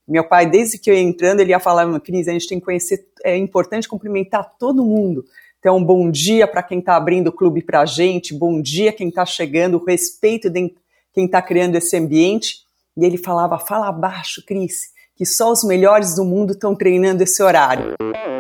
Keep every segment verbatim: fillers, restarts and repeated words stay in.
Meu pai, desde que eu ia entrando, ele ia falar, Cris, a gente tem que conhecer, é importante cumprimentar todo mundo. Então, bom dia para quem está abrindo o clube para a gente, bom dia quem está chegando, respeito de quem está criando esse ambiente. E ele falava, fala baixo, Cris, que só os melhores do mundo estão treinando esse horário.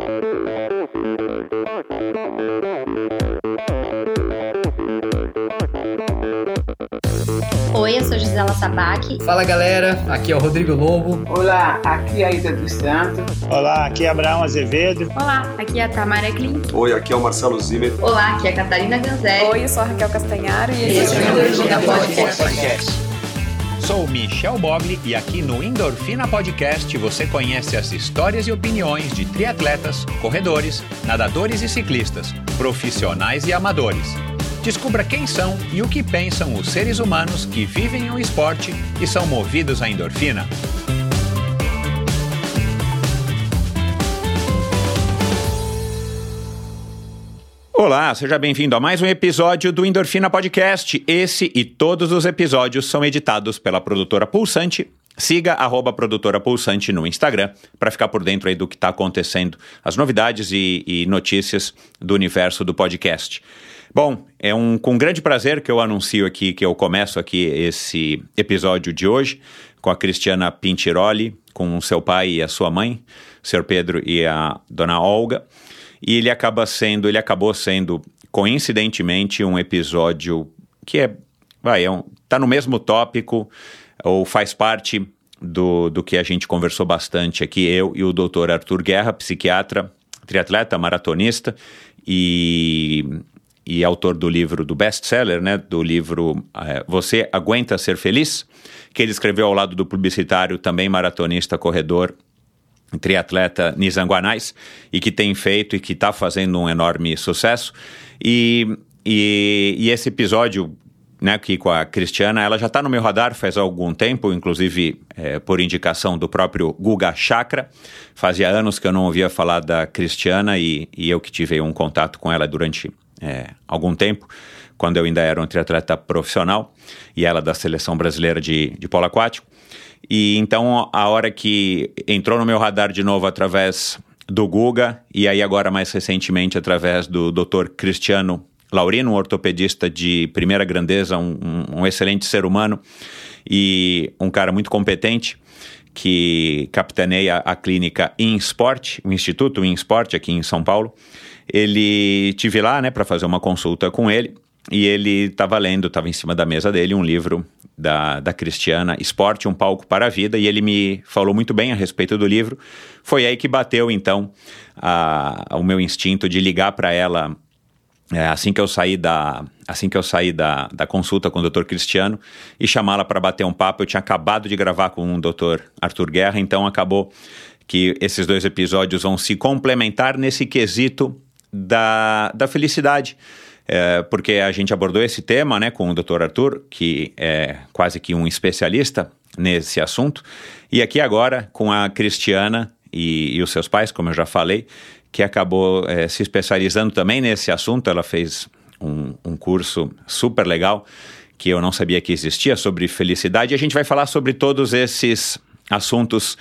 Oi, eu sou Gisela Sabac. Fala galera, aqui é o Rodrigo Lobo. Olá, aqui é a Ida dos Santos. Olá, aqui é Abraão Azevedo. Olá, aqui é a Tamara Klink. Oi, aqui é o Marcelo Zimmer. Olá, aqui é a Catarina Ganzelli. Oi, eu sou a Raquel Castanharo e esse é o Endorfina Podcast. Sou Michel Bogli e aqui no Endorfina Podcast você conhece as histórias e opiniões de triatletas, corredores, nadadores e ciclistas, profissionais e amadores. Descubra quem são e o que pensam os seres humanos que vivem o esporte e são movidos à endorfina. Olá, seja bem-vindo a mais um episódio do Endorfina Podcast. Esse e todos os episódios são editados pela produtora Pulsante. Siga arroba produtora Pulsante no Instagram para ficar por dentro aí do que está acontecendo, as novidades e, e notícias do universo do podcast. Bom, é um, com grande prazer que eu anuncio aqui, que eu começo aqui esse episódio de hoje com a Cristiana Pintiroli, com seu pai e a sua mãe, o senhor Pedro e a dona Olga. E ele acaba sendo, ele acabou sendo, coincidentemente, um episódio que é, vai, é um, tá no mesmo tópico, ou faz parte do, do que a gente conversou bastante aqui, eu e o doutor Arthur Guerra, psiquiatra, triatleta, maratonista e, e autor do livro, do best-seller, né, do livro é, Você Aguenta Ser Feliz, que ele escreveu ao lado do publicitário, também maratonista, corredor, triatleta Nizanguanais, e que tem feito e que está fazendo um enorme sucesso. E, e, e esse episódio, né, aqui com a Cristiana, ela já está no meu radar faz algum tempo, inclusive é, por indicação do próprio Guga Chakra. Fazia anos que eu não ouvia falar da Cristiana e, e eu que tive um contato com ela durante é, algum tempo, quando eu ainda era um triatleta profissional, e ela da Seleção Brasileira de, de Polo Aquático. E então, a hora que entrou no meu radar de novo através do Guga, e aí agora mais recentemente através do doutor Cristiano Laurino, um ortopedista de primeira grandeza, um, um, um excelente ser humano e um cara muito competente, que capitaneia a clínica InSport, o Instituto InSport aqui em São Paulo. Ele tive lá, né, para fazer uma consulta com ele, e ele estava lendo, estava em cima da mesa dele um livro da, da Cristiana, Esporte, um palco para a vida, e ele me falou muito bem a respeito do livro. Foi aí que bateu, então, a, a, o meu instinto de ligar para ela é, assim que eu saí, da, assim que eu saí da, da consulta com o doutor Cristiano e chamá-la para bater um papo. Eu tinha acabado de gravar com o doutor Arthur Guerra, então acabou que esses dois episódios vão se complementar nesse quesito da, da felicidade. É, porque a gente abordou esse tema, né, com o doutor Arthur, que é quase que um especialista nesse assunto, e aqui agora com a Cristiana e, e os seus pais, como eu já falei, que acabou é, se especializando também nesse assunto. Ela fez um, um curso super legal, que eu não sabia que existia, sobre felicidade, e a gente vai falar sobre todos esses assuntos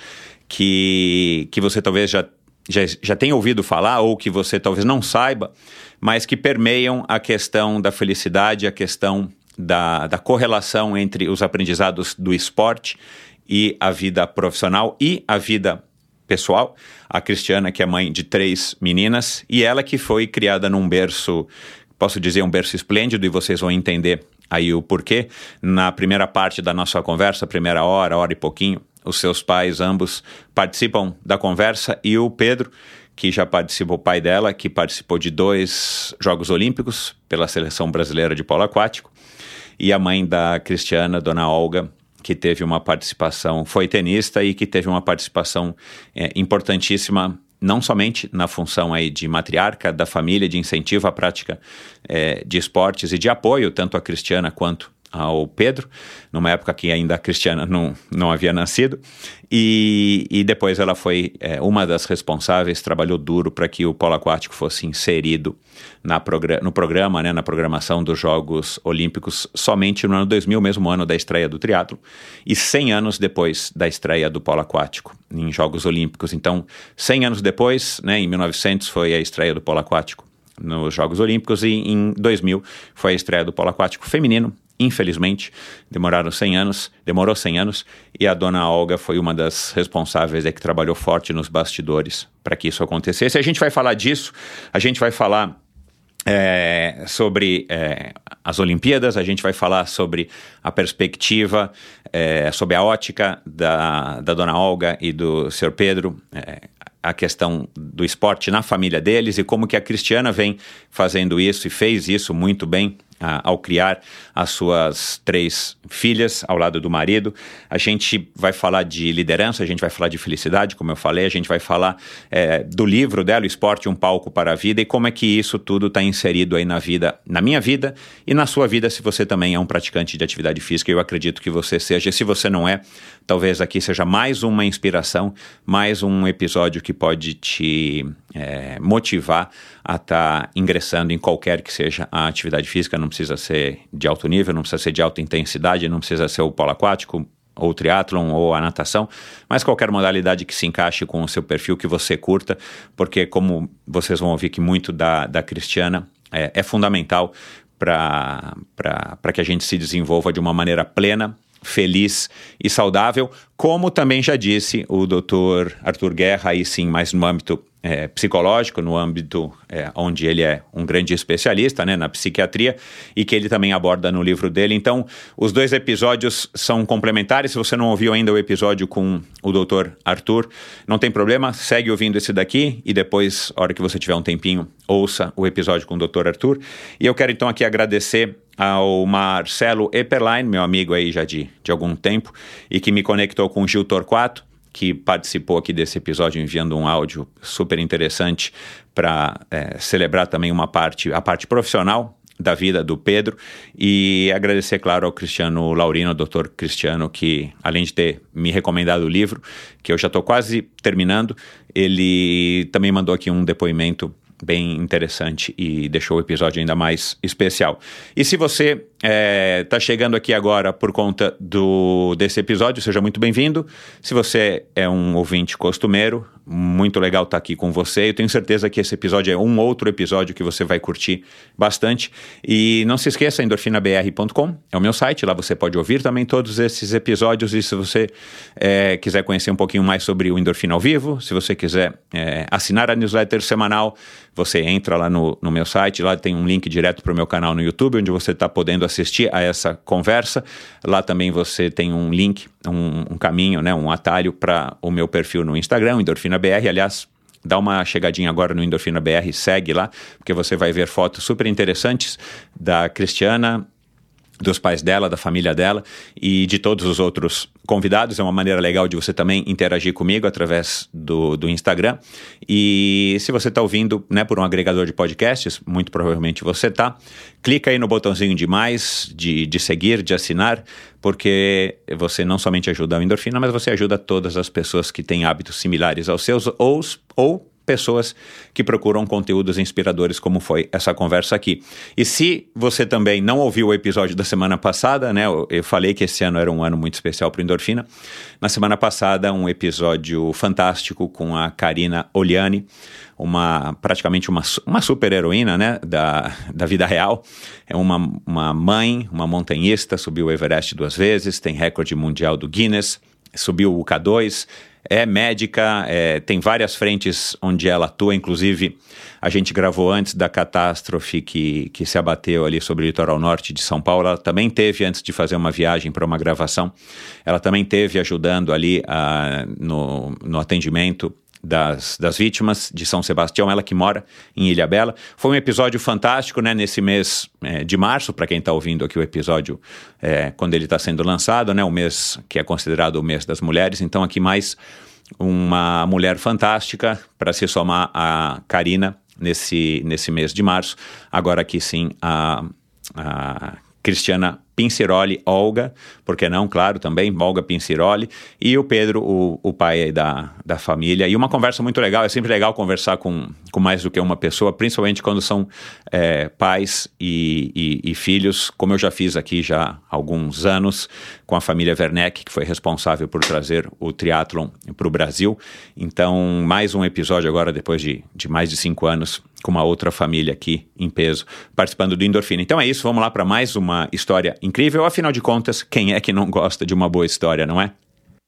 que, que você talvez já Já, já tenha ouvido falar, ou que você talvez não saiba, mas que permeiam a questão da felicidade, a questão da, da correlação entre os aprendizados do esporte e a vida profissional e a vida pessoal. A Cristiana, que é mãe de três meninas, e ela que foi criada num berço, posso dizer um berço esplêndido, e vocês vão entender aí o porquê. Na primeira parte da nossa conversa, primeira hora, hora e pouquinho, os seus pais ambos participam da conversa, e o Pedro, que já participou, o pai dela, que participou de dois Jogos Olímpicos pela Seleção Brasileira de Polo Aquático, e a mãe da Cristiana, dona Olga, que teve uma participação, foi tenista e que teve uma participação é, importantíssima, não somente na função aí de matriarca da família, de incentivo à prática é, de esportes e de apoio tanto à Cristiana quanto ao Pedro, numa época que ainda a Cristiana não, não havia nascido, e, e depois ela foi é, uma das responsáveis, trabalhou duro para que o polo aquático fosse inserido na progr- no programa, né, na programação dos Jogos Olímpicos, somente no ano dois mil, mesmo ano da estreia do triatlo, e cem anos depois da estreia do polo aquático em Jogos Olímpicos. Então, cem anos depois, né, em mil e novecentos, foi a estreia do polo aquático nos Jogos Olímpicos, e em dois mil foi a estreia do polo aquático feminino. Infelizmente, demoraram cem anos, demorou cem anos, e a dona Olga foi uma das responsáveis, é, que trabalhou forte nos bastidores para que isso acontecesse. A gente vai falar disso, a gente vai falar é, sobre é, as Olimpíadas, a gente vai falar sobre a perspectiva, é, sobre a ótica da, da dona Olga e do senhor Pedro, é, a questão do esporte na família deles e como que a Cristiana vem fazendo isso e fez isso muito bem a, ao criar as suas três filhas ao lado do marido. A gente vai falar de liderança, a gente vai falar de felicidade, como eu falei, a gente vai falar é, do livro dela, O Esporte, um Palco para a Vida, e como é que isso tudo está inserido aí na vida, na minha vida e na sua vida, se você também é um praticante de atividade física. Eu acredito que você seja, se você não é, talvez aqui seja mais uma inspiração, mais um episódio que pode te é, motivar a estar tá ingressando em qualquer que seja a atividade física. Não precisa ser de alto nível, não precisa ser de alta intensidade, não precisa ser o polo aquático, ou o triatlon, ou a natação, mas qualquer modalidade que se encaixe com o seu perfil, que você curta, porque como vocês vão ouvir que muito da, da Cristiana é, é fundamental para para que a gente se desenvolva de uma maneira plena, feliz e saudável, como também já disse o doutor Arthur Guerra, aí sim, mais no âmbito é, psicológico, no âmbito é, onde ele é um grande especialista, né, na psiquiatria, e que ele também aborda no livro dele. Então, os dois episódios são complementares. Se você não ouviu ainda o episódio com o doutor Arthur, não tem problema, segue ouvindo esse daqui e depois, a hora que você tiver um tempinho, ouça o episódio com o doutor Arthur. E eu quero então aqui agradecer ao Marcelo Eperlein, meu amigo aí já de, de algum tempo, e que me conectou com o Gil Torquato, que participou aqui desse episódio enviando um áudio super interessante para é, celebrar também uma parte, a parte profissional da vida do Pedro, e agradecer, claro, ao Cristiano Laurino, ao doutor Cristiano, que além de ter me recomendado o livro, que eu já estou quase terminando, ele também mandou aqui um depoimento bem interessante e deixou o episódio ainda mais especial. E se você está é, chegando aqui agora por conta do, desse episódio, seja muito bem-vindo. Se você é um ouvinte costumeiro, muito legal estar aqui com você. Eu tenho certeza que esse episódio é um outro episódio que você vai curtir bastante. E não se esqueça, endorfina b r ponto com é o meu site, lá você pode ouvir também todos esses episódios. E se você é, quiser conhecer um pouquinho mais sobre o Endorfina ao Vivo, se você quiser é, assinar a newsletter semanal, você entra lá no, no meu site, lá tem um link direto para o meu canal no YouTube, onde você está podendo assistir a essa conversa. Lá também você tem um link, um, um caminho, né, um atalho para o meu perfil no Instagram, Endorfina B R. Aliás, dá uma chegadinha agora no Endorfina B R, segue lá, porque você vai ver fotos super interessantes da Cristiana, dos pais dela, da família dela e de todos os outros convidados. É uma maneira legal de você também interagir comigo através do, do Instagram. E se você está ouvindo, né, por um agregador de podcasts, muito provavelmente você está, clica aí no botãozinho de mais, de, de seguir, de assinar, porque você não somente ajuda a Endorfina, mas você ajuda todas as pessoas que têm hábitos similares aos seus ou, ou pessoas que procuram conteúdos inspiradores, como foi essa conversa aqui. E se você também não ouviu o episódio da semana passada, né, eu, eu falei que esse ano era um ano muito especial para o Endorfina. Na semana passada, um episódio fantástico com a Karina Oliani, uma, praticamente uma, uma super heroína, né, da, da vida real. É uma, uma mãe, uma montanhista, subiu o Everest duas vezes, tem recorde mundial do Guinness, subiu o K dois, é médica, é, tem várias frentes onde ela atua. Inclusive a gente gravou antes da catástrofe que, que se abateu ali sobre o litoral norte de São Paulo. Ela também teve, antes de fazer uma viagem para uma gravação, ela também teve ajudando ali a, no, no atendimento Das, das vítimas de São Sebastião, ela que mora em Ilhabela. Foi um episódio fantástico, né, nesse mês é, de março, para quem está ouvindo aqui o episódio, é, quando ele está sendo lançado, né, o mês que é considerado o mês das mulheres. Então aqui mais uma mulher fantástica para se somar a Karina nesse, nesse mês de março. Agora aqui sim a, a Cristiana Pinciroli, Olga, por que não, claro, também, Olga Pinciroli, e o Pedro, o, o pai aí da, da família, e uma conversa muito legal, é sempre legal conversar com, com mais do que uma pessoa, principalmente quando são é, pais e, e, e filhos, como eu já fiz aqui já há alguns anos, com a família Werneck, que foi responsável por trazer o triatlon para o Brasil. Então, mais um episódio agora, depois de, de mais de cinco anos, com uma outra família aqui em peso, participando do Endorfina. Então é isso, vamos lá para mais uma história incrível. Afinal de contas, quem é que não gosta de uma boa história, não é?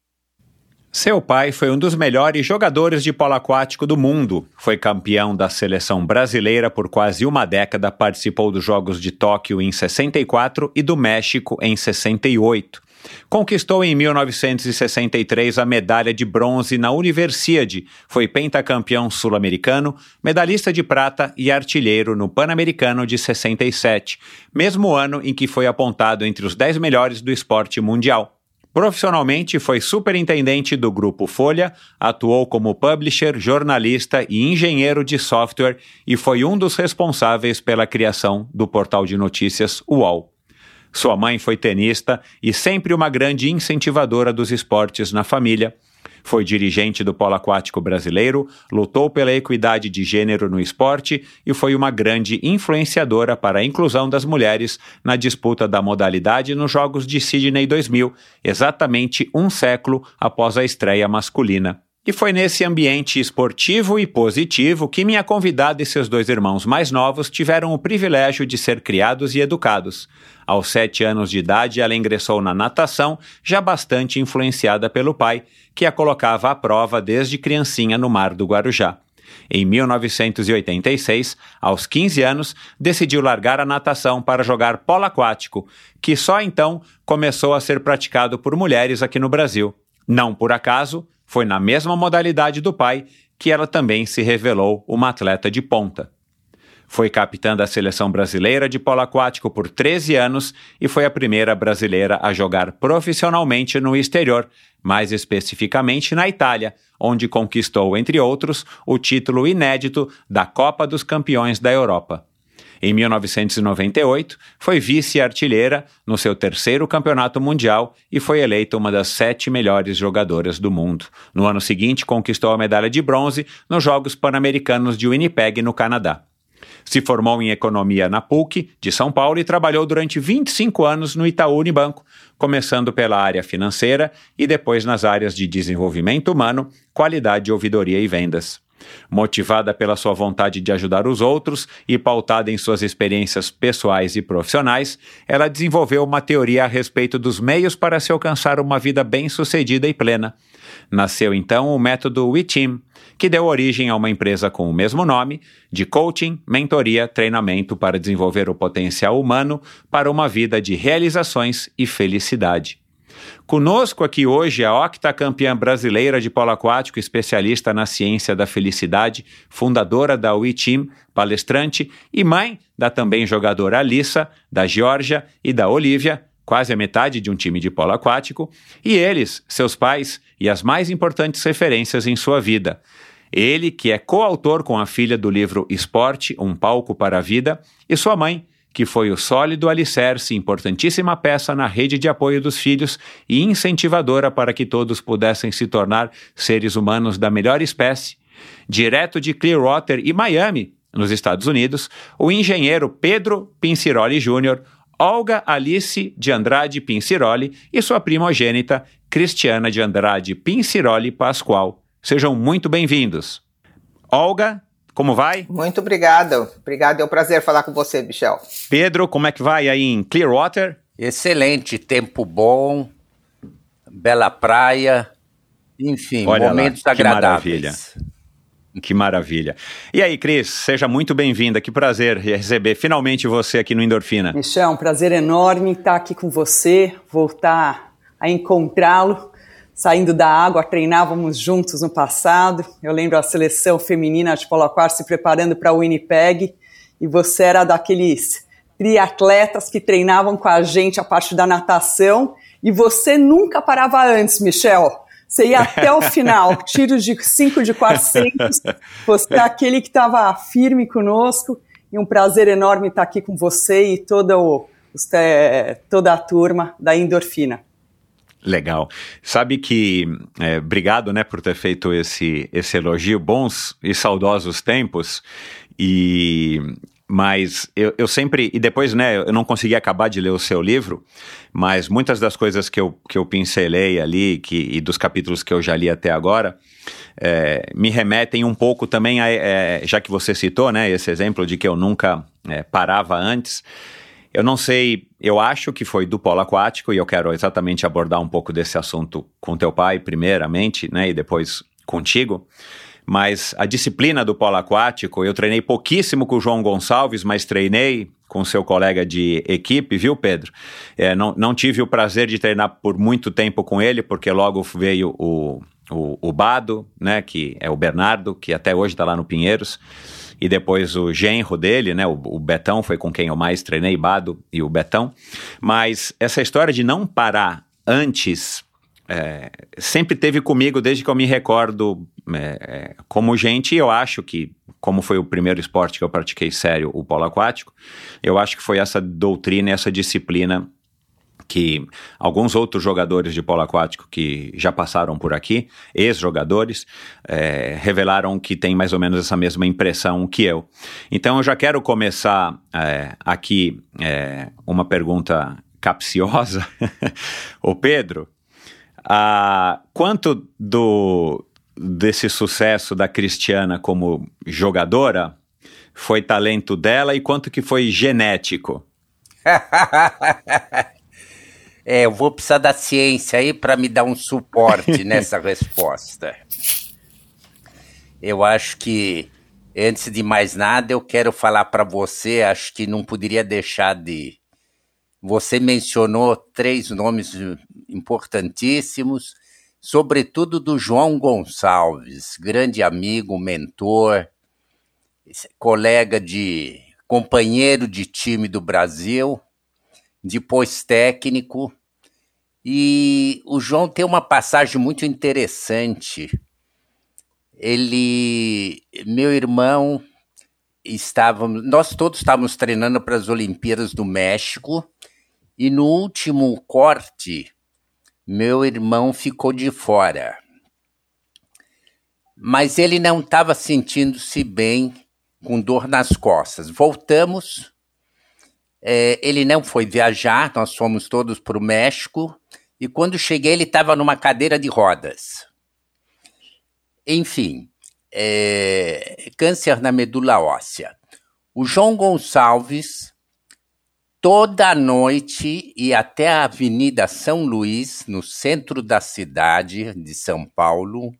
Seu pai foi um dos melhores jogadores de polo aquático do mundo. Foi campeão da seleção brasileira por quase uma década, participou dos Jogos de Tóquio em sessenta e quatro e do México em sessenta e oito. Conquistou em mil novecentos e sessenta e três a medalha de bronze na Universiade, foi pentacampeão sul-americano, medalhista de prata e artilheiro no Pan-Americano de sessenta e sete, mesmo ano em que foi apontado entre os dez melhores do esporte mundial. Profissionalmente, foi superintendente do Grupo Folha, atuou como publisher, jornalista e engenheiro de software e foi um dos responsáveis pela criação do portal de notícias U O L. Sua mãe foi tenista e sempre uma grande incentivadora dos esportes na família. Foi dirigente do polo aquático brasileiro, lutou pela equidade de gênero no esporte e foi uma grande influenciadora para a inclusão das mulheres na disputa da modalidade nos Jogos de Sydney dois mil, exatamente um século após a estreia masculina. E foi nesse ambiente esportivo e positivo que minha convidada e seus dois irmãos mais novos tiveram o privilégio de ser criados e educados. Aos sete anos de idade, ela ingressou na natação, já bastante influenciada pelo pai, que a colocava à prova desde criancinha no Mar do Guarujá. Em mil novecentos e oitenta e seis, aos quinze anos, decidiu largar a natação para jogar polo aquático, que só então começou a ser praticado por mulheres aqui no Brasil. Não por acaso, foi na mesma modalidade do pai que ela também se revelou uma atleta de ponta. Foi capitã da seleção brasileira de polo aquático por treze anos e foi a primeira brasileira a jogar profissionalmente no exterior, mais especificamente na Itália, onde conquistou, entre outros, o título inédito da Copa dos Campeões da Europa. Em mil novecentos e noventa e oito, foi vice-artilheira no seu terceiro campeonato mundial e foi eleita uma das sete melhores jogadoras do mundo. No ano seguinte, conquistou a medalha de bronze nos Jogos Pan-Americanos de Winnipeg, no Canadá. Se formou em economia na P U C de São Paulo e trabalhou durante vinte e cinco anos no Itaú Unibanco, começando pela área financeira e depois nas áreas de desenvolvimento humano, qualidade, ouvidoria e vendas. Motivada pela sua vontade de ajudar os outros e pautada em suas experiências pessoais e profissionais, ela desenvolveu uma teoria a respeito dos meios para se alcançar uma vida bem-sucedida e plena. Nasceu então o método WeTeam, que deu origem a uma empresa com o mesmo nome, de coaching, mentoria, treinamento para desenvolver o potencial humano para uma vida de realizações e felicidade. Conosco aqui hoje a octacampeã brasileira de polo aquático, especialista na ciência da felicidade, fundadora da WeTeam, palestrante e mãe da também jogadora Alissa, da Geórgia e da Olivia, quase a metade de um time de polo aquático, e eles, seus pais e as mais importantes referências em sua vida. Ele, que é coautor com a filha do livro Esporte, um palco para a vida, e sua mãe, que foi o sólido alicerce, importantíssima peça na rede de apoio dos filhos e incentivadora para que todos pudessem se tornar seres humanos da melhor espécie. Direto de Clearwater e Miami, nos Estados Unidos, o engenheiro Pedro Pinciroli Júnior, Olga Alice de Andrade Pinciroli e sua primogênita Cristiana de Andrade Pinciroli Pascoal. Sejam muito bem-vindos. Olga, como vai? Muito obrigado. Obrigado, é um prazer falar com você, Michel. Pedro, como é que vai aí em Clearwater? Excelente, tempo bom, bela praia, enfim, olha momentos lá, que agradáveis. Maravilha. Que maravilha. E aí, Cris, seja muito bem-vinda, que prazer receber finalmente você aqui no Endorfina. Michel, um prazer enorme estar aqui com você, voltar a encontrá-lo. Saindo da água, treinávamos juntos no passado. Eu lembro a seleção feminina de polo aquático se preparando para o Winnipeg e você era daqueles triatletas que treinavam com a gente a parte da natação e você nunca parava antes, Michel. Você ia até o final, tiro de cinco de quatrocentos, você é aquele que estava firme conosco e um prazer enorme estar aqui com você e todo o, os, é, toda a turma da Endorfina. Legal. Sabe que, é, obrigado, né, por ter feito esse, esse elogio, bons e saudosos tempos, e... Mas eu, eu sempre, e depois, né, eu não consegui acabar de ler o seu livro, mas muitas das coisas que eu, que eu pincelei ali, que, e dos capítulos que eu já li até agora, é, me remetem um pouco também, a, é, já que você citou, né, esse exemplo de que eu nunca é, parava antes, eu não sei, eu acho que foi do polo aquático, e eu quero exatamente abordar um pouco desse assunto com teu pai, primeiramente, né, e depois contigo. Mas a disciplina do polo aquático, eu treinei pouquíssimo com o João Gonçalves, mas treinei com seu colega de equipe, viu, Pedro? É, não, não tive o prazer de treinar por muito tempo com ele, porque logo veio o, o, o Bado, né, que é o Bernardo, que até hoje está lá no Pinheiros, e depois o genro dele, né, o, o Betão, foi com quem eu mais treinei, Bado e o Betão. Mas essa história de não parar antes... É, sempre teve comigo desde que eu me recordo é, como gente, e eu acho que, como foi o primeiro esporte que eu pratiquei sério, o polo aquático, eu acho que foi essa doutrina e essa disciplina que alguns outros jogadores de polo aquático que já passaram por aqui, ex-jogadores, é, revelaram que tem mais ou menos essa mesma impressão que eu. Então eu já quero começar é, aqui é, uma pergunta capciosa. Ô Pedro, Ah, quanto do, desse sucesso da Cristiana como jogadora foi talento dela e quanto que foi genético? É, eu vou precisar da ciência aí para me dar um suporte nessa resposta. Eu acho que, antes de mais nada, eu quero falar para você, acho que não poderia deixar de... Você mencionou três nomes importantíssimos, sobretudo do João Gonçalves, grande amigo, mentor, colega de, companheiro de time do Brasil, depois técnico. E o João tem uma passagem muito interessante. Ele, meu irmão, estávamos, nós todos estávamos treinando para as Olimpíadas do México, e no último corte, meu irmão ficou de fora. Mas ele não estava sentindo-se bem, com dor nas costas. Voltamos, é, ele não foi viajar, nós fomos todos para o México, e quando cheguei ele estava numa cadeira de rodas. Enfim, é, câncer na medula óssea. O João Gonçalves... Toda noite ia até a Avenida São Luís, no centro da cidade de São Paulo,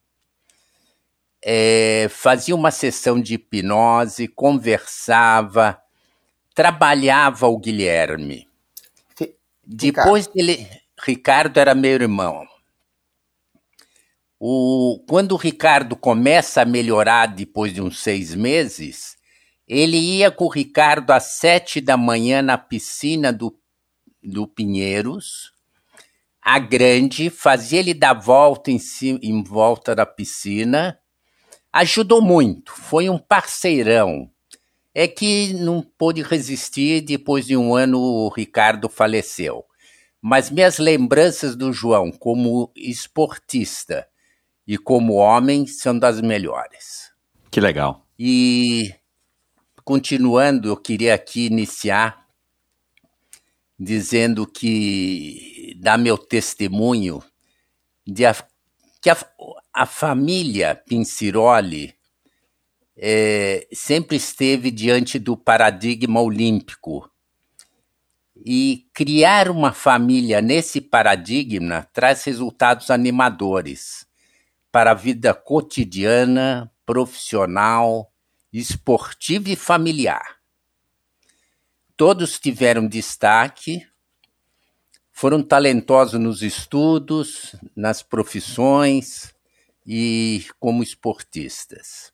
é, fazia uma sessão de hipnose, conversava, trabalhava o Guilherme. Depois ele... Ricardo era meu irmão. O, quando o Ricardo começa a melhorar depois de uns seis meses... Ele ia com o Ricardo às sete da manhã na piscina do, do Pinheiros, a grande, fazia ele dar volta em, cima, em volta da piscina, ajudou muito, foi um parceirão. É que não pôde resistir, depois de um ano o Ricardo faleceu. Mas minhas lembranças do João como esportista e como homem são das melhores. Que legal. E... Continuando, eu queria aqui iniciar dizendo que, dar meu testemunho, de a, que a, a família Pinciroli é, sempre esteve diante do paradigma olímpico. E criar uma família nesse paradigma traz resultados animadores para a vida cotidiana, profissional, esportivo e familiar. Todos tiveram destaque, foram talentosos nos estudos, nas profissões e como esportistas.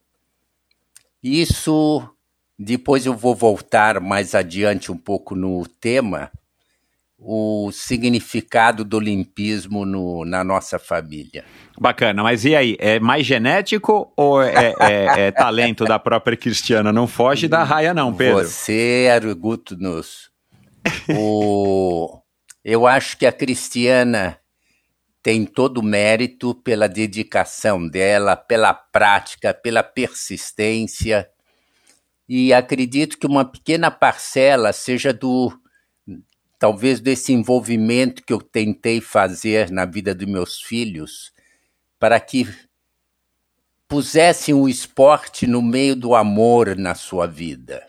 Isso, depois eu vou voltar mais adiante um pouco no tema, o significado do olimpismo no, na nossa família. Bacana, mas e aí, é mais genético ou é, é, é talento da própria Cristiana? Não foge da raia não, Pedro. Você, arguto nos O, eu acho que a Cristiana tem todo o mérito pela dedicação dela, pela prática, pela persistência, e acredito que uma pequena parcela seja do, talvez desse envolvimento que eu tentei fazer na vida dos meus filhos, para que pusessem o esporte no meio do amor na sua vida.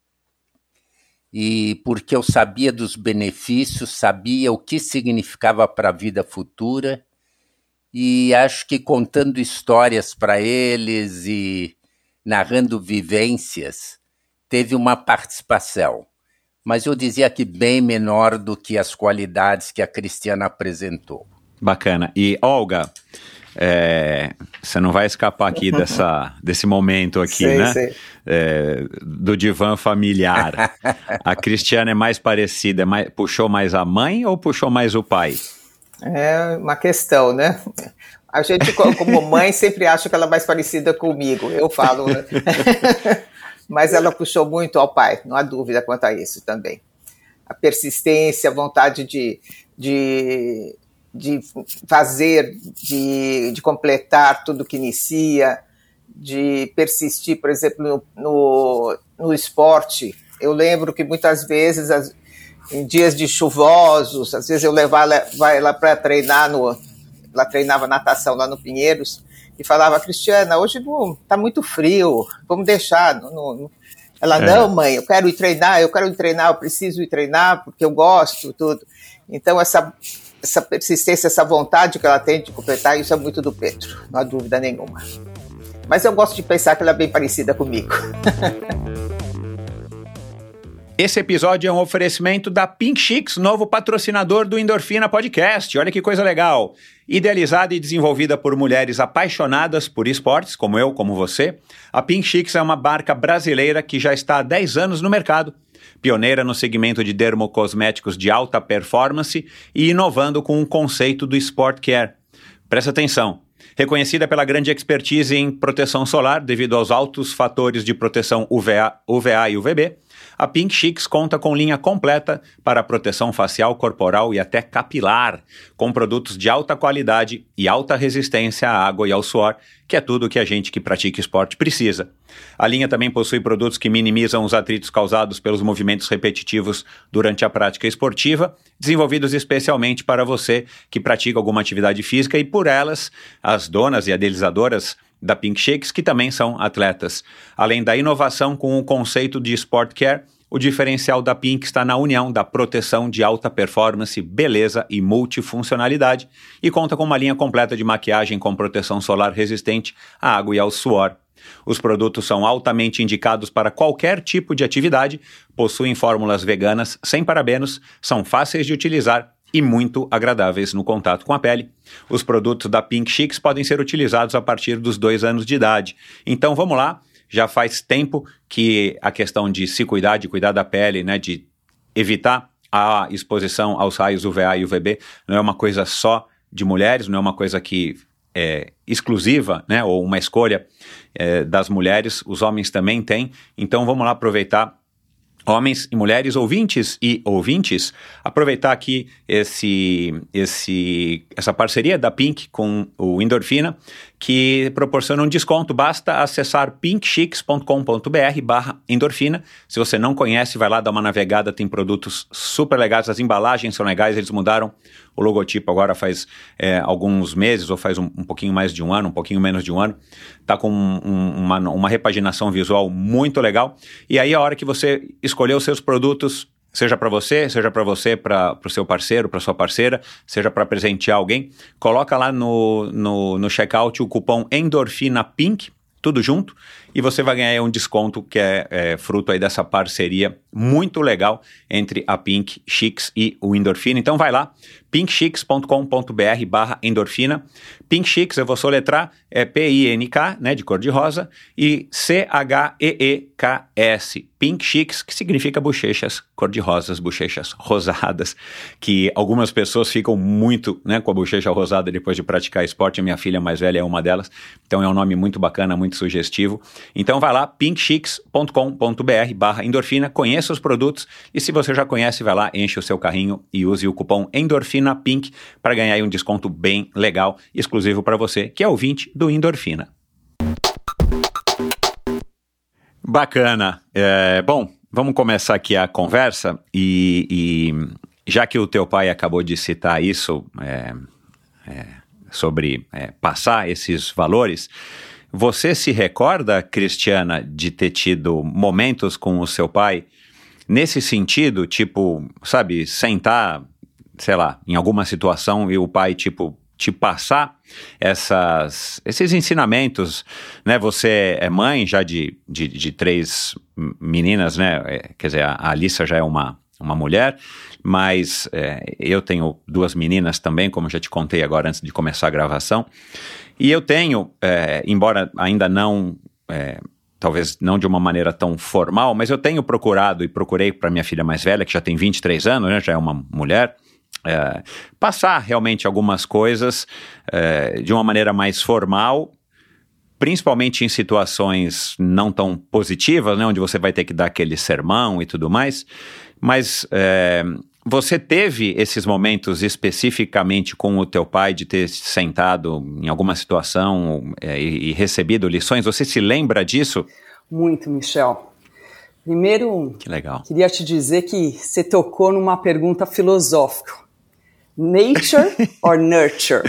E porque eu sabia dos benefícios, sabia o que significava para a vida futura, e acho que contando histórias para eles e narrando vivências, teve uma participação. Mas eu dizia que bem menor do que as qualidades que a Cristiana apresentou. Bacana. E, Olga, é, você não vai escapar aqui dessa, desse momento aqui, sei, né? Sei. É, do divã familiar. A Cristiana é mais parecida, é mais, puxou mais a mãe ou puxou mais o pai? É uma questão, né? A gente, como mãe, sempre acha que ela é mais parecida comigo, eu falo, né? Mas ela puxou muito ao pai, não há dúvida quanto a isso também. A persistência, a vontade de, de, de fazer, de, de completar tudo que inicia, de persistir, por exemplo, no, no, no esporte. Eu lembro que muitas vezes, as, em dias de chuvosos, às vezes eu levava ela para treinar, no, ela treinava natação lá no Pinheiros, e falava, Cristiana, hoje está muito frio, vamos deixar. Não, não. Ela, é. não, mãe, eu quero ir treinar, eu quero ir treinar, eu preciso ir treinar, porque eu gosto, tudo. Então, essa, essa persistência, essa vontade que ela tem de completar, isso é muito do Pedro, não há dúvida nenhuma. Mas eu gosto de pensar que ela é bem parecida comigo. Esse episódio é um oferecimento da Pink Chicks, novo patrocinador do Endorfina Podcast. Olha que coisa legal. Idealizada e desenvolvida por mulheres apaixonadas por esportes, como eu, como você, a Pink Chicks é uma marca brasileira que já está há dez anos no mercado, pioneira no segmento de dermocosméticos de alta performance e inovando com o conceito do Sport Care. Presta atenção. Reconhecida pela grande expertise em proteção solar devido aos altos fatores de proteção U V A, U V A e U V B, a Pink Chicks conta com linha completa para proteção facial, corporal e até capilar, com produtos de alta qualidade e alta resistência à água e ao suor, que é tudo que a gente que pratica esporte precisa. A linha também possui produtos que minimizam os atritos causados pelos movimentos repetitivos durante a prática esportiva, desenvolvidos especialmente para você que pratica alguma atividade física e por elas, as donas e idealizadoras da Pink Chicks, que também são atletas. Além da inovação com o conceito de Sport Care, o diferencial da Pink está na união da proteção de alta performance, beleza e multifuncionalidade e conta com uma linha completa de maquiagem com proteção solar resistente à água e ao suor. Os produtos são altamente indicados para qualquer tipo de atividade, possuem fórmulas veganas sem parabenos, são fáceis de utilizar e muito agradáveis no contato com a pele. Os produtos da Pink Chicks podem ser utilizados a partir dos dois anos de idade. Então vamos lá, já faz tempo que a questão de se cuidar, de cuidar da pele, né, de evitar a exposição aos raios U V A e U V B, não é uma coisa só de mulheres, não é uma coisa que é exclusiva, né, ou uma escolha é, das mulheres, os homens também têm. Então vamos lá aproveitar, homens e mulheres, ouvintes e ouvintes, aproveitar aqui esse, esse, essa parceria da Pink com o Endorfina, que proporciona um desconto. Basta acessar pink chicks ponto com ponto b r barra endorfina. Se você não conhece, vai lá dar uma navegada, tem produtos super legais, as embalagens são legais, eles mudaram o logotipo agora faz é, alguns meses, ou faz um, um pouquinho mais de um ano, um pouquinho menos de um ano, tá com um, uma, uma repaginação visual muito legal, e aí a hora que você escolher os seus produtos, seja para você, seja para você, para o seu parceiro, para sua parceira, seja para presentear alguém, coloca lá no, no, no checkout o cupom ENDORFINAPINK, tudo junto, e você vai ganhar um desconto que é, é fruto aí dessa parceria muito legal entre a Pink Chicks e o Endorfina. Então vai lá, pink chicks ponto com ponto b r barra endorfina. Pink Chicks, eu vou soletrar, é P I N K, né, de cor de rosa, e C H E E K S. Pink Chicks, que significa bochechas cor-de-rosas, bochechas rosadas, que algumas pessoas ficam muito, né, com a bochecha rosada depois de praticar esporte. A minha filha mais velha é uma delas, então é um nome muito bacana, muito sugestivo. Então vai lá, pink chicks ponto com ponto b r barra endorfina, conheça conheça os produtos e se você já conhece, vai lá, enche o seu carrinho e use o cupom ENDORFINAPINK para ganhar aí um desconto bem legal, exclusivo para você, que é ouvinte do Endorfina. Bacana. É, bom, vamos começar aqui a conversa e, e já que o teu pai acabou de citar isso, é, é, sobre é, passar esses valores, você se recorda, Cristiana, de ter tido momentos com o seu pai nesse sentido, tipo, sabe, sentar, sei lá, em alguma situação e o pai, tipo, te passar essas, esses ensinamentos, né? Você é mãe já de, de, de três meninas, né? É, quer dizer, a Alissa já é uma, uma mulher, mas é, eu tenho duas meninas também, como já te contei agora antes de começar a gravação, e eu tenho, é, embora ainda não, é, talvez não de uma maneira tão formal, mas eu tenho procurado e procurei para minha filha mais velha, que já tem vinte e três anos, né? Já é uma mulher, É, passar realmente algumas coisas é, de uma maneira mais formal, principalmente em situações não tão positivas, né, onde você vai ter que dar aquele sermão e tudo mais, mas é, você teve esses momentos especificamente com o teu pai de ter sentado em alguma situação é, e, e recebido lições? Você se lembra disso? Muito, Michel. Primeiro, que legal. Queria te dizer que você tocou numa pergunta filosófica. Nature or nurture?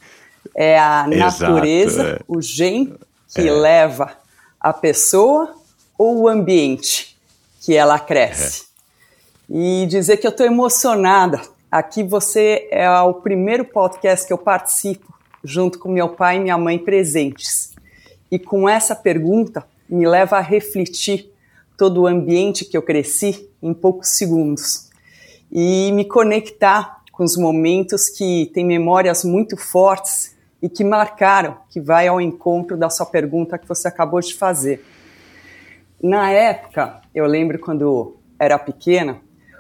É a natureza, Exato, é. o gene que é. leva a pessoa ou o ambiente que ela cresce? É. E dizer que eu estou emocionada. Aqui você é o primeiro podcast que eu participo junto com meu pai e minha mãe presentes. E com essa pergunta me leva a refletir todo o ambiente que eu cresci em poucos segundos e me conectar com os momentos que têm memórias muito fortes e que marcaram, que vai ao encontro da sua pergunta que você acabou de fazer. Na época, eu lembro quando era pequena,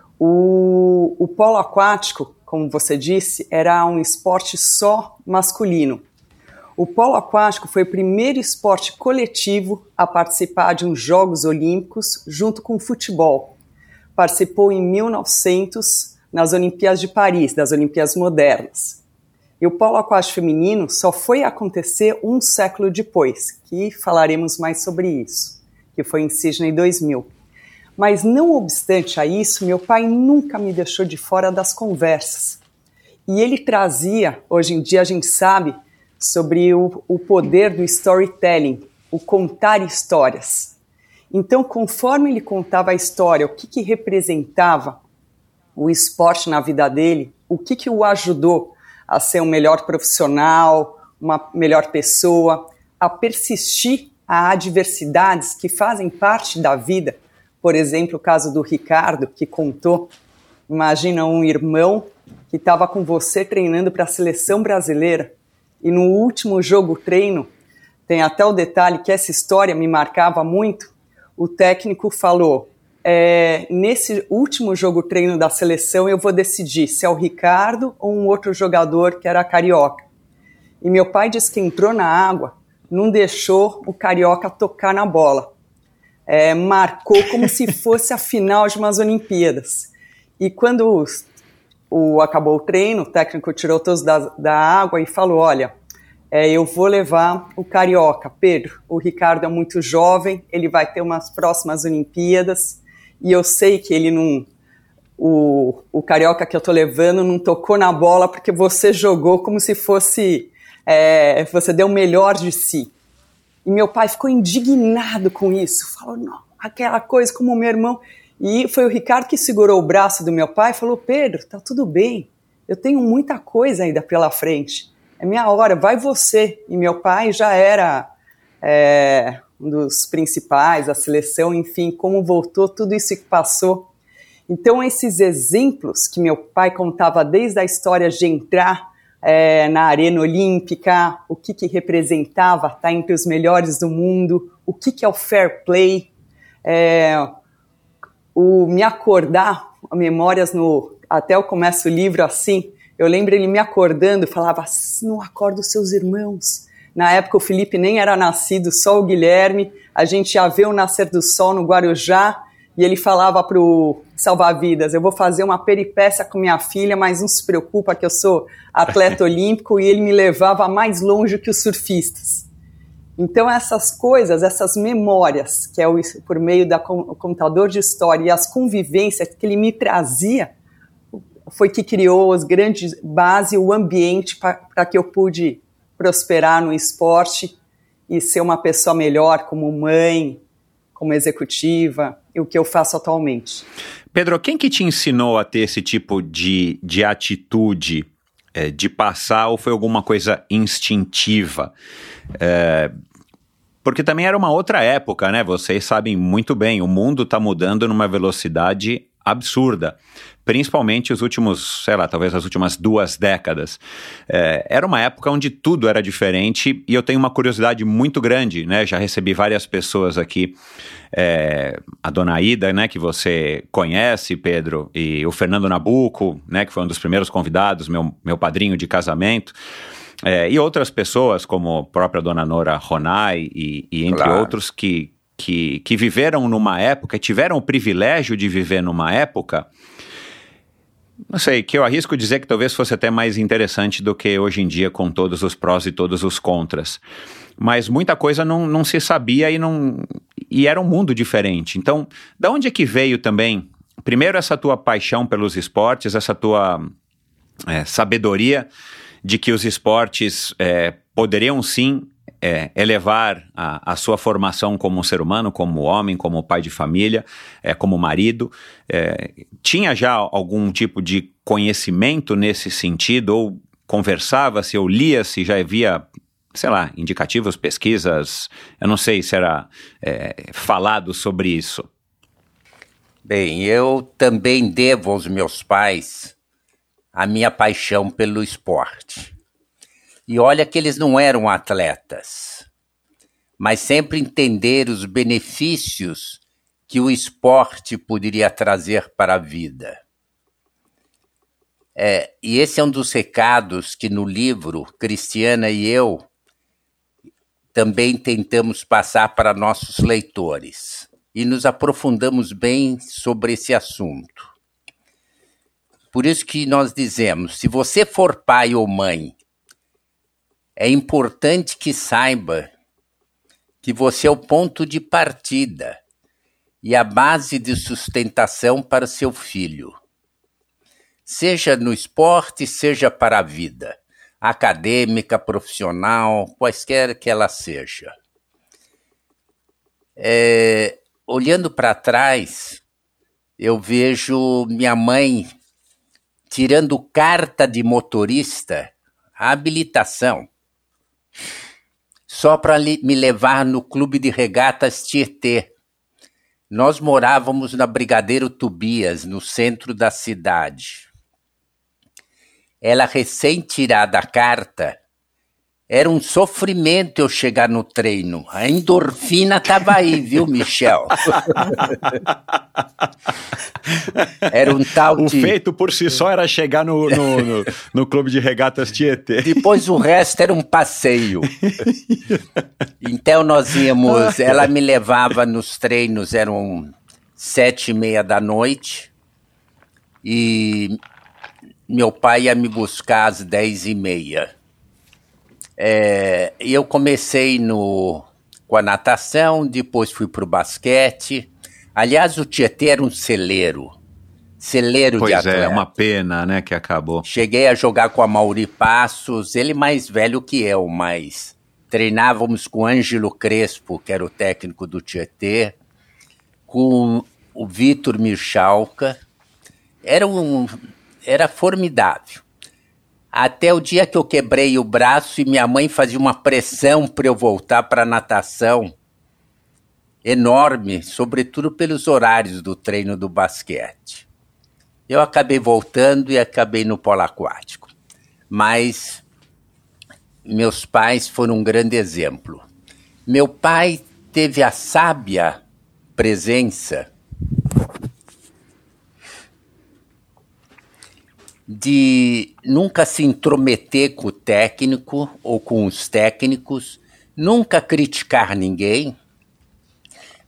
o, o polo aquático, como você disse, era um esporte só masculino. O polo aquático foi o primeiro esporte coletivo a participar de uns Jogos Olímpicos junto com o futebol. Participou em mil e novecentos nas Olimpíadas de Paris, das Olimpíadas Modernas. E o polo aquático feminino só foi acontecer um século depois, que falaremos mais sobre isso, que foi em Sydney dois mil. Mas não obstante a isso, meu pai nunca me deixou de fora das conversas. E ele trazia, hoje em dia a gente sabe, sobre o, o poder do storytelling, o contar histórias. Então, conforme ele contava a história, o que, que representava o esporte na vida dele, o que, que o ajudou a ser um melhor profissional, uma melhor pessoa, a persistir a adversidades que fazem parte da vida. Por exemplo, o caso do Ricardo, que contou, imagina um irmão que estava com você treinando para a seleção brasileira e no último jogo treino, tem até o detalhe que essa história me marcava muito, o técnico falou, É, nesse último jogo treino da seleção eu vou decidir se é o Ricardo ou um outro jogador que era carioca. E meu pai disse que entrou na água, não deixou o carioca tocar na bola. É, marcou como se fosse a final de umas Olimpíadas. E quando o, o, acabou o treino, o técnico tirou todos da, da água e falou, olha, é, eu vou levar o carioca, Pedro, o Ricardo é muito jovem, ele vai ter umas próximas Olimpíadas, e eu sei que ele não, o, o carioca que eu tô levando não tocou na bola porque você jogou como se fosse, é, você deu o melhor de si. E meu pai ficou indignado com isso, falou, não, aquela coisa como o meu irmão. E foi o Ricardo que segurou o braço do meu pai e falou, Pedro, tá tudo bem, eu tenho muita coisa ainda pela frente, é minha hora, vai você. E meu pai já era... É, um dos principais, a seleção, enfim, como voltou, tudo isso que passou. Então, esses exemplos que meu pai contava desde a história de entrar é, na arena olímpica, o que, que representava estar entre os melhores do mundo, o que, que é o fair play, é, o me acordar, memórias no... Até eu começo o livro assim, eu lembro ele me acordando, falava, não acorda os seus irmãos. Na época o Felipe nem era nascido, só o Guilherme, a gente já vê o nascer do sol no Guarujá, e ele falava para o salva-vidas, eu vou fazer uma peripécia com minha filha, mas não se preocupa que eu sou atleta olímpico, e ele me levava mais longe que os surfistas. Então essas coisas, essas memórias, que é o, por meio do contador de história e as convivências que ele me trazia, foi que criou as grandes bases, o ambiente para que eu pude prosperar no esporte e ser uma pessoa melhor como mãe, como executiva, e o que eu faço atualmente. Pedro, quem que te ensinou a ter esse tipo de, de atitude, é, de passar, ou foi alguma coisa instintiva? É, porque também era uma outra época, né? Vocês sabem muito bem, o mundo está mudando numa velocidade absurda, principalmente os últimos, sei lá, talvez as últimas duas décadas. É, era uma época onde tudo era diferente, e eu tenho uma curiosidade muito grande, né? Já recebi várias pessoas aqui, é, a dona Ida, né, que você conhece, Pedro, e o Fernando Nabuco, né, que foi um dos primeiros convidados, meu, meu padrinho de casamento, é, e outras pessoas, como a própria dona Nora Ronay, e, e entre Claro. outros, que Que, que viveram numa época, tiveram o privilégio de viver numa época, não sei, que eu arrisco dizer que talvez fosse até mais interessante do que hoje em dia, com todos os prós e todos os contras. Mas muita coisa não, não se sabia e, não, e era um mundo diferente. Então, da onde é que veio também, primeiro, essa tua paixão pelos esportes, essa tua é, sabedoria de que os esportes é, poderiam sim É, elevar a, a sua formação como um ser humano, como homem, como pai de família, é, como marido. É, tinha já algum tipo de conhecimento nesse sentido, ou conversava-se, ou lia-se, já havia, sei lá, indicativos, pesquisas, eu não sei se era é, falado sobre isso. Bem, eu também devo aos meus pais a minha paixão pelo esporte. E olha que eles não eram atletas, mas sempre entenderam os benefícios que o esporte poderia trazer para a vida. É, e esse é um dos recados que no livro, Cristiana e eu, também tentamos passar para nossos leitores. E nos aprofundamos bem sobre esse assunto. Por isso que nós dizemos, se você for pai ou mãe, é importante que saiba que você é o ponto de partida e a base de sustentação para seu filho. Seja no esporte, seja para a vida, acadêmica, profissional, quaisquer que ela seja. É, olhando para trás, eu vejo minha mãe tirando carta de motorista, a habilitação, só para me levar no clube de regatas Tietê. Nós morávamos na Brigadeiro Tobias, no centro da cidade. Ela recém-tirada a carta, era um sofrimento eu chegar no treino. A endorfina estava aí, viu, Michel? Era um tal o de... feito por si só era chegar no, no, no, no clube de regatas Tietê. Depois o resto era um passeio. Então nós íamos... Ela me levava nos treinos, eram sete e meia da noite. E meu pai ia me buscar às dez e meia. É, eu comecei no, com a natação, depois fui para o basquete. Aliás, o Tietê era um celeiro, celeiro pois de atleta. Pois é, uma pena, né, que acabou. Cheguei a jogar com a Mauri Passos, ele mais velho que eu, mas treinávamos com o Ângelo Crespo, que era o técnico do Tietê, com o Vitor Michalka. Era, um, era formidável. Até o dia que eu quebrei o braço e minha mãe fazia uma pressão para eu voltar para a natação enorme, sobretudo pelos horários do treino do basquete. Eu acabei voltando e acabei no polo aquático. Mas meus pais foram um grande exemplo. Meu pai teve a sábia presença de nunca se intrometer com o técnico ou com os técnicos, nunca criticar ninguém,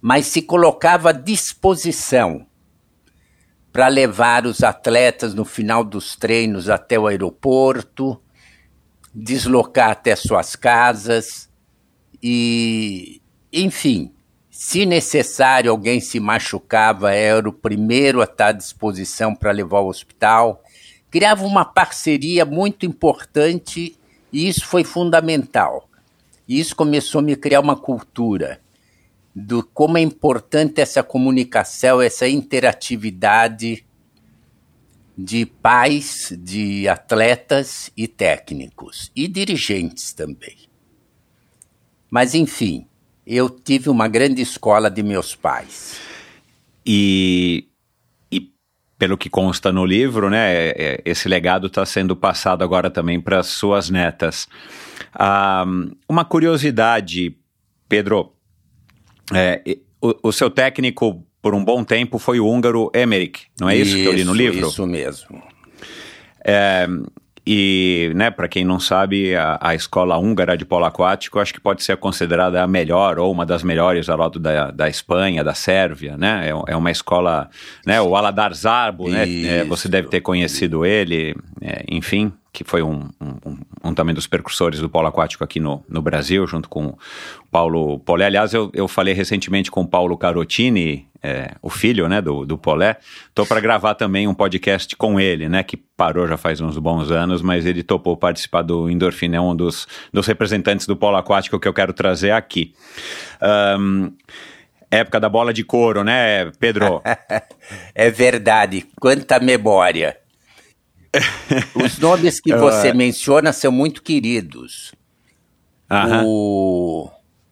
mas se colocava à disposição para levar os atletas no final dos treinos até o aeroporto, deslocar até suas casas e, enfim, se necessário alguém se machucava, era o primeiro a estar à disposição para levar ao hospital. Criava uma parceria muito importante e isso foi fundamental. E isso começou a me criar uma cultura do como é importante essa comunicação, essa interatividade de pais, de atletas e técnicos, e dirigentes também. Mas, enfim, eu tive uma grande escola de meus pais. E, e pelo que consta no livro, né, esse legado está sendo passado agora também para as suas netas. Ah, uma curiosidade, Pedro, é, o, o seu técnico por um bom tempo foi o húngaro Emerick, não é isso, isso que eu li no livro? Isso mesmo. É, e, né, para quem não sabe, a, a escola húngara de polo aquático acho que pode ser considerada a melhor ou uma das melhores ao lado da, da Espanha, da Sérvia, né? É, é uma escola, né? O Aladar Zarbo, né? É, você deve ter conhecido ele, é, enfim, que foi um, um, um, um também dos precursores do polo aquático aqui no, no Brasil, junto com o Paulo Polé. Aliás, eu, eu falei recentemente com o Paulo Carotini, é, o filho, né, do, do Polé. Estou para gravar também um podcast com ele, né, que parou já faz uns bons anos, mas ele topou participar do Endorfina, é um dos, dos representantes do polo aquático que eu quero trazer aqui. Um, época da bola de couro, né, Pedro? É verdade, quanta memória. Os nomes que você uh, menciona são muito queridos. Uh-huh. O,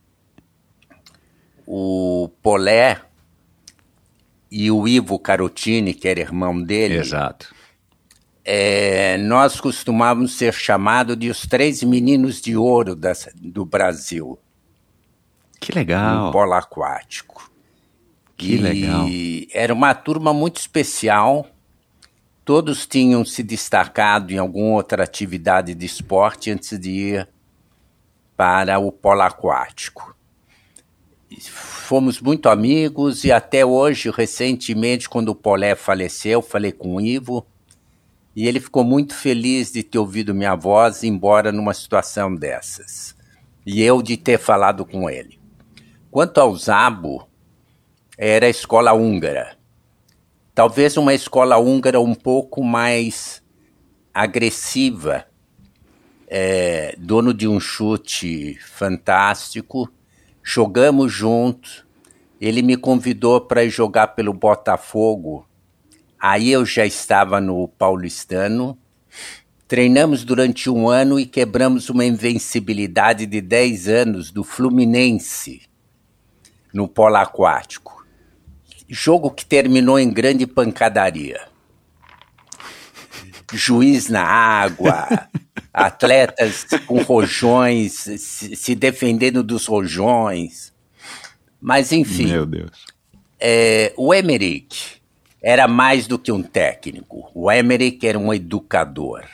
o Polé e o Ivo Carotini, que era irmão dele. Exato. É, nós costumávamos ser chamados de os três meninos de ouro das, do Brasil. Que legal. No polo aquático. Que e legal. Era uma turma muito especial. Todos tinham se destacado em alguma outra atividade de esporte antes de ir para o polo aquático. Fomos muito amigos e até hoje, recentemente, quando o Polé faleceu, falei com o Ivo e ele ficou muito feliz de ter ouvido minha voz, embora numa situação dessas. E eu de ter falado com ele. Quanto ao Zabo, era a escola húngara. Talvez uma escola húngara um pouco mais agressiva, é, dono de um chute fantástico, jogamos juntos, ele me convidou para ir jogar pelo Botafogo, aí eu já estava no Paulistano, treinamos durante um ano e quebramos uma invencibilidade de dez anos do Fluminense no polo aquático. Jogo que terminou em grande pancadaria. Juiz na água, atletas com rojões, se, se defendendo dos rojões. Mas, enfim, Meu Deus. É, o Emerick era mais do que um técnico. O Emerick era um educador.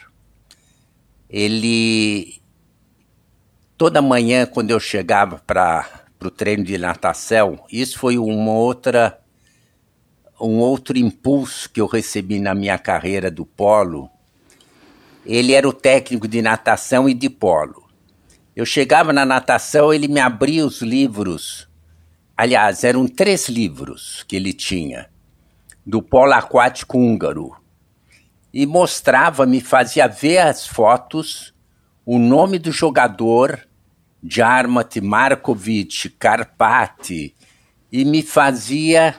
Ele, toda manhã, quando eu chegava para o treino de natação, isso foi uma outra... um outro impulso que eu recebi na minha carreira do polo. Ele era o técnico de natação e de polo. Eu chegava na natação, ele me abria os livros. Aliás, eram três livros que ele tinha, do polo aquático húngaro. E mostrava, me fazia ver as fotos, o nome do jogador, Jarmat, Markovic, Karpati, e me fazia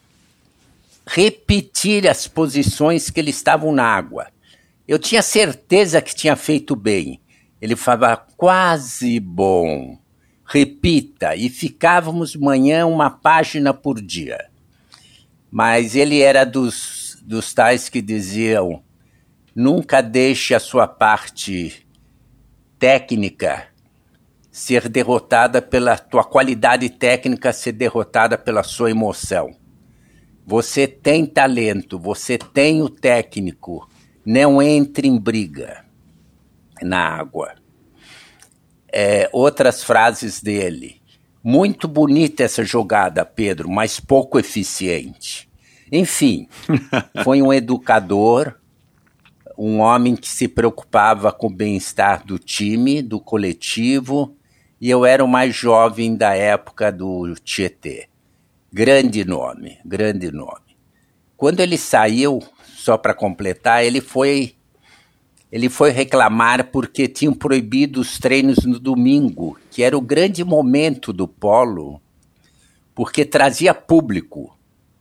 repetir as posições que eles estavam na água. Eu tinha certeza que tinha feito bem. Ele falava, quase bom, repita, e ficávamos manhã uma página por dia. Mas ele era dos, dos tais que diziam, nunca deixe a sua parte técnica ser derrotada pela tua qualidade técnica, ser derrotada pela sua emoção. Você tem talento, você tem o técnico, não entre em briga na água. É, outras frases dele. Muito bonita essa jogada, Pedro, mas pouco eficiente. Enfim, foi um educador, um homem que se preocupava com o bem-estar do time, do coletivo, e eu era o mais jovem da época do Tietê. Grande nome, grande nome. Quando ele saiu, só para completar, ele foi, ele foi reclamar porque tinham proibido os treinos no domingo, que era o grande momento do polo, porque trazia público.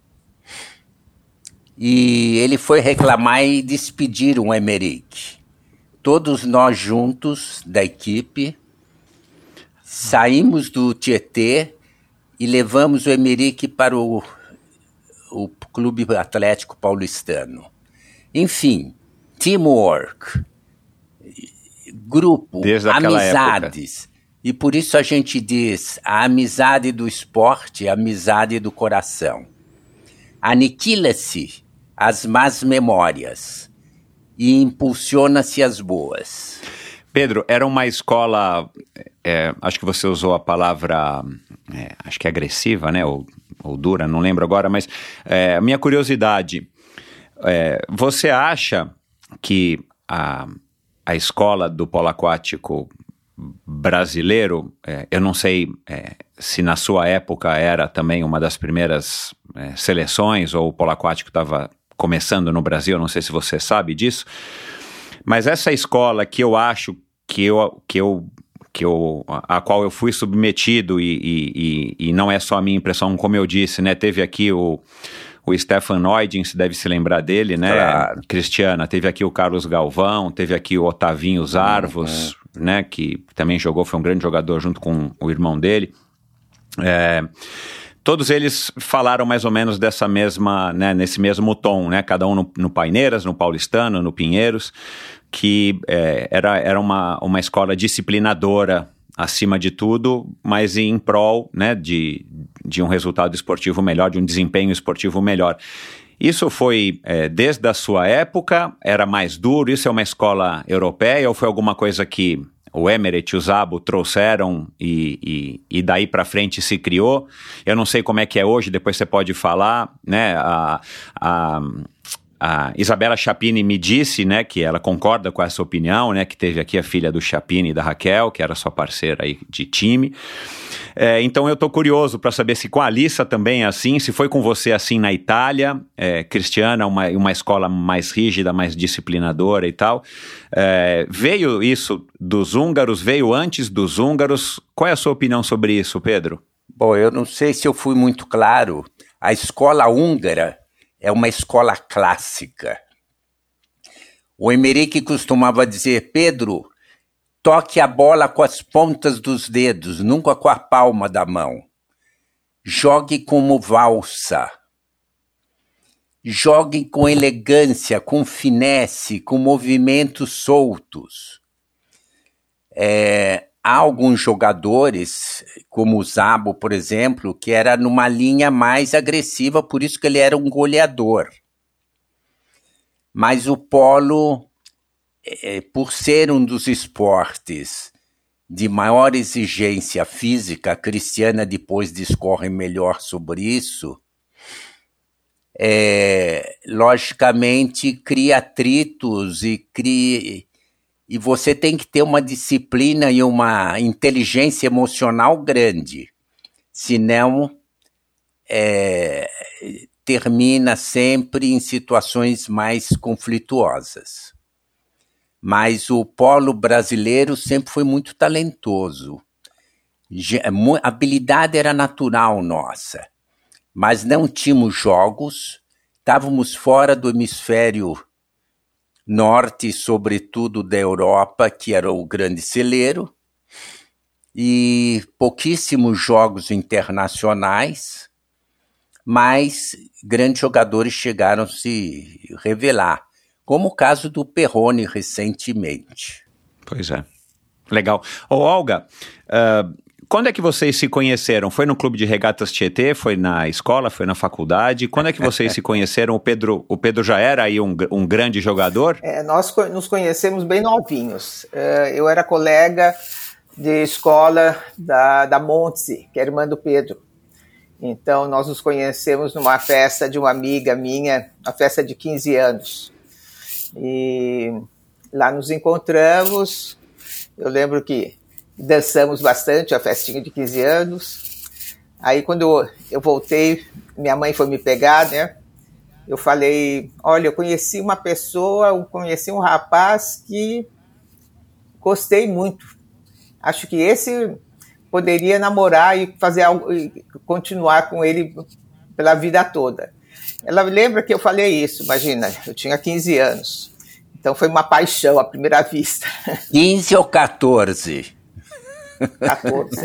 E ele foi reclamar e despediram o Emerick. Todos nós juntos, da equipe, saímos do Tietê e levamos o Emerick para o, o Clube Atlético Paulistano. Enfim, teamwork, grupo, amizades. Época. E por isso a gente diz, a amizade do esporte é a amizade do coração. Aniquila-se as más memórias e impulsiona-se as boas. Pedro, era uma escola, é, acho que você usou a palavra, é, acho que agressiva, né, ou, ou dura, não lembro agora, mas é, a minha curiosidade, é, você acha que a, a escola do polo aquático brasileiro, é, eu não sei é, se na sua época era também uma das primeiras é, seleções, ou o polo aquático estava começando no Brasil, não sei se você sabe disso, mas essa escola que eu acho que eu, que eu, que eu a qual eu fui submetido e, e, e não é só a minha impressão, como eu disse, né, teve aqui o O Stefan Neuding, se deve se lembrar dele, né? Claro. Cristiana, teve aqui o Carlos Galvão, teve aqui o Otavinho Zarvos, uhum. né? Que também jogou, foi um grande jogador junto com o irmão dele. É, todos eles falaram mais ou menos dessa mesma, né? Nesse mesmo tom, né? Cada um no, no Paineiras, no Paulistano, no Pinheiros, que é, era, era uma, uma escola disciplinadora, acima de tudo, mas em prol, né, de, de um resultado esportivo melhor, de um desempenho esportivo melhor. Isso foi é, desde a sua época, era mais duro, isso é uma escola europeia ou foi alguma coisa que o Emirates e o Zabo trouxeram e, e, e daí para frente se criou? Eu não sei como é que é hoje, depois você pode falar, né, a... a A Isabela Chapini me disse, né, que ela concorda com essa opinião, né, que teve aqui a filha do Chapini e da Raquel, que era sua parceira aí de time. É, então eu tô curioso para saber se com a Alissa também é assim, se foi com você assim na Itália, é, Cristiana, uma, uma escola mais rígida, mais disciplinadora e tal. É, veio isso dos húngaros, veio antes dos húngaros. Qual é a sua opinião sobre isso, Pedro? Bom, eu não sei se eu fui muito claro. A escola húngara é uma escola clássica. O Emerick costumava dizer, Pedro, toque a bola com as pontas dos dedos, nunca com a palma da mão. Jogue como valsa. Jogue com elegância, com finesse, com movimentos soltos. É, há alguns jogadores, como o Zabo, por exemplo, que era numa linha mais agressiva, por isso que ele era um goleador. Mas o polo, é, por ser um dos esportes de maior exigência física, a Cristiana depois discorre melhor sobre isso, é, logicamente cria atritos e cria... E você tem que ter uma disciplina e uma inteligência emocional grande. Senão, é, termina sempre em situações mais conflituosas. Mas o polo brasileiro sempre foi muito talentoso. A habilidade era natural nossa. Mas não tínhamos jogos, estávamos fora do hemisfério norte, sobretudo da Europa, que era o grande celeiro, e pouquíssimos jogos internacionais, mas grandes jogadores chegaram a se revelar, como o caso do Perrone recentemente. Pois é, legal. Ô Olga, uh, quando é que vocês se conheceram? Foi no Clube de Regatas Tietê? Foi na escola? Foi na faculdade? Quando é que vocês se conheceram? O Pedro, o Pedro já era aí um, um grande jogador? É, nós nos conhecemos bem novinhos. Eu era colega de escola da, da Montse, que é irmã do Pedro. Então, nós nos conhecemos numa festa de uma amiga minha, uma festa de quinze anos. E lá nos encontramos, eu lembro que dançamos bastante a festinha de quinze anos. Aí, quando eu voltei, minha mãe foi me pegar, né? Eu falei, olha, eu conheci uma pessoa, eu conheci um rapaz que gostei muito. Acho que esse poderia namorar e fazer algo, e continuar com ele pela vida toda. Ela lembra que eu falei isso, imagina, eu tinha quinze anos. Então foi uma paixão à primeira vista. quinze ou quatorze? quatorze,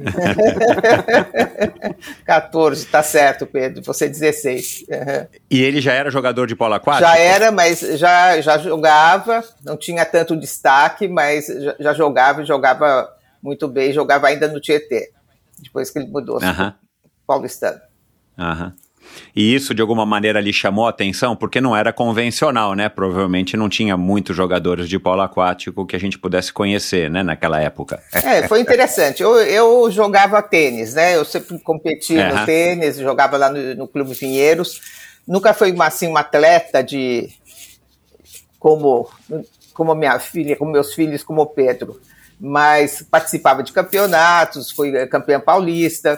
quatorze, tá certo, Pedro, você dezesseis. Uhum. E ele já era jogador de polo aquático? Já era, mas já, já jogava, não tinha tanto destaque, mas já, já jogava, jogava muito bem, jogava ainda no Tietê, depois que ele mudou para uh-huh. paulistano. Aham. Uh-huh. E isso, de alguma maneira, lhe chamou a atenção? Porque não era convencional, né? Provavelmente não tinha muitos jogadores de polo aquático que a gente pudesse conhecer, né? Naquela época. É, foi interessante. Eu, eu jogava tênis, né? Eu sempre competi uhum. no tênis, jogava lá no, no Clube Pinheiros. Nunca fui, assim, uma atleta de... Como, como minha filha, como meus filhos, como o Pedro. Mas participava de campeonatos, fui campeã paulista...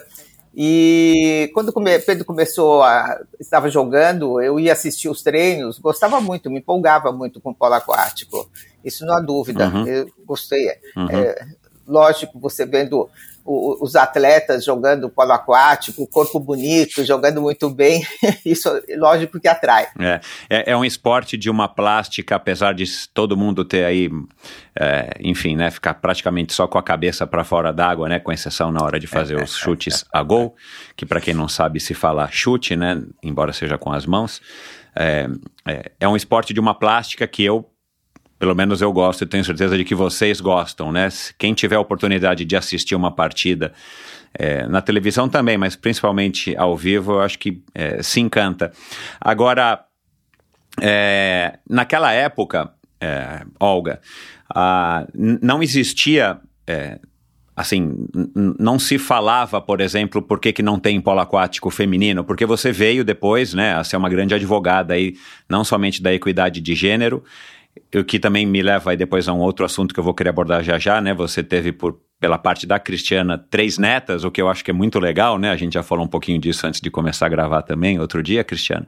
E quando come, Pedro começou a... estava jogando, eu ia assistir os treinos, gostava muito, me empolgava muito com o polo aquático. Isso não há dúvida, uhum. eu gostei. Uhum. É, lógico, você vendo o, os atletas jogando polo aquático, o corpo bonito, jogando muito bem, isso lógico que atrai. É, é, é um esporte de uma plástica, apesar de todo mundo ter aí, é, enfim, né, ficar praticamente só com a cabeça para fora d'água, né, com exceção na hora de fazer os chutes a gol, que para quem não sabe se fala chute, né, embora seja com as mãos, é, é, é um esporte de uma plástica que eu pelo menos eu gosto e tenho certeza de que vocês gostam, né? Quem tiver a oportunidade de assistir uma partida é, na televisão também, mas principalmente ao vivo, eu acho que é, se encanta. Agora, é, naquela época, é, Olga, a, não existia... É, assim, n- não se falava, por exemplo, por que que não tem polo aquático feminino, porque você veio depois, né, a ser uma grande advogada aí, não somente da equidade de gênero, o que também me leva aí depois a um outro assunto que eu vou querer abordar já já, né, você teve por, pela parte da Cristiana três netas, o que eu acho que é muito legal, né, a gente já falou um pouquinho disso antes de começar a gravar também, outro dia, Cristiana,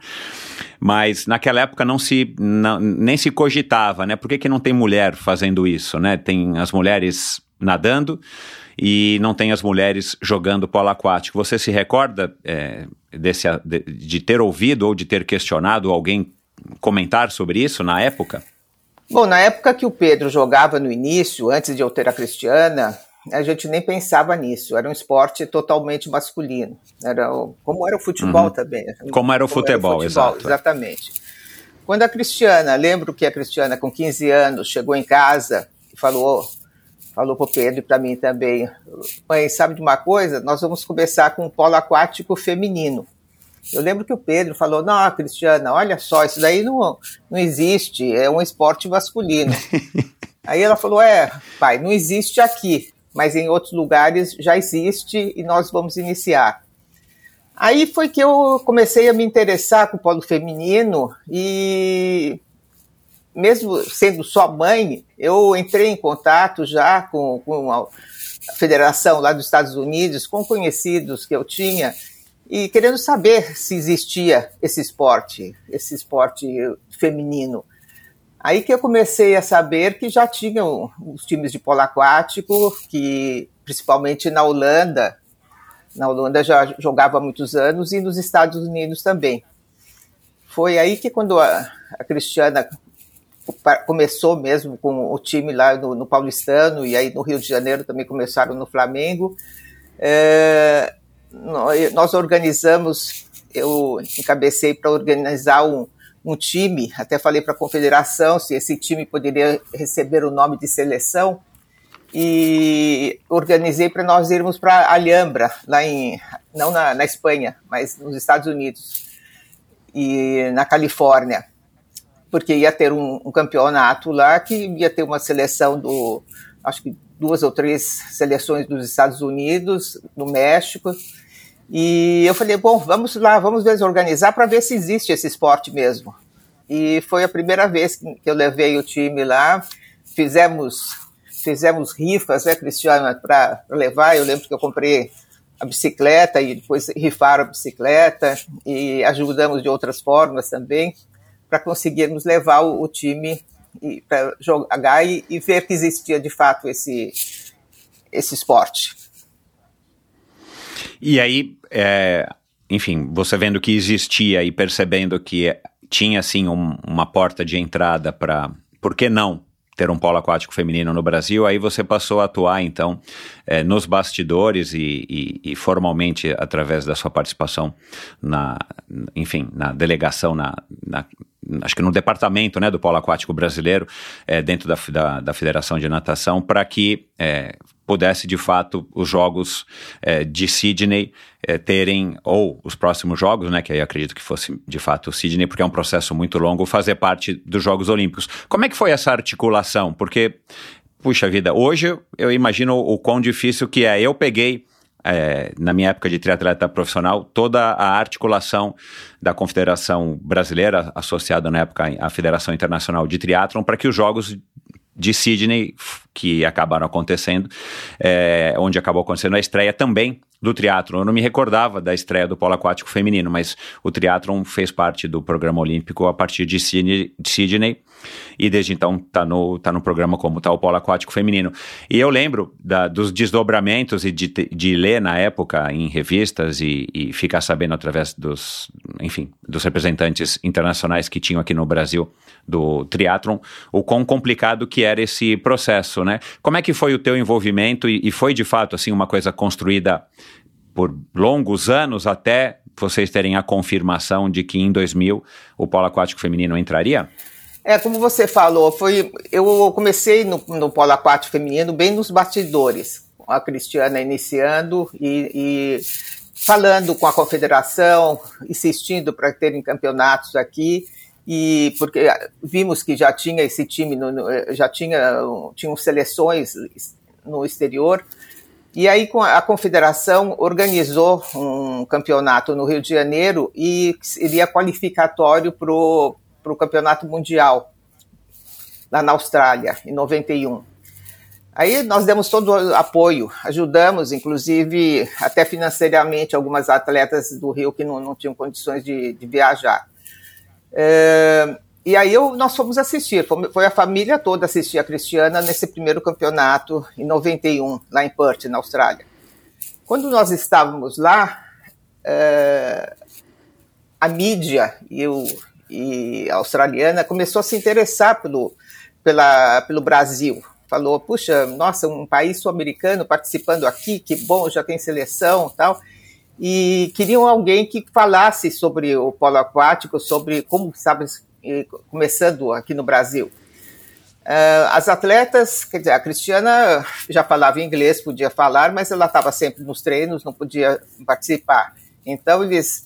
mas naquela época não se, não, nem se cogitava, né, por que que não tem mulher fazendo isso, né, tem as mulheres nadando e não tem as mulheres jogando polo aquático. Você se recorda é, desse, de, de ter ouvido ou de ter questionado alguém comentar sobre isso na época? Bom, na época que o Pedro jogava no início, antes de eu ter a Cristiana, a gente nem pensava nisso. Era um esporte totalmente masculino. Era o, como era o futebol uhum. também. Como era o como futebol, era o futebol exato. Exatamente. Quando a Cristiana, lembro que a Cristiana com quinze anos chegou em casa e falou, falou para o Pedro e para mim também, mãe, sabe de uma coisa? Nós vamos começar com o polo aquático feminino. Eu lembro que o Pedro falou, não, Cristiana, olha só, isso daí não, não existe, é um esporte masculino. Aí ela falou, é, pai, não existe aqui, mas em outros lugares já existe e nós vamos iniciar. Aí foi que eu comecei a me interessar com o polo feminino e, mesmo sendo só mãe, eu entrei em contato já com, com a federação lá dos Estados Unidos, com conhecidos que eu tinha, e querendo saber se existia esse esporte, esse esporte feminino. Aí que eu comecei a saber que já tinham os times de polo aquático, que principalmente na Holanda, na Holanda já jogava há muitos anos, e nos Estados Unidos também. Foi aí que quando a, a Cristiana começou mesmo com o time lá no, no Paulistano, e aí no Rio de Janeiro também começaram no Flamengo, é, nós organizamos, eu encabecei para organizar um, um time, até falei para a confederação se esse time poderia receber o nome de seleção, e organizei para nós irmos para Alhambra, lá em, não na, na Espanha, mas nos Estados Unidos e na Califórnia, porque ia ter um, um campeonato lá que ia ter uma seleção do, acho que duas ou três seleções dos Estados Unidos, do México, e eu falei, bom, vamos lá, vamos desorganizar para ver se existe esse esporte mesmo. E foi a primeira vez que eu levei o time lá, fizemos, fizemos rifas, né, Cristiana, para levar. Eu lembro que eu comprei a bicicleta e depois rifaram a bicicleta e ajudamos de outras formas também para conseguirmos levar o, o time para jogar e, e ver que existia de fato esse, esse esporte. E aí, é, enfim, você vendo que existia e percebendo que tinha, assim, um, uma porta de entrada para, por que não ter um polo aquático feminino no Brasil, aí você passou a atuar, então, é, nos bastidores e, e, e formalmente através da sua participação na, enfim, na delegação, na, na acho que no departamento, né, do polo aquático brasileiro, é, dentro da, da, da Federação de Natação, para que é, pudesse, de fato, os Jogos é, de Sydney é, terem, ou os próximos Jogos, né, que aí eu acredito que fosse, de fato, o Sydney, porque é um processo muito longo, fazer parte dos Jogos Olímpicos. Como é que foi essa articulação? Porque, puxa vida, hoje eu imagino o quão difícil que é. Eu peguei, É, na minha época de triatleta profissional, toda a articulação da Confederação Brasileira, associada na época à Federação Internacional de Triatlon, para que os Jogos de Sydney, que acabaram acontecendo, é, onde acabou acontecendo a estreia também do triatlon. Eu não me recordava da estreia do polo aquático feminino, mas o triatlon fez parte do programa olímpico a partir de Sydney, de Sydney e desde então está no, tá no programa como está o polo aquático feminino. E eu lembro da, dos desdobramentos e de, de ler na época em revistas e, e ficar sabendo através dos, enfim, dos representantes internacionais que tinham aqui no Brasil do triatlon, o quão complicado que era esse processo, né? Como é que foi o teu envolvimento e, e foi de fato assim uma coisa construída por longos anos até vocês terem a confirmação de que em dois mil o polo aquático feminino entraria? É, como você falou, foi, eu comecei no, no polo aquático feminino bem nos bastidores, com a Cristiana iniciando e, e falando com a confederação, insistindo para terem campeonatos aqui, e porque vimos que já tinha esse time, no, no, já tinha tinham seleções no exterior. E aí a confederação organizou um campeonato no Rio de Janeiro e seria qualificatório para o campeonato mundial, lá na Austrália, em noventa e um. Aí nós demos todo o apoio, ajudamos, inclusive, até financeiramente, algumas atletas do Rio que não, não tinham condições de, de viajar. É, e aí eu, nós fomos assistir, foi a família toda assistir a Cristiana nesse primeiro campeonato em noventa e um, lá em Perth, na Austrália. Quando nós estávamos lá, é, a mídia e, o, e a australiana começou a se interessar pelo, pela, pelo Brasil. Falou, puxa, nossa, um país sul-americano participando aqui, que bom, já tem seleção e tal. E queriam alguém que falasse sobre o polo aquático, sobre como estava começando aqui no Brasil. Uh, as atletas, quer dizer, a Cristiana já falava inglês, podia falar, mas ela estava sempre nos treinos, não podia participar. Então, eles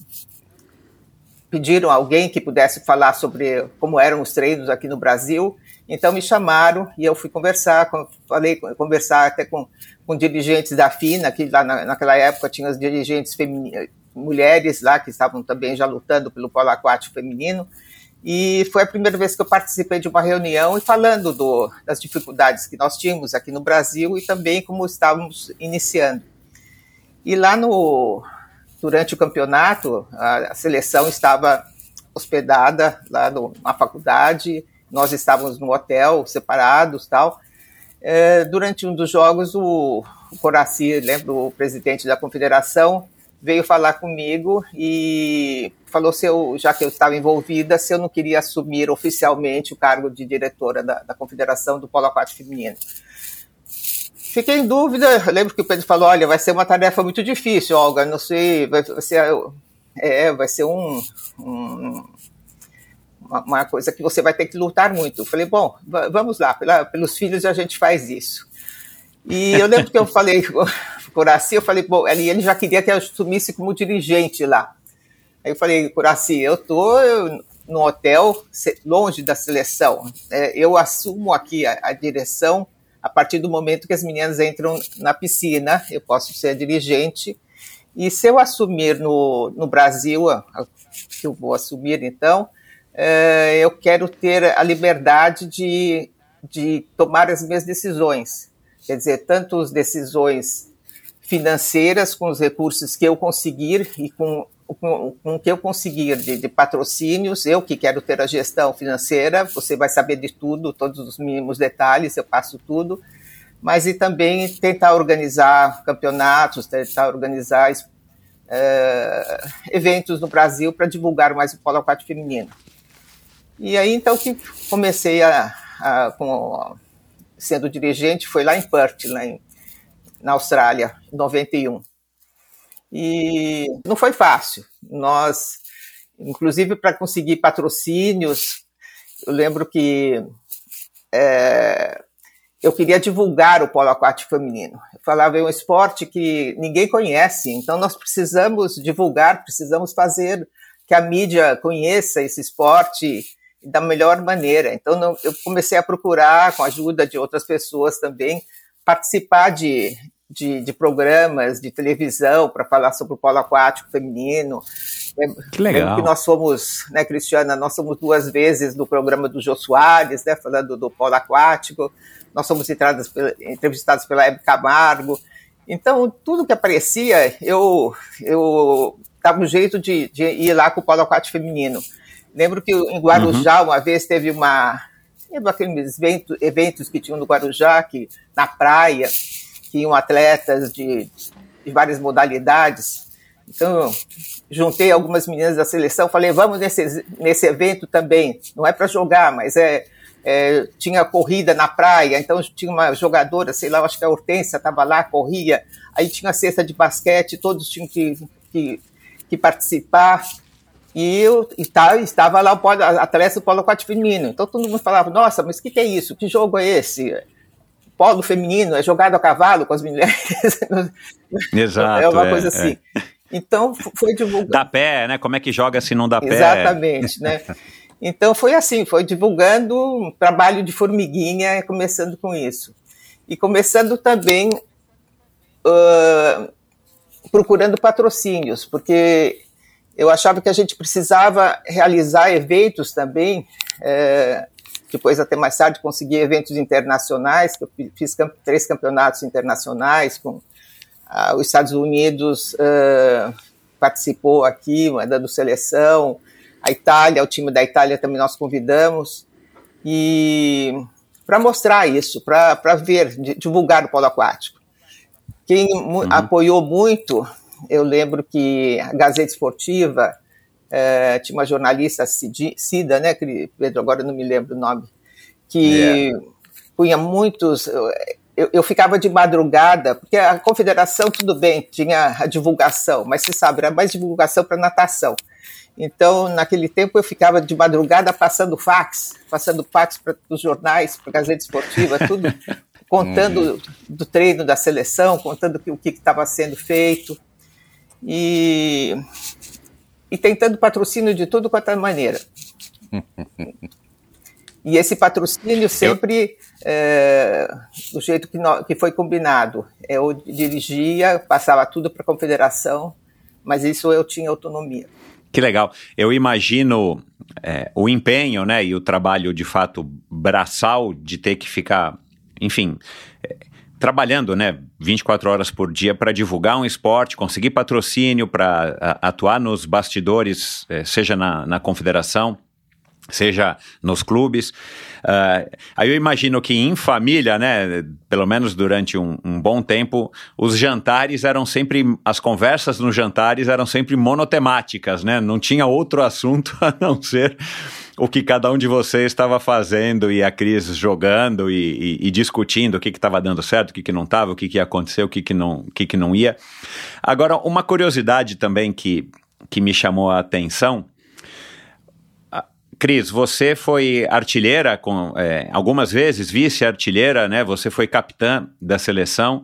pediram alguém que pudesse falar sobre como eram os treinos aqui no Brasil. Então, me chamaram e eu fui conversar, falei, conversar até com, com dirigentes da FINA, que lá na, naquela época tinha as dirigentes femini- mulheres lá, que estavam também já lutando pelo polo aquático feminino. E foi a primeira vez que eu participei de uma reunião e falando do, das dificuldades que nós tínhamos aqui no Brasil e também como estávamos iniciando. E lá no, durante o campeonato, a, a seleção estava hospedada lá no, na faculdade, nós estávamos no hotel, separados e tal. É, durante um dos jogos, o, o Coraci, lembro, o presidente da confederação, veio falar comigo e falou se eu, já que eu estava envolvida, se eu não queria assumir oficialmente o cargo de diretora da, da Confederação do Polo Aquático Feminino. Fiquei em dúvida, eu lembro que o Pedro falou, olha, vai ser uma tarefa muito difícil, Olga, não sei, vai ser, é, vai ser um, um, uma, uma coisa que você vai ter que lutar muito. Eu falei, bom, vamos lá, pela, pelos filhos a gente faz isso. E eu lembro que eu falei com o Coraci, eu falei, bom, ele, ele já queria que eu assumisse como dirigente lá. Aí eu falei, Coraci, eu estou no hotel, longe da seleção, é, eu assumo aqui a, a direção a partir do momento que as meninas entram na piscina, eu posso ser dirigente. E se eu assumir no, no Brasil, que eu vou assumir então, é, eu quero ter a liberdade de, de tomar as minhas decisões. Quer dizer, tanto as decisões financeiras, com os recursos que eu conseguir e com, com, com o que eu conseguir de, de patrocínios, eu que quero ter a gestão financeira, você vai saber de tudo, todos os mínimos detalhes, eu passo tudo, mas e também tentar organizar campeonatos, tentar organizar uh, eventos no Brasil para divulgar mais o polo aquático feminino. E aí, então, que comecei a, a com, sendo dirigente, foi lá em Perth, lá em, na Austrália, em noventa e um. E não foi fácil. Nós, inclusive, para conseguir patrocínios, eu lembro que é, eu queria divulgar o polo aquático feminino. Eu falava, é um esporte que ninguém conhece, então nós precisamos divulgar, precisamos fazer que a mídia conheça esse esporte da melhor maneira. Então eu comecei a procurar, com a ajuda de outras pessoas também, participar de, de, de programas de televisão para falar sobre o polo aquático feminino. Que legal. Que nós fomos, né, Cristiana, nós somos duas vezes no programa do Jô Soares, né, falando do polo aquático. Nós fomos entrevistados pela Hebe Camargo. Então, tudo que aparecia, eu, eu dava um jeito de, de ir lá com o polo aquático feminino. Lembro que em Guarujá, uhum. uma vez, teve uma... Lembro aqueles eventos, eventos que tinham no Guarujá, que, na praia, que iam atletas de, de várias modalidades. Então, eu juntei algumas meninas da seleção, falei, vamos nesse, nesse evento também. Não é para jogar, mas é, é... Tinha corrida na praia, então tinha uma jogadora, sei lá, acho que a Hortência estava lá, corria. Aí tinha a cesta de basquete, todos tinham que, que, que participar. E eu estava lá o polo, atrás do polo aquático feminino. Então todo mundo falava, nossa, mas o que, que é isso? Que jogo é esse? Polo feminino, é jogado a cavalo com as mulheres? Exato. É uma é, coisa assim. É. Então foi divulgado. Dá pé, né? Como é que joga se não dá pé? Exatamente, né? Então foi assim, foi divulgando um trabalho de formiguinha, começando com isso. E começando também uh, procurando patrocínios, porque eu achava que a gente precisava realizar eventos também, é, depois até mais tarde consegui eventos internacionais, que eu fiz camp- três campeonatos internacionais, com ah, os Estados Unidos ah, participou aqui, mandando seleção, a Itália, o time da Itália também nós convidamos, e para mostrar isso, para ver, divulgar o polo aquático. Quem uhum. apoiou muito... Eu lembro que a Gazeta Esportiva eh, tinha uma jornalista, Cida, né, Pedro, agora eu não me lembro o nome, que yeah. punha muitos... Eu, eu ficava de madrugada, porque a confederação, tudo bem, tinha a divulgação, mas você sabe, era mais divulgação para natação. Então, naquele tempo, eu ficava de madrugada passando fax, passando fax para os jornais, para a Gazeta Esportiva, tudo, contando hum. do treino da seleção, contando o que estava sendo feito. E, e tentando patrocínio de tudo quanto é maneira. E esse patrocínio sempre é, do jeito que, no, que foi combinado. Eu dirigia, passava tudo para a confederação, mas isso eu tinha autonomia. Que legal. Eu imagino é, o empenho, né, e o trabalho de fato braçal de ter que ficar, enfim... É, trabalhando, né, vinte e quatro horas por dia para divulgar um esporte, conseguir patrocínio, para atuar nos bastidores, eh, seja na, na confederação, seja nos clubes. Uh, aí eu imagino que em família, né, pelo menos durante um, um bom tempo, os jantares eram sempre, as conversas nos jantares eram sempre monotemáticas, né, não tinha outro assunto a não ser o que cada um de vocês estava fazendo e a Cris jogando e, e, e discutindo o que estava dando certo, o que, que não estava, o que, que ia acontecer, o que, que, não, o que, que não ia. Agora, uma curiosidade também que, que me chamou a atenção. Cris, você foi artilheira, com, é, algumas vezes vice-artilheira, né? Você foi capitã da seleção.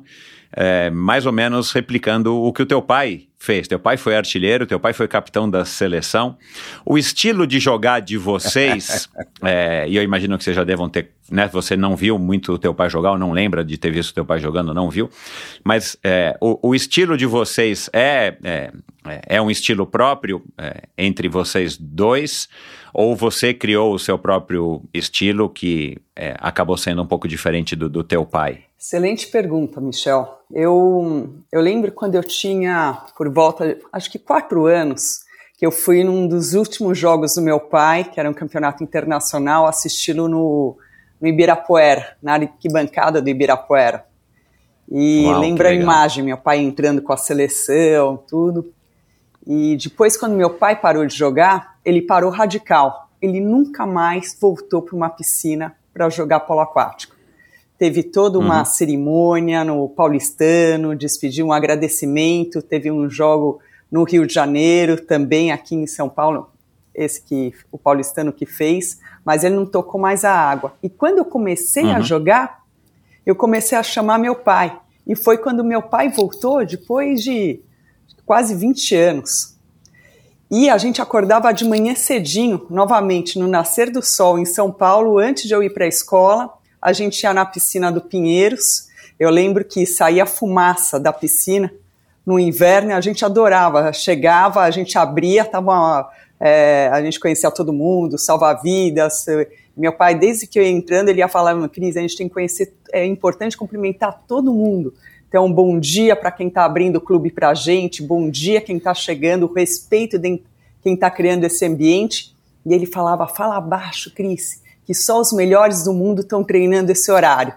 é, mais ou menos replicando o que o teu pai fez. Teu pai foi artilheiro, teu pai foi capitão da seleção. O estilo de jogar de vocês, é, e eu imagino que vocês já devam ter, né, você não viu muito o teu pai jogar, ou não lembra de ter visto o teu pai jogando, não viu, mas é, o, o estilo de vocês é, é, é um estilo próprio é, entre vocês dois, ou você criou o seu próprio estilo que é, acabou sendo um pouco diferente do, do teu pai? Excelente pergunta, Michel. Eu, eu lembro quando eu tinha, por volta, acho que quatro anos, que eu fui num dos últimos jogos do meu pai, que era um campeonato internacional, assisti-lo no, no Ibirapuera, na arquibancada do Ibirapuera. E Uau, lembro a imagem, meu pai entrando com a seleção, tudo. E depois, quando meu pai parou de jogar, ele parou radical. Ele nunca mais voltou para uma piscina para jogar polo aquático. Teve toda uma uhum. cerimônia no Paulistano, despediu um agradecimento, teve um jogo no Rio de Janeiro, também aqui em São Paulo, esse que o Paulistano que fez, mas ele não tocou mais a água. E quando eu comecei uhum. a jogar, eu comecei a chamar meu pai. E foi quando meu pai voltou, depois de quase vinte anos. E a gente acordava de manhã cedinho, novamente, no nascer do sol em São Paulo, antes de eu ir para a escola. A gente ia na piscina do Pinheiros. Eu lembro que saía fumaça da piscina no inverno, a gente adorava. Chegava, a gente abria, tava, é, a gente conhecia todo mundo, salva-vidas. Meu pai, desde que eu ia entrando, ele ia falar, Cris, a gente tem que conhecer, é importante cumprimentar todo mundo. Então, bom dia para quem está abrindo o clube para a gente, bom dia quem está chegando, o respeito de quem está criando esse ambiente. E ele falava, fala baixo, Cris, que só os melhores do mundo estão treinando esse horário.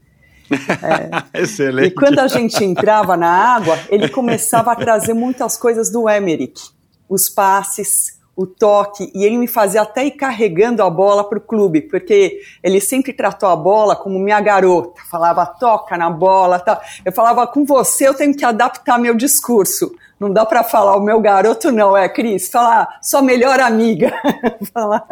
É, Excelente. E quando a gente entrava na água, ele começava a trazer muitas coisas do Emerick, os passes, o toque, e ele me fazia até ir carregando a bola para o clube, porque ele sempre tratou a bola como minha garota, falava toca na bola, tá. Eu falava, com você eu tenho que adaptar meu discurso. Não dá para falar o meu garoto não, é, Cris? Falar sua melhor amiga. Falar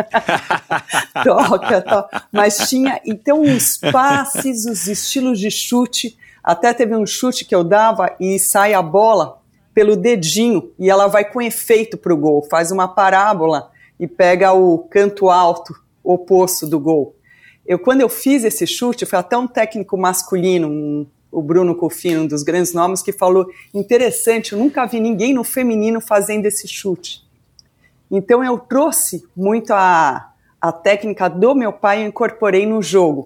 toca, toca. Mas tinha, então, os passes, os estilos de chute. Até teve um chute que eu dava e sai a bola pelo dedinho e ela vai com efeito para o gol. Faz uma parábola e pega o canto alto oposto do gol. Eu, quando eu fiz esse chute, foi até um técnico masculino, um o Bruno Cofino, um dos grandes nomes, que falou, interessante, eu nunca vi ninguém no feminino fazendo esse chute. Então eu trouxe muito a, a técnica do meu pai e incorporei no jogo.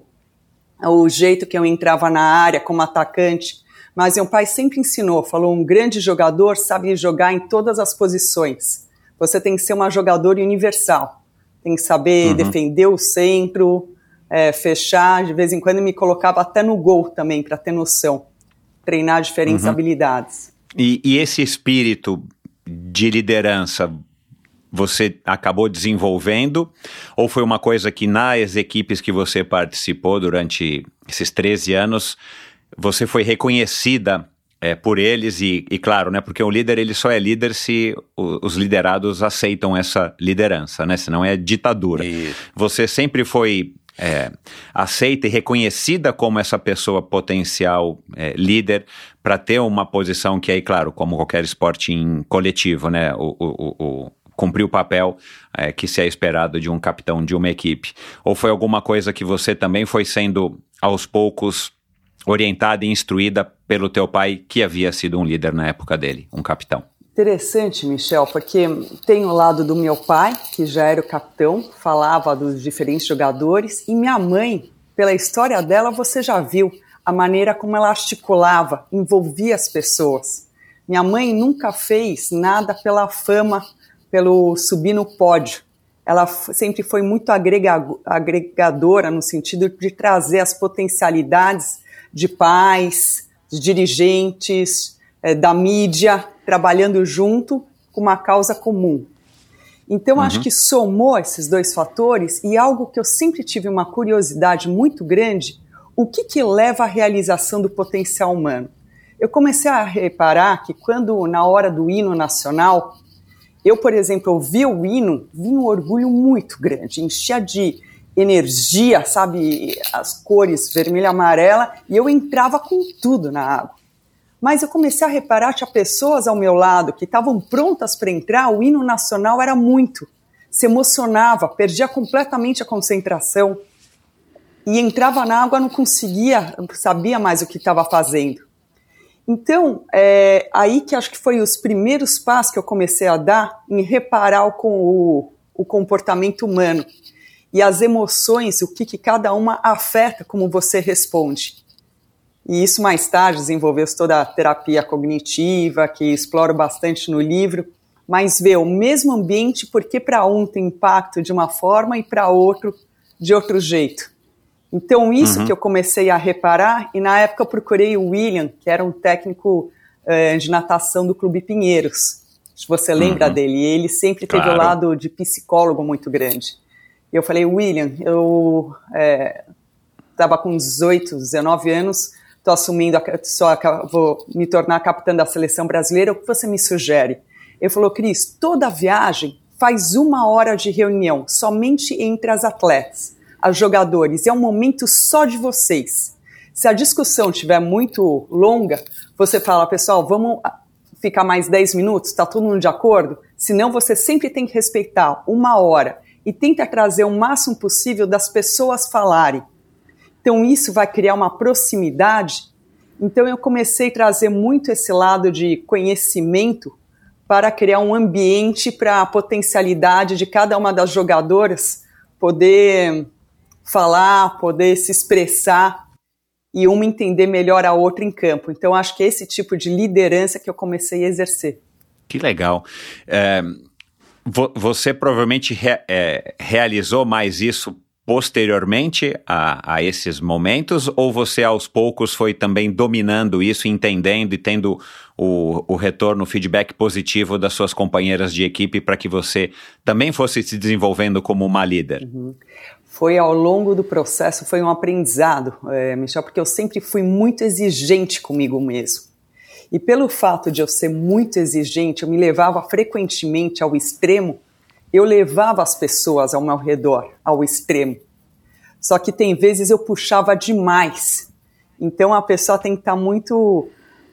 O jeito que eu entrava na área como atacante, mas meu pai sempre ensinou, falou, um grande jogador sabe jogar em todas as posições. Você tem que ser uma jogadora universal, tem que saber uhum. defender o centro, É, fechar, de vez em quando me colocava até no gol também, para ter noção, treinar diferentes uhum. habilidades. E, e esse espírito de liderança você acabou desenvolvendo, ou foi uma coisa que nas equipes que você participou durante esses treze anos, você foi reconhecida é, por eles e, e claro, né, porque o líder ele só é líder se o, os liderados aceitam essa liderança, né, senão é ditadura. Isso. Você sempre foi É, aceita e reconhecida como essa pessoa potencial é, líder para ter uma posição que aí, claro, como qualquer esporte em coletivo, né, o, o, o, cumprir o papel é, que se é esperado de um capitão de uma equipe. Ou foi alguma coisa que você também foi sendo, aos poucos, orientada e instruída pelo teu pai, que havia sido um líder na época dele, um capitão? Interessante, Michel, porque tem o lado do meu pai, que já era o capitão, falava dos diferentes jogadores, e minha mãe, pela história dela, você já viu a maneira como ela articulava, envolvia as pessoas. Minha mãe nunca fez nada pela fama, pelo subir no pódio. Ela sempre foi muito agregadora no sentido de trazer as potencialidades de pais, de dirigentes, da mídia, trabalhando junto com uma causa comum. Então, uhum. acho que somou esses dois fatores e algo que eu sempre tive uma curiosidade muito grande, o que que leva à realização do potencial humano? Eu comecei a reparar que quando, na hora do hino nacional, eu, por exemplo, ouvia o hino, vinha um orgulho muito grande, enchia de energia, sabe, as cores vermelha e amarela, e eu entrava com tudo na água. Mas eu comecei a reparar que tinha pessoas ao meu lado que estavam prontas para entrar, o hino nacional era muito. Se emocionava, perdia completamente a concentração. E entrava na água, não conseguia, não sabia mais o que estava fazendo. Então, é aí que acho que foi os primeiros passos que eu comecei a dar em reparar com o, o comportamento humano. E as emoções, o que, que cada uma afeta como você responde. E isso mais tarde desenvolveu-se toda a terapia cognitiva, que exploro bastante no livro, mas vê o mesmo ambiente porque para um tem impacto de uma forma e para outro de outro jeito. Então isso uhum. que eu comecei a reparar, e na época eu procurei o William, que era um técnico uh, de natação do Clube Pinheiros, se você lembra uhum. dele, e ele sempre teve claro. o lado de psicólogo muito grande. E eu falei, William, eu estava é, com dezoito, dezenove anos, estou assumindo, a, só, vou me tornar capitã da seleção brasileira, o que você me sugere? Ele falou, Cris, toda viagem faz uma hora de reunião, somente entre as atletas, as jogadores, é um momento só de vocês. Se a discussão estiver muito longa, você fala, pessoal, vamos ficar mais dez minutos, está todo mundo de acordo? Senão você sempre tem que respeitar uma hora e tenta trazer o máximo possível das pessoas falarem. Então isso vai criar uma proximidade. Então eu comecei a trazer muito esse lado de conhecimento para criar um ambiente para a potencialidade de cada uma das jogadoras poder falar, poder se expressar e uma entender melhor a outra em campo. Então acho que é esse tipo de liderança que eu comecei a exercer. Que legal. É, você provavelmente re, é, realizou mais isso posteriormente a, a esses momentos, ou você aos poucos foi também dominando isso, entendendo e tendo o, o retorno, o feedback positivo das suas companheiras de equipe para que você também fosse se desenvolvendo como uma líder? Uhum. Foi ao longo do processo, foi um aprendizado, é, Michel, porque eu sempre fui muito exigente comigo mesmo. E pelo fato de eu ser muito exigente, eu me levava frequentemente ao extremo. Eu levava as pessoas ao meu redor, ao extremo. Só que tem vezes eu puxava demais. Então a pessoa tem que estar muito...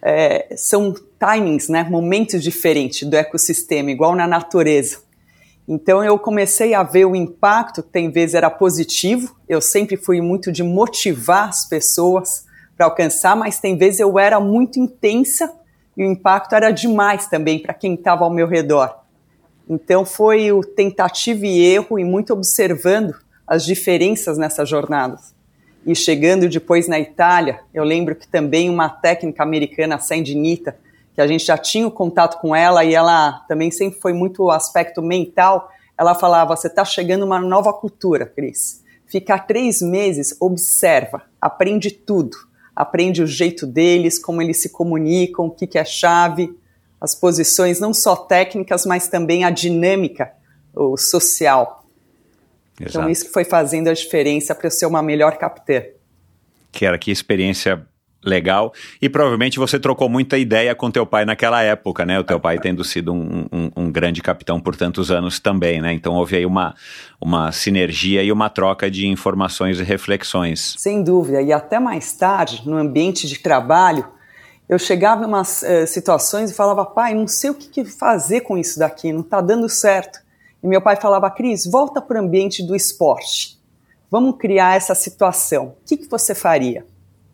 É, são timings, né? Momentos diferentes do ecossistema, igual na natureza. Então eu comecei a ver o impacto, tem vezes era positivo, eu sempre fui muito de motivar as pessoas para alcançar, mas tem vezes eu era muito intensa e o impacto era demais também para quem estava ao meu redor. Então foi o tentativa e erro e muito observando as diferenças nessas jornadas. E chegando depois na Itália, eu lembro que também uma técnica americana, a Sandy Nita, que a gente já tinha o contato com ela e ela também sempre foi muito o aspecto mental, ela falava, você está chegando uma nova cultura, Cris. Fica três meses, observa, aprende tudo. Aprende o jeito deles, como eles se comunicam, o que, que é chave, as posições não só técnicas, mas também a dinâmica o social. Exato. Então isso que foi fazendo a diferença para eu ser uma melhor capitã. Que era que experiência legal. E provavelmente você trocou muita ideia com teu pai naquela época, né? O teu pai tendo sido um, um, um grande capitão por tantos anos também, né? Então houve aí uma, uma sinergia e uma troca de informações e reflexões. Sem dúvida. E até mais tarde, no ambiente de trabalho, eu chegava em umas uh, situações e falava, pai, não sei o que, que fazer com isso daqui, não está dando certo. E meu pai falava, Cris, volta para o ambiente do esporte. Vamos criar essa situação. O que, que você faria?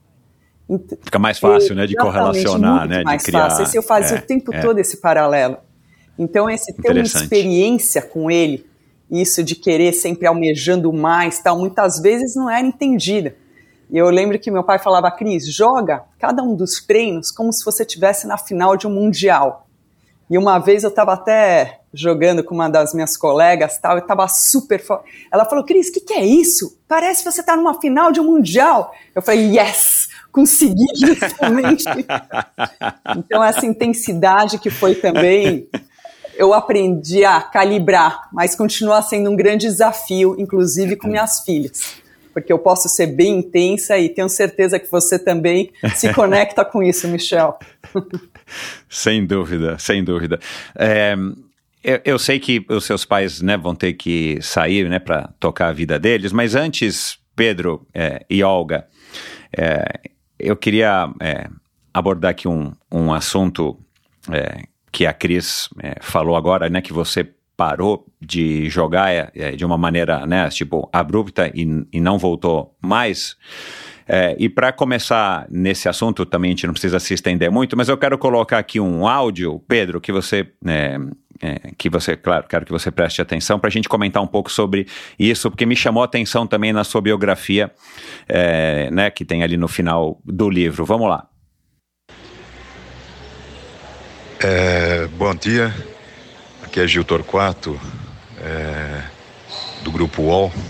Fica mais fácil, né, de correlacionar, né, mais de criar. Fácil. Esse eu fazia é, o tempo é. todo esse paralelo. Então, esse ter uma experiência com ele, isso de querer sempre almejando mais, tal, muitas vezes não era entendida. E eu lembro que meu pai falava, Cris, joga cada um dos treinos como se você estivesse na final de um mundial. E uma vez eu estava até jogando com uma das minhas colegas, tal, eu estava super forte. Ela falou, Cris, o que, que é isso? Parece que você está numa final de um mundial. Eu falei, yes! Consegui justamente. Então essa intensidade que foi também, eu aprendi a calibrar, mas continua sendo um grande desafio, inclusive com minhas filhas, porque eu posso ser bem intensa e tenho certeza que você também se conecta com isso, Michel. Sem dúvida, sem dúvida. É, eu, eu sei que os seus pais, né, vão ter que sair, né, para tocar a vida deles, mas antes, Pedro é, e Olga, é, eu queria é, abordar aqui um, um assunto é, que a Cris é, falou agora, né, que você parou de jogar é, de uma maneira, né, tipo, abrupta e, e não voltou mais. É, e para começar nesse assunto, também a gente não precisa se estender muito, mas eu quero colocar aqui um áudio, Pedro, que você, é, é, que você, claro, quero que você preste atenção para a gente comentar um pouco sobre isso, porque me chamou a atenção também na sua biografia, é, né, que tem ali no final do livro. Vamos lá. É, bom dia. Aqui é Gil Torquato, é, do Grupo U O L.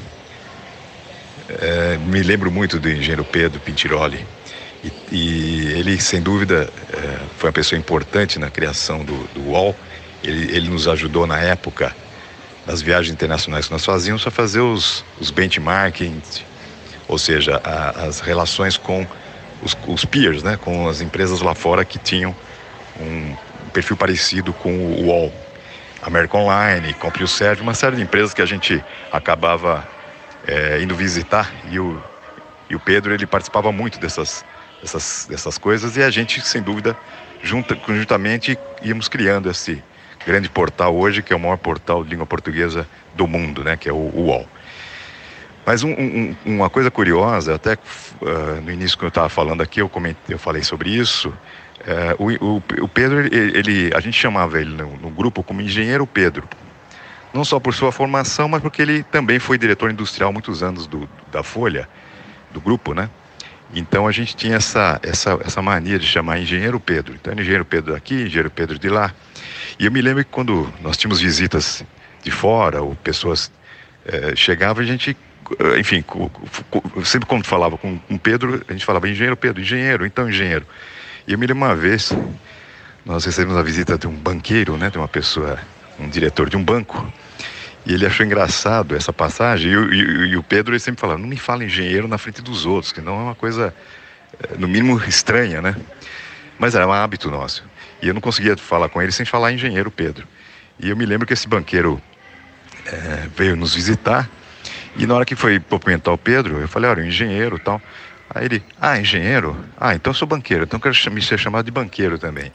É, me lembro muito do engenheiro Pedro Pintiroli. E, e ele, sem dúvida, é, foi uma pessoa importante na criação do, do U O L. Ele, ele nos ajudou na época, nas viagens internacionais que nós fazíamos, a fazer os, os benchmarkings, ou seja, a, as relações com os, os peers, né, com as empresas lá fora que tinham um perfil parecido com o U O L. American Online, CompuServe, uma série de empresas que a gente acabava é, indo visitar, e o, e o Pedro, ele participava muito dessas, dessas, dessas coisas, e a gente, sem dúvida, junta, conjuntamente íamos criando esse grande portal hoje, que é o maior portal de língua portuguesa do mundo, né, que é o U O L. Mas um, um, uma coisa curiosa, até uh, no início que eu estava falando aqui, eu, comentei, eu falei sobre isso. Uh, o, o, o Pedro, ele, ele, a gente chamava ele no, no grupo como Engenheiro Pedro. Não só por sua formação, mas porque ele também foi diretor industrial muitos anos do, da Folha, do grupo, né? Então a gente tinha essa, essa, essa mania de chamar Engenheiro Pedro. Então, Engenheiro Pedro daqui, Engenheiro Pedro de lá. E eu me lembro que quando nós tínhamos visitas de fora, ou pessoas eh, chegavam, a gente, enfim, sempre quando falava com, com Pedro, a gente falava Engenheiro Pedro, engenheiro, então engenheiro. E eu me lembro uma vez, nós recebemos a visita de um banqueiro, né, de uma pessoa, um diretor de um banco, e ele achou engraçado essa passagem, e, e, e o Pedro, ele sempre falava, não me fala engenheiro na frente dos outros, que não é uma coisa, no mínimo, estranha, né? Mas era um hábito nosso. E eu não conseguia falar com ele sem falar engenheiro Pedro. E eu me lembro que esse banqueiro é, veio nos visitar, e na hora que foi cumprimentar o Pedro, eu falei, olha, engenheiro e tal. Aí ele, ah, engenheiro? Ah, então eu sou banqueiro, então eu quero me ser chamado de banqueiro também.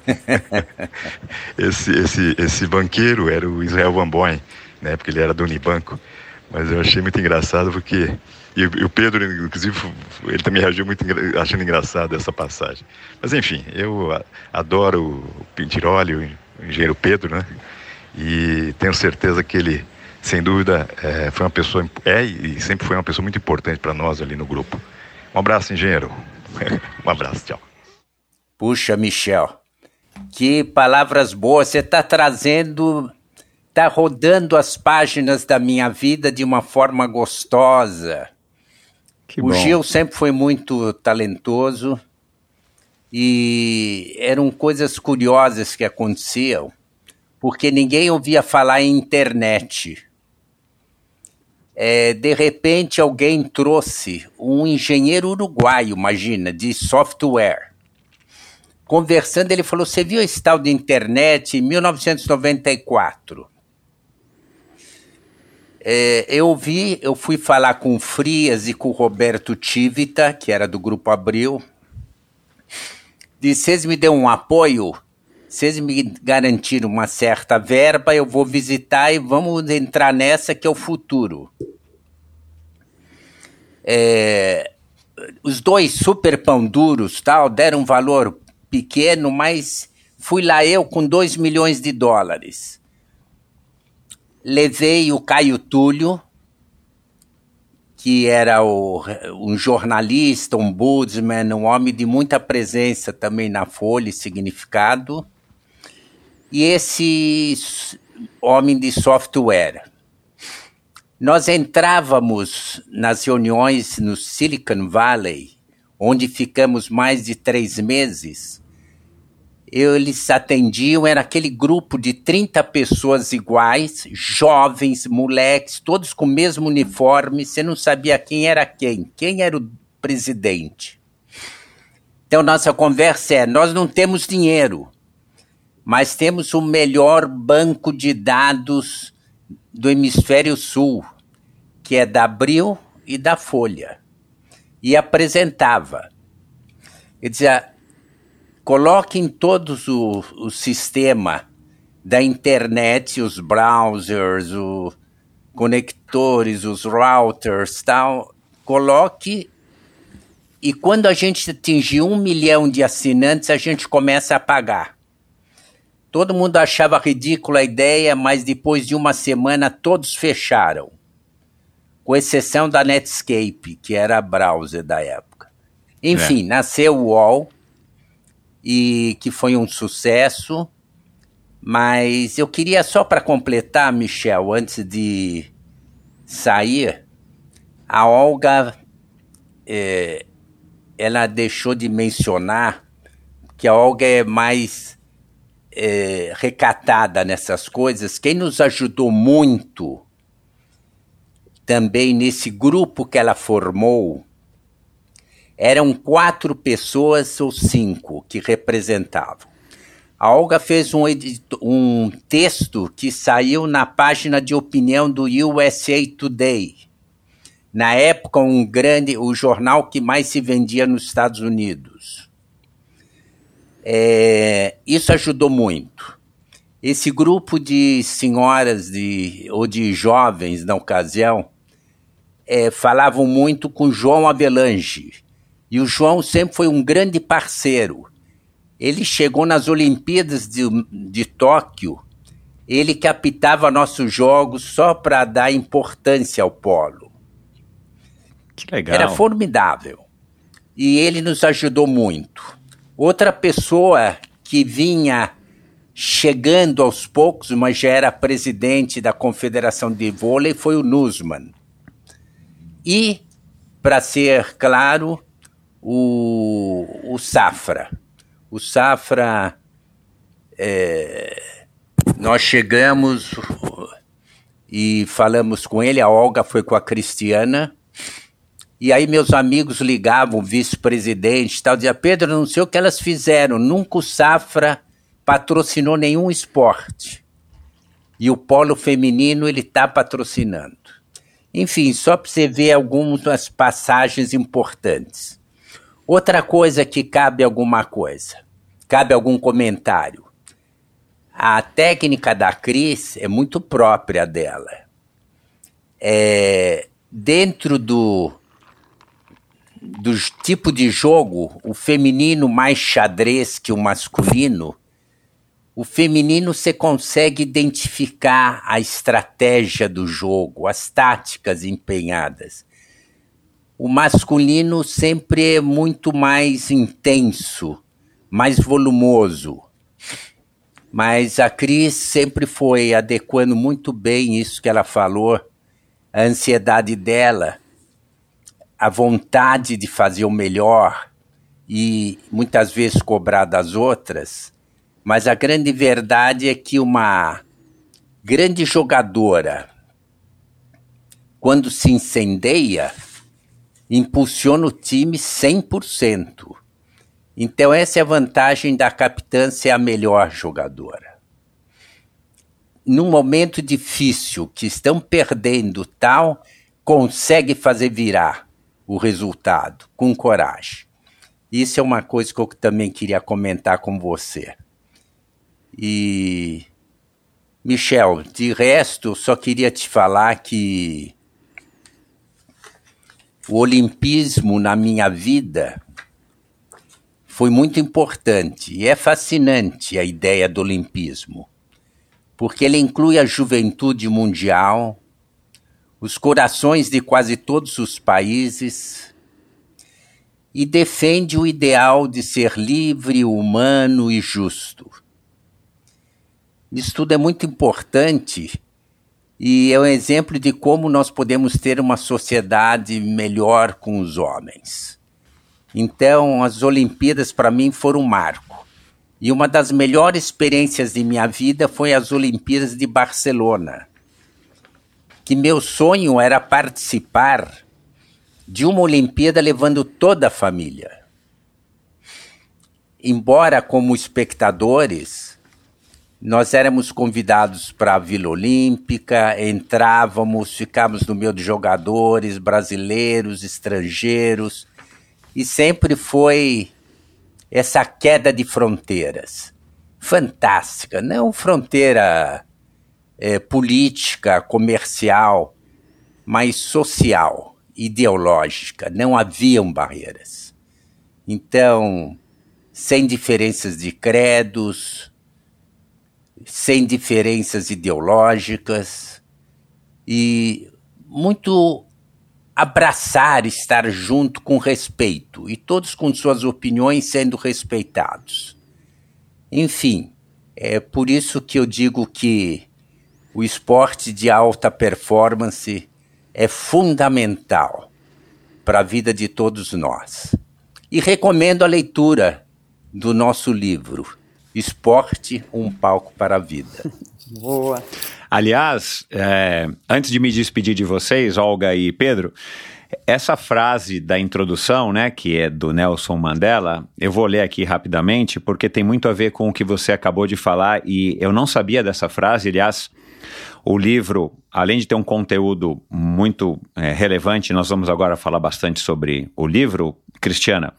esse, esse, esse banqueiro era o Israel Van Boyn, né, porque ele era do Unibanco. Mas eu achei muito engraçado porque... E, e o Pedro, inclusive, ele também reagiu muito engra... achando engraçado essa passagem. Mas enfim, eu adoro o Pintiroli, o engenheiro Pedro, né? E tenho certeza que ele, sem dúvida, é, foi uma pessoa... É e sempre foi uma pessoa muito importante para nós ali no grupo. Um abraço, engenheiro. Um abraço, tchau. Puxa, Michel, que palavras boas. Você está trazendo, está rodando as páginas da minha vida de uma forma gostosa. Que o bom. Gil sempre foi muito talentoso e eram coisas curiosas que aconteciam, porque ninguém ouvia falar em internet. É, de repente alguém trouxe um engenheiro uruguaio, imagina, de software. Conversando, ele falou, você viu esse tal de internet em mil novecentos e noventa e quatro? É, eu vi, eu fui falar com o Frias e com o Roberto Tivita, que era do Grupo Abril. Disse, vocês me dão um apoio? Vocês me garantiram uma certa verba, eu vou visitar e vamos entrar nessa que é o futuro. É, os dois super pão duros, tal, deram um valor pequeno, mas fui lá eu com dois milhões de dólares. Levei o Caio Túlio, que era o, um jornalista, um ombudsman, um homem de muita presença também na Folha e significado. E esse homem de software. Nós entrávamos nas reuniões no Silicon Valley, onde ficamos mais de três meses. Eles atendiam, era aquele grupo de trinta pessoas iguais, jovens, moleques, todos com o mesmo uniforme, você não sabia quem era quem, quem era o presidente. Então, nossa conversa é, nós não temos dinheiro, mas temos o melhor banco de dados do Hemisfério Sul, que é da Abril e da Folha. E apresentava. Ele dizia, coloquem todos o, o sistema da internet, os browsers, os conectores, os routers, tal, coloque, e quando a gente atingir um milhão de assinantes, a gente começa a pagar. Todo mundo achava ridícula a ideia, mas depois de uma semana todos fecharam, com exceção da Netscape, que era a browser da época. Enfim, é. Nasceu o U O L, e que foi um sucesso, mas eu queria só para completar, Michel, antes de sair, a Olga, é, ela deixou de mencionar que a Olga é mais é, recatada nessas coisas. Quem nos ajudou muito também nesse grupo que ela formou, eram quatro pessoas ou cinco que representavam. A Olga fez um, um texto que saiu na página de opinião do U S A Today. Na época, um grande, o jornal que mais se vendia nos Estados Unidos. É, isso ajudou muito. Esse grupo de senhoras de, ou de jovens, na ocasião, é, falavam muito com João Avelange. E o João sempre foi um grande parceiro. Ele chegou nas Olimpíadas de, de Tóquio, ele que apitava nossos jogos só para dar importância ao polo. Que legal. Era formidável. E ele nos ajudou muito. Outra pessoa que vinha chegando aos poucos, mas já era presidente da Confederação de Vôlei, foi o Nussmann. E, para ser claro, o, o Safra. O Safra, é, nós chegamos e falamos com ele, a Olga foi com a Cristiana, e aí meus amigos ligavam, o vice-presidente e tal, diziam, Pedro, não sei o que elas fizeram, nunca o Safra patrocinou nenhum esporte. E o polo feminino ele está patrocinando. Enfim, só para você ver algumas passagens importantes. Outra coisa que cabe alguma coisa, cabe algum comentário. A técnica da Cris é muito própria dela. É, dentro do, do tipo de jogo, o feminino mais xadrez que o masculino, o feminino você consegue identificar a estratégia do jogo, as táticas empenhadas. O masculino sempre é muito mais intenso, mais volumoso. Mas a Cris sempre foi adequando muito bem isso que ela falou, a ansiedade dela, a vontade de fazer o melhor e muitas vezes cobrar das outras. Mas a grande verdade é que uma grande jogadora, quando se incendeia, impulsiona o time cem por cento. Então essa é a vantagem da capitã ser a melhor jogadora. Num momento difícil, que estão perdendo tal, consegue fazer virar o resultado, com coragem. Isso é uma coisa que eu também queria comentar com você. E, Michel, de resto, eu só queria te falar que o olimpismo na minha vida foi muito importante e é fascinante a ideia do olimpismo, porque ele inclui a juventude mundial, os corações de quase todos os países e defende o ideal de ser livre, humano e justo. Isso tudo é muito importante e é um exemplo de como nós podemos ter uma sociedade melhor com os homens. Então, as Olimpíadas para mim foram um marco. E uma das melhores experiências de minha vida foi as Olimpíadas de Barcelona. Que meu sonho era participar de uma Olimpíada levando toda a família. Embora como espectadores, nós éramos convidados para a Vila Olímpica, entrávamos, ficávamos no meio de jogadores brasileiros, estrangeiros, e sempre foi essa queda de fronteiras. Fantástica, não fronteira é, política, comercial, mas social, ideológica. Não haviam barreiras. Então, sem diferenças de credos, sem diferenças ideológicas e muito abraçar, estar junto com respeito e todos com suas opiniões sendo respeitados. Enfim, é por isso que eu digo que o esporte de alta performance é fundamental para a vida de todos nós. E recomendo a leitura do nosso livro, Esporte, um palco para a vida. Boa. Aliás, é, antes de me despedir de vocês, Olga e Pedro, essa frase da introdução, né, que é do Nelson Mandela, eu vou ler aqui rapidamente, porque tem muito a ver com o que você acabou de falar, e eu não sabia dessa frase. Aliás, o livro, além de ter um conteúdo muito é, relevante, nós vamos agora falar bastante sobre o livro, Cristiana,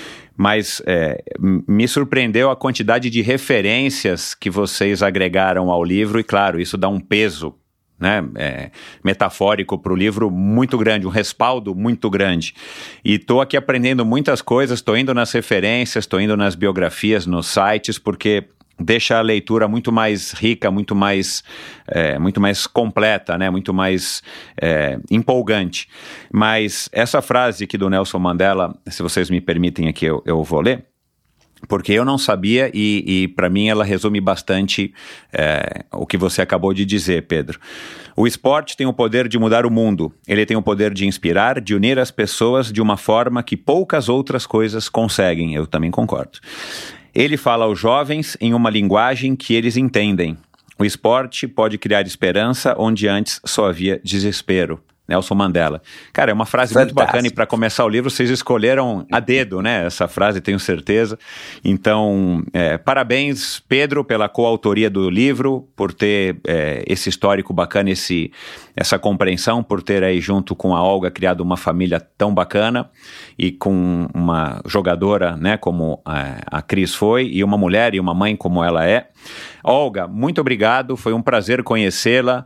mas é, me surpreendeu a quantidade de referências que vocês agregaram ao livro, e claro, isso dá um peso, né, é, metafórico para o livro muito grande, um respaldo muito grande. E estou aqui aprendendo muitas coisas, estou indo nas referências, estou indo nas biografias, nos sites, porque deixa a leitura muito mais rica, muito mais, é, muito mais completa, né? Muito mais é, empolgante. Mas essa frase aqui do Nelson Mandela, se vocês me permitem aqui, eu, eu vou ler, porque eu não sabia e, e para mim ela resume bastante é, o que você acabou de dizer, Pedro. O esporte tem o poder de mudar o mundo. Ele tem o poder de inspirar, de unir as pessoas de uma forma que poucas outras coisas conseguem. Eu também concordo. Ele fala aos jovens em uma linguagem que eles entendem. O esporte pode criar esperança onde antes só havia desespero. Nelson Mandela. Cara, é uma frase Fantástico. Muito bacana, e para começar o livro vocês escolheram a dedo, né, essa frase, tenho certeza. Então, é, parabéns, Pedro, pela coautoria do livro, por ter é, esse histórico bacana, esse, essa compreensão, por ter aí junto com a Olga criado uma família tão bacana, e com uma jogadora, né, como a, a Cris foi, e uma mulher e uma mãe como ela é. Olga, muito obrigado, foi um prazer conhecê-la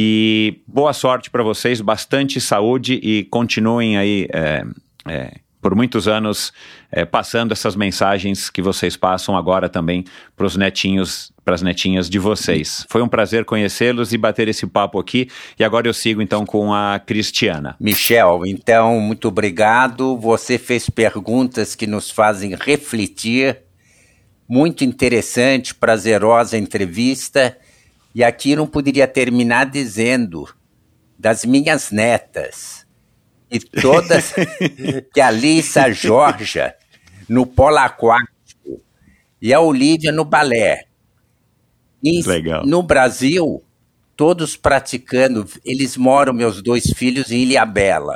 e boa sorte para vocês, bastante saúde e continuem aí é, é, por muitos anos é, passando essas mensagens que vocês passam agora também para os netinhos, para as netinhas de vocês. Foi um prazer conhecê-los e bater esse papo aqui, e agora eu sigo então com a Cristiana. Michel, então, muito obrigado, você fez perguntas que nos fazem refletir. Muito interessante, prazerosa entrevista, e aqui não poderia terminar dizendo das minhas netas, e todas, que a Alissa Jorja no polo aquático, e a Olivia no balé. E Legal. No Brasil, todos praticando, eles moram, meus dois filhos, em Ilhabela,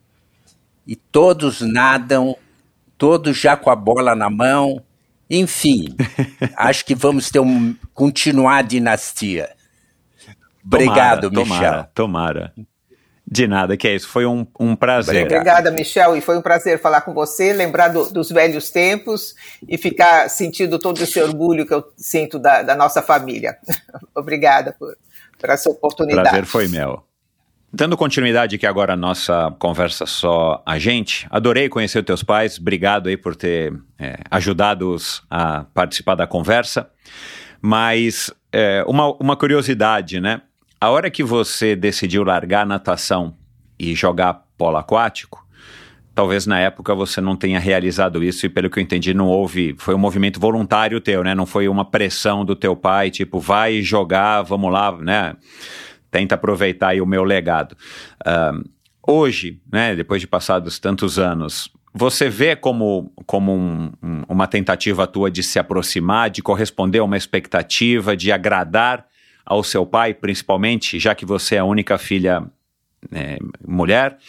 e todos nadam, todos já com a bola na mão. Enfim, acho que vamos ter um, continuar a dinastia. Obrigado, tomara, Michel. Tomara, tomara. De nada, que é isso. Foi um, um prazer. Obrigada, Michel, e foi um prazer falar com você, lembrar do, dos velhos tempos e ficar sentindo todo esse orgulho que eu sinto da, da nossa família. Obrigada por, por essa oportunidade. Prazer foi meu. Dando continuidade aqui agora à nossa conversa só a gente, adorei conhecer os teus pais, obrigado aí por ter é, ajudado-os a participar da conversa, mas é, uma, uma curiosidade, né? A hora que você decidiu largar a natação e jogar polo aquático, talvez na época você não tenha realizado isso, e pelo que eu entendi não houve, foi um movimento voluntário teu, né? Não foi uma pressão do teu pai, tipo, vai jogar, vamos lá, né? Tenta aproveitar aí o meu legado. Uh, hoje, né, depois de passados tantos anos, você vê como, como um, um, uma tentativa tua de se aproximar, de corresponder a uma expectativa, de agradar ao seu pai, principalmente, já que você é a única filha é, mulher,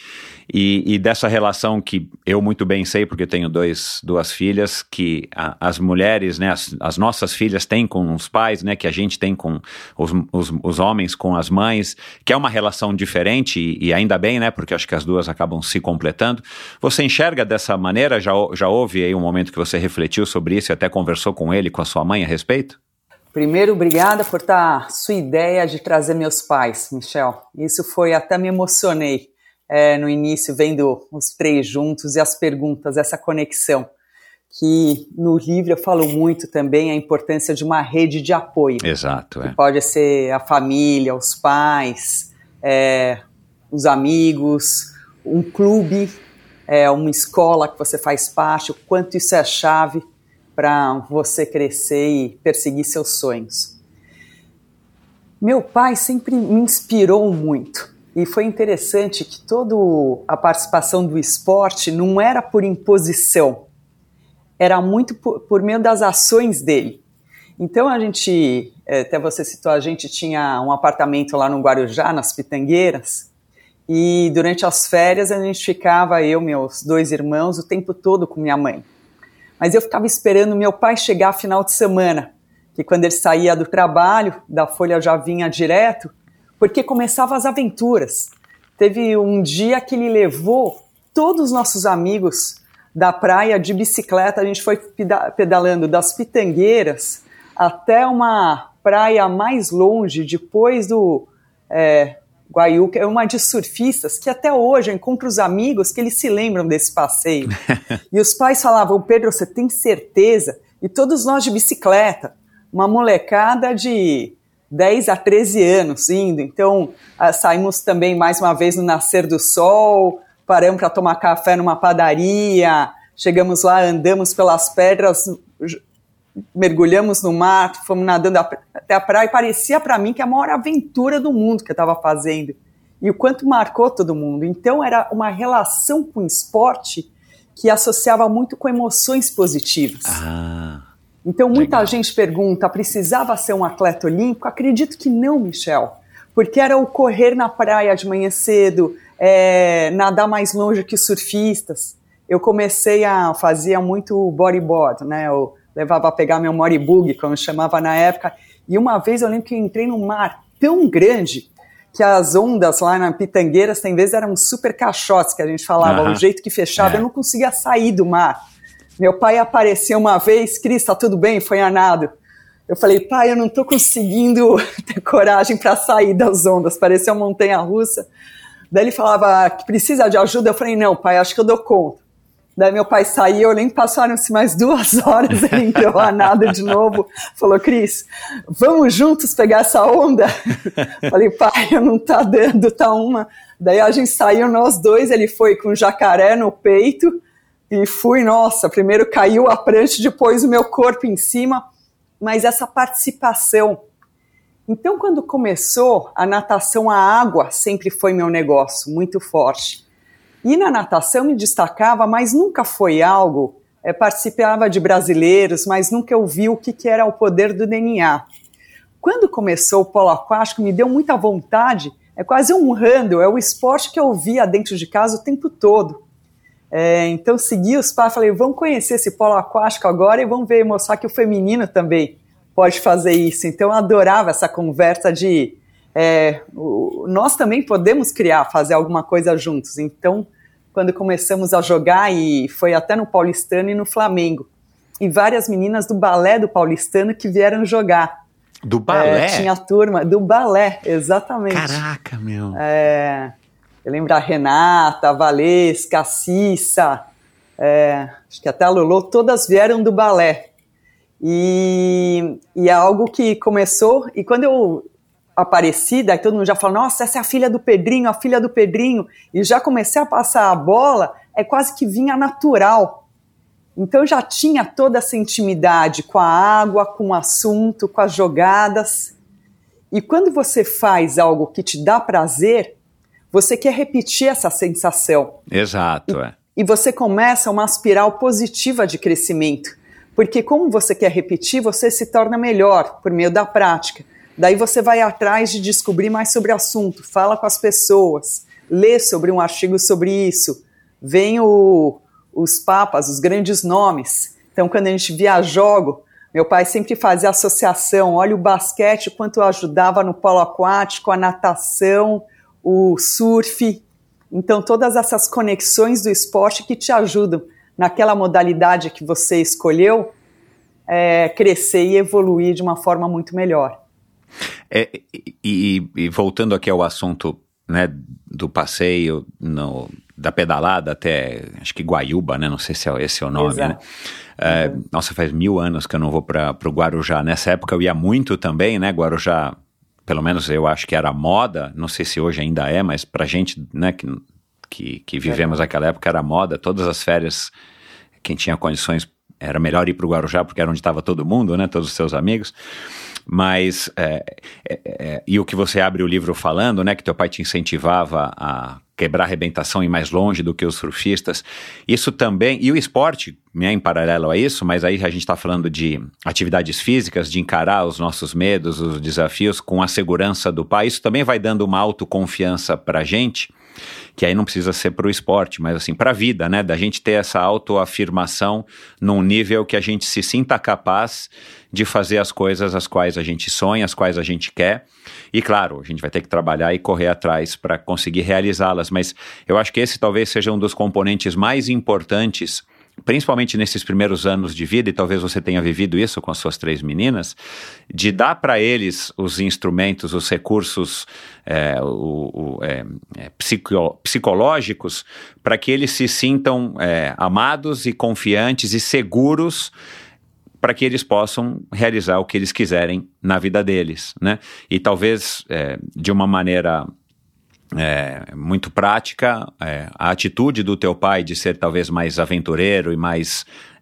e, e dessa relação que eu muito bem sei, porque tenho dois, duas filhas, que a, as mulheres, né, as, as nossas filhas têm com os pais, né, que a gente tem com os, os, os homens com as mães, que é uma relação diferente, e, e ainda bem, né, porque acho que as duas acabam se completando. Você enxerga dessa maneira? Já, já houve aí um momento que você refletiu sobre isso e até conversou com ele, com a sua mãe a respeito? Primeiro, obrigada por estar sua ideia de trazer meus pais, Michel. Isso foi, até me emocionei é, no início, vendo os três juntos e as perguntas, essa conexão. Que no livro eu falo muito também a importância de uma rede de apoio. Exato. É. Que pode ser a família, os pais, é, os amigos, um clube, é, uma escola que você faz parte, o quanto isso é chave para você crescer e perseguir seus sonhos. Meu pai sempre me inspirou muito e foi interessante que toda a participação do esporte não era por imposição, era muito por, por meio das ações dele. Então a gente, até você citou, a gente tinha um apartamento lá no Guarujá, nas Pitangueiras, e durante as férias a gente ficava, eu e meus dois irmãos, o tempo todo com minha mãe. Mas eu ficava esperando meu pai chegar final de semana, que quando ele saía do trabalho, da Folha já vinha direto, porque começavam as aventuras. Teve um dia que ele levou todos os nossos amigos da praia de bicicleta, a gente foi pedalando das Pitangueiras até uma praia mais longe, depois do é, Guaiúca, é uma de surfistas, que até hoje eu encontro os amigos que eles se lembram desse passeio. E os pais falavam, Pedro, você tem certeza? E todos nós de bicicleta, uma molecada de dez a treze anos indo. Então, uh, saímos também mais uma vez no nascer do sol, paramos para tomar café numa padaria, chegamos lá, andamos pelas pedras, mergulhamos no mar, fomos nadando até a praia e parecia para mim que é a maior aventura do mundo que eu estava fazendo. E o quanto marcou todo mundo. Então era uma relação com o esporte que associava muito com emoções positivas. Ah, então muita legal. gente pergunta, precisava ser um atleta olímpico? Acredito que não, Michel. Porque era o correr na praia de manhã cedo, é, nadar mais longe que os surfistas. Eu comecei a fazer muito bodyboard, né? Eu levava a pegar meu moribug, como chamava na época, e uma vez eu lembro que eu entrei num mar tão grande que as ondas lá na Pitangueiras, tem vezes, eram super caixotes, que a gente falava, uhum. O jeito que fechava, é. Eu não conseguia sair do mar. Meu pai apareceu uma vez, Cris, tá tudo bem? Foi a nado. Eu falei, pai, eu não tô conseguindo ter coragem para sair das ondas, parecia uma montanha-russa. Daí ele falava que precisa de ajuda, eu falei, não, pai, acho que eu dou conta. Daí meu pai saiu, eu nem passaram-se mais duas horas, ele entrou a nada de novo, falou, Cris, vamos juntos pegar essa onda? Falei, pai, eu não tá dando, tá uma. Daí a gente saiu nós dois, ele foi com jacaré no peito, e fui, nossa, primeiro caiu a prancha, depois o meu corpo em cima, mas essa participação. Então quando começou a natação, a água sempre foi meu negócio, muito forte. E na natação me destacava, mas nunca foi algo, é, participava de brasileiros, mas nunca eu vi o que, que era o poder do D N A. Quando começou o polo aquático, me deu muita vontade, é quase um handle, é o esporte que eu via dentro de casa o tempo todo. É, então segui os pais, falei, vamos conhecer esse polo aquático agora e vamos ver, mostrar que o feminino também pode fazer isso. Então eu adorava essa conversa de, é, o, nós também podemos criar, fazer alguma coisa juntos. Então, quando começamos a jogar, e foi até no Paulistano e no Flamengo, e várias meninas do balé do Paulistano que vieram jogar. Do balé? É, tinha a turma do balé, exatamente. Caraca, meu. É, eu lembro a Renata, a Valesca, a Cissa, é, acho que até a Lolo, todas vieram do balé. E, e é algo que começou, e quando eu apareci, daí todo mundo já falou, nossa, essa é a filha do Pedrinho, a filha do Pedrinho, e já comecei a passar a bola, é quase que vinha natural. Então já tinha toda essa intimidade com a água, com o assunto, com as jogadas. E quando você faz algo que te dá prazer, você quer repetir essa sensação. Exato, e, é. E você começa uma espiral positiva de crescimento. Porque como você quer repetir, você se torna melhor por meio da prática. Daí você vai atrás de descobrir mais sobre o assunto, fala com as pessoas, lê sobre um artigo sobre isso, vem o, os papas, os grandes nomes. Então, quando a gente via jogo, meu pai sempre fazia associação, olha o basquete, quanto ajudava no polo aquático, a natação, o surf. Então, todas essas conexões do esporte que te ajudam naquela modalidade que você escolheu, é, crescer e evoluir de uma forma muito melhor. É, e, e voltando aqui ao assunto, né, do passeio, no, da pedalada até, acho que Guaiúba, né, não sei se é esse é o nome, Exato. né? É, uhum. Nossa, faz mil anos que eu não vou para o Guarujá. Nessa época eu ia muito também, né, Guarujá, pelo menos eu acho que era moda, não sei se hoje ainda é, mas pra gente, né, que, que, que vivemos é. naquela época era moda, todas as férias, quem tinha condições, era melhor ir para o Guarujá, porque era onde estava todo mundo, né, todos os seus amigos. Mas, é, é, é, e o que você abre o livro falando, né, que teu pai te incentivava a quebrar a arrebentação e ir mais longe do que os surfistas, isso também, e o esporte, né, em paralelo a isso, mas aí a gente está falando de atividades físicas, de encarar os nossos medos, os desafios com a segurança do pai, isso também vai dando uma autoconfiança pra gente, que aí não precisa ser para o esporte, mas assim, para a vida, né, da gente ter essa autoafirmação num nível que a gente se sinta capaz de fazer as coisas as quais a gente sonha, as quais a gente quer, e claro, a gente vai ter que trabalhar e correr atrás para conseguir realizá-las, mas eu acho que esse talvez seja um dos componentes mais importantes, principalmente nesses primeiros anos de vida, e talvez você tenha vivido isso com as suas três meninas, de dar para eles os instrumentos, os recursos é, o, o, é, é, psico, psicológicos, para que eles se sintam é, amados e confiantes e seguros, para que eles possam realizar o que eles quiserem na vida deles, né? E talvez é, de uma maneira É, muito prática, é, a atitude do teu pai de ser talvez mais aventureiro e mais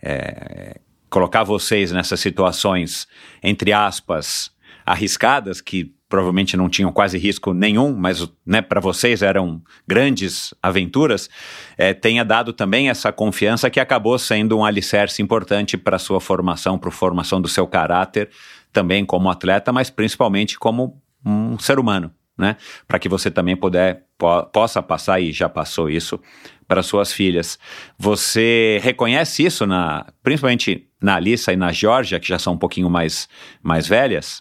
é, colocar vocês nessas situações, entre aspas, arriscadas, que provavelmente não tinham quase risco nenhum, mas, né, para vocês eram grandes aventuras, é, tenha dado também essa confiança que acabou sendo um alicerce importante para a sua formação, para a formação do seu caráter, também como atleta, mas principalmente como um ser humano, né? Para que você também puder, po- possa passar, e já passou isso, para suas filhas. Você reconhece isso, na, principalmente na Alissa e na Georgia, que já são um pouquinho mais, mais velhas?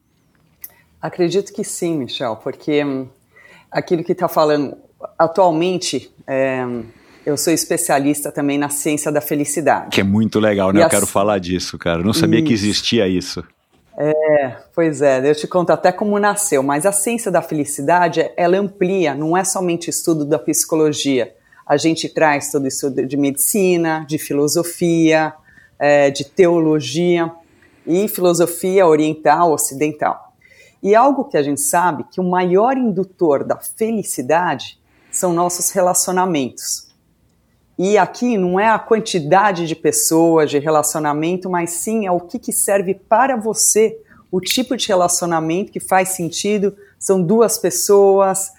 Acredito que sim, Michel, porque hum, aquilo que está falando, atualmente, é, eu sou especialista também na ciência da felicidade. Que é muito legal, né? E eu a... quero falar disso, cara. Eu não sabia isso. que existia isso. É, pois é, eu te conto até como nasceu, mas a ciência da felicidade, ela amplia, não é somente estudo da psicologia, a gente traz todo estudo de medicina, de filosofia, é, de teologia e filosofia oriental, ocidental. E algo que a gente sabe, que o maior indutor da felicidade são nossos relacionamentos. E aqui não é a quantidade de pessoas, de relacionamento, mas sim é o que, que serve para você, o tipo de relacionamento que faz sentido, são duas pessoas,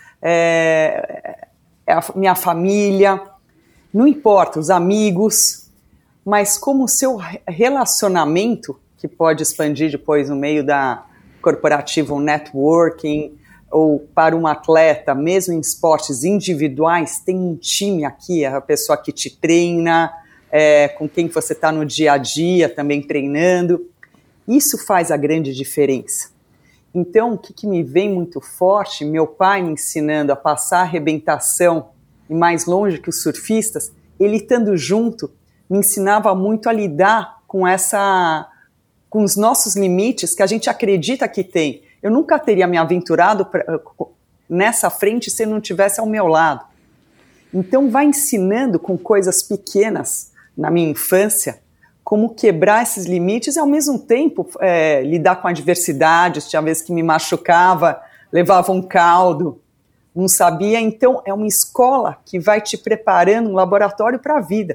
é, é a minha família, não importa, os amigos, mas como o seu relacionamento, que pode expandir depois no meio da corporativa, o networking, ou para um atleta, mesmo em esportes individuais, tem um time aqui, a pessoa que te treina, é, com quem você está no dia a dia também treinando. Isso faz a grande diferença. Então, o que, que me vem muito forte, meu pai me ensinando a passar a arrebentação e mais longe que os surfistas, ele estando junto, me ensinava muito a lidar com, essa, com os nossos limites que a gente acredita que tem. Eu nunca teria me aventurado pra, nessa frente se ele não estivesse ao meu lado. Então vai ensinando com coisas pequenas na minha infância como quebrar esses limites e ao mesmo tempo é, lidar com adversidades. Tinha vezes que me machucava, levava um caldo, não sabia. Então é uma escola que vai te preparando, um laboratório para a vida.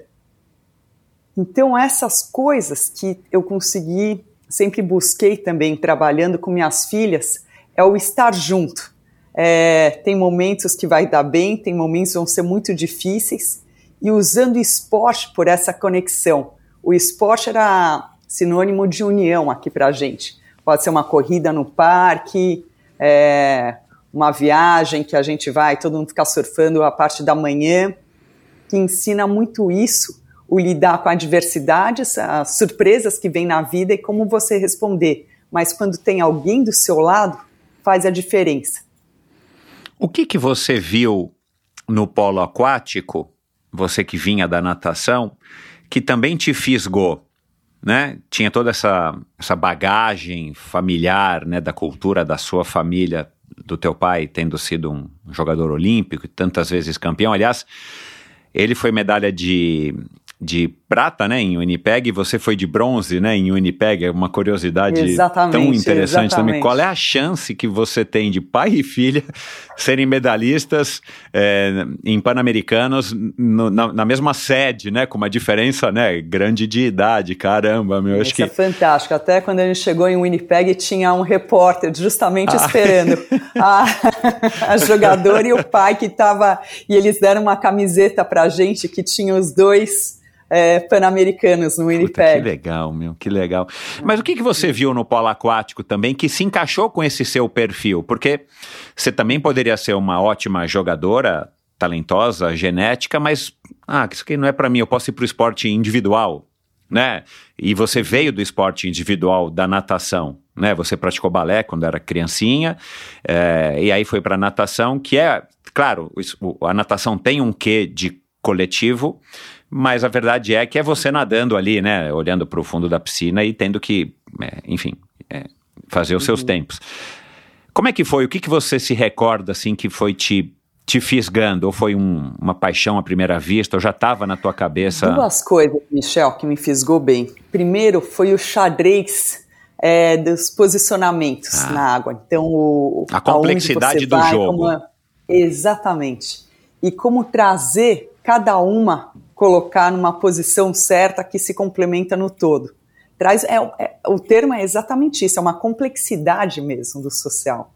Então essas coisas que eu consegui, sempre busquei também, trabalhando com minhas filhas, é o estar junto. É, tem momentos que vai dar bem, tem momentos que vão ser muito difíceis, e usando o esporte por essa conexão. O esporte era sinônimo de união aqui pra gente. Pode ser uma corrida no parque, é, uma viagem que a gente vai, todo mundo fica surfando a parte da manhã, que ensina muito isso, o lidar com a adversidade, as surpresas que vem na vida e como você responder. Mas quando tem alguém do seu lado, faz a diferença. O que que você viu no polo aquático, você que vinha da natação, que também te fisgou, né? Tinha toda essa, essa bagagem familiar, né, da cultura da sua família, do teu pai tendo sido um jogador olímpico e tantas vezes campeão. Aliás, ele foi medalha de, de prata, né, em Winnipeg, e você foi de bronze, né, em Winnipeg. É uma curiosidade exatamente, tão interessante exatamente. Também. Qual é a chance que você tem de pai e filha serem medalhistas é, em Pan-Americanos no, na, na mesma sede, né, com uma diferença, né, grande de idade? Caramba, meu, acho Isso que... é fantástico. Até quando a gente chegou em Winnipeg, tinha um repórter justamente ah. esperando a, a jogadora e o pai que estava... E eles deram uma camiseta pra gente que tinha os dois... É, pan-americanos no Winnipeg. Puta, que legal, meu, que legal. Mas o que, que você viu no polo aquático também que se encaixou com esse seu perfil? Porque você também poderia ser uma ótima jogadora, talentosa, genética, mas, ah, isso aqui não é pra mim, eu posso ir pro esporte individual, né? E você veio do esporte individual, da natação, né? Você praticou balé quando era criancinha, é, e aí foi pra natação, que é, claro, a natação tem um quê de coletivo, mas a verdade é que é você nadando ali, né, olhando para o fundo da piscina e tendo que, é, enfim, é, fazer os seus uhum. tempos. Como é que foi? O que, que você se recorda, assim, que foi te, te fisgando? Ou foi um, uma paixão à primeira vista? Ou já estava na tua cabeça? Duas coisas, Michel, que me fisgou bem. Primeiro foi o xadrez é, dos posicionamentos ah. na água. Então, o, a complexidade do vai, jogo. Como, exatamente. E como trazer cada uma, colocar numa posição certa que se complementa no todo. Traz, é, é, o termo é exatamente isso, é uma complexidade mesmo do social.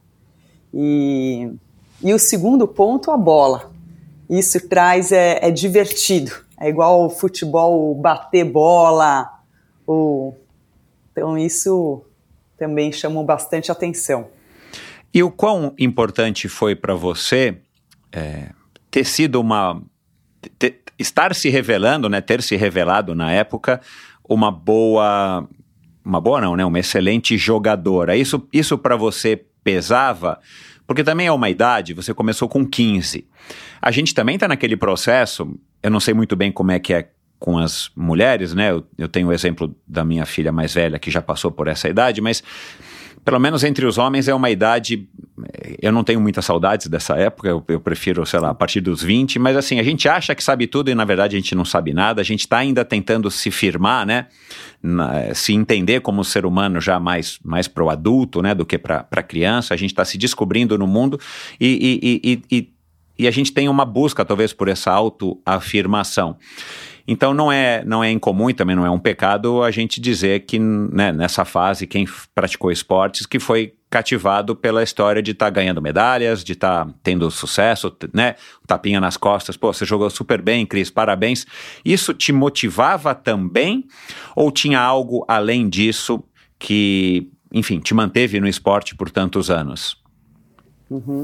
E, e o segundo ponto, a bola. Isso traz, é, é divertido, é igual o futebol, bater bola, o, então isso também chamou bastante atenção. E o quão importante foi para você é, ter sido uma... Ter, estar se revelando, né, ter se revelado na época uma boa, uma boa não, né, uma excelente jogadora. Isso, isso para você pesava? Porque também é uma idade, você começou com quinze. A gente também está naquele processo, eu não sei muito bem como é que é com as mulheres, né, eu, eu tenho o exemplo da minha filha mais velha que já passou por essa idade, mas... Pelo menos entre os homens é uma idade, eu não tenho muitas saudades dessa época, eu, eu prefiro, sei lá, a partir dos vinte, mas assim, a gente acha que sabe tudo e na verdade a gente não sabe nada, a gente está ainda tentando se firmar, né, na, se entender como ser humano já mais, mais pro adulto, né, do que para criança, a gente está se descobrindo no mundo e, e, e, e, e a gente tem uma busca talvez por essa autoafirmação. Então não é, não é incomum e também não é um pecado a gente dizer que, né, nessa fase quem praticou esportes que foi cativado pela história de estar tá ganhando medalhas, de estar tá tendo sucesso, né, tapinha nas costas, pô, você jogou super bem, Cris, parabéns. Isso te motivava também ou tinha algo além disso que, enfim, te manteve no esporte por tantos anos? Uhum.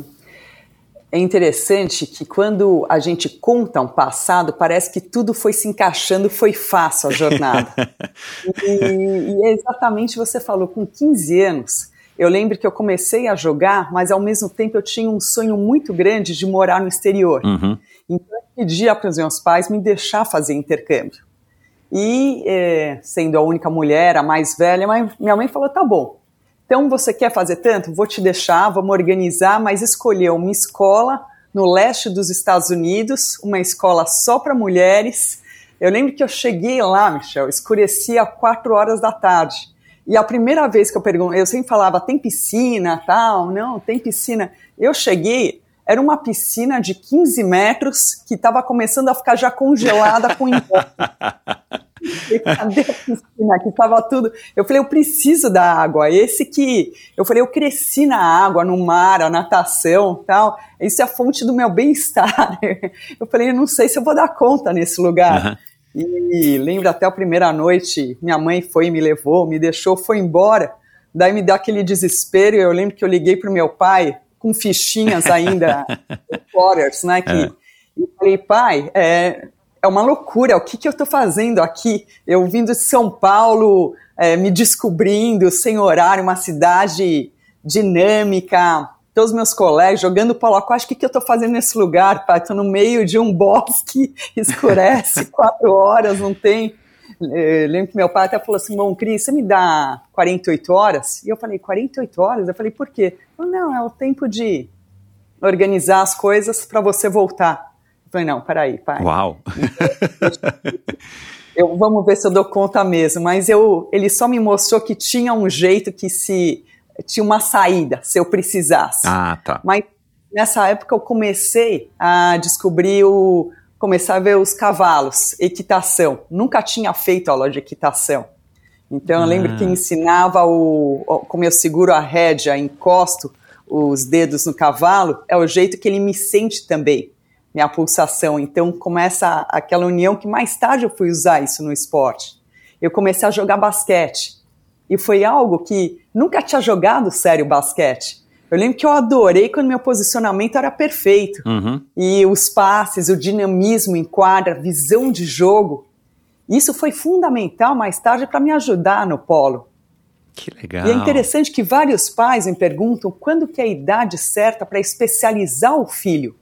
É interessante que quando a gente conta um passado, parece que tudo foi se encaixando, foi fácil a jornada. e, e é exatamente você falou, com quinze anos, eu lembro que eu comecei a jogar, mas ao mesmo tempo eu tinha um sonho muito grande de morar no exterior. Uhum. Então eu pedia para os meus pais me deixar fazer intercâmbio. E é, sendo a única mulher, a mais velha, minha mãe falou, tá bom. Então, você quer fazer tanto? Vou te deixar, vamos organizar, mas escolheu uma escola no leste dos Estados Unidos, uma escola só para mulheres. Eu lembro que eu cheguei lá, Michel, escurecia quatro horas da tarde. E a primeira vez que eu perguntei, eu sempre falava, tem piscina, tal? Não, tem piscina. Eu cheguei, era uma piscina de quinze metros que estava começando a ficar já congelada com inverno. Cadê a piscina? Que estava tudo. Eu falei, eu preciso da água. Esse que. Eu falei, eu cresci na água, no mar, a natação tal. Isso é a fonte do meu bem-estar. Eu falei, eu não sei se eu vou dar conta nesse lugar. Uhum. E lembro até a primeira noite, minha mãe foi, me levou, me deixou, foi embora. Daí me deu aquele desespero. Eu lembro que eu liguei pro meu pai. com fichinhas ainda, quarters, né? Que, é. Eu falei, pai, é, é uma loucura, o que, que eu estou fazendo aqui? Eu vindo de São Paulo, é, me descobrindo, sem horário, uma cidade dinâmica, todos os meus colegas jogando polo aquático, o que, que eu estou fazendo nesse lugar, pai? Estou no meio de um bosque, escurece, quatro horas, não tem... Eu lembro que meu pai até falou assim, bom, Cris, você me dá quarenta e oito horas? E eu falei, quarenta e oito horas? Eu falei, por quê? Ele falou, não, é o tempo de organizar as coisas para você voltar. Eu falei, não, peraí, pai. Uau! Eu, vamos ver se eu dou conta mesmo, mas eu, ele só me mostrou que tinha um jeito que se... tinha uma saída, se eu precisasse. Ah, tá. Mas nessa época eu comecei a descobrir o... começar a ver os cavalos, equitação. Nunca tinha feito aula de equitação. Então, eu lembro ah. que ensinava o, como eu seguro a rédea, encosto os dedos no cavalo, é o jeito que ele me sente também, minha pulsação. Então, começa aquela união que mais tarde eu fui usar isso no esporte. Eu comecei a jogar basquete. E foi algo que nunca tinha jogado sério basquete. Eu lembro que eu adorei quando meu posicionamento era perfeito. Uhum. E os passes, o dinamismo em quadra, a visão de jogo. Isso foi fundamental mais tarde para me ajudar no polo. Que legal. E é interessante que vários pais me perguntam quando que é a idade certa para especializar o filho.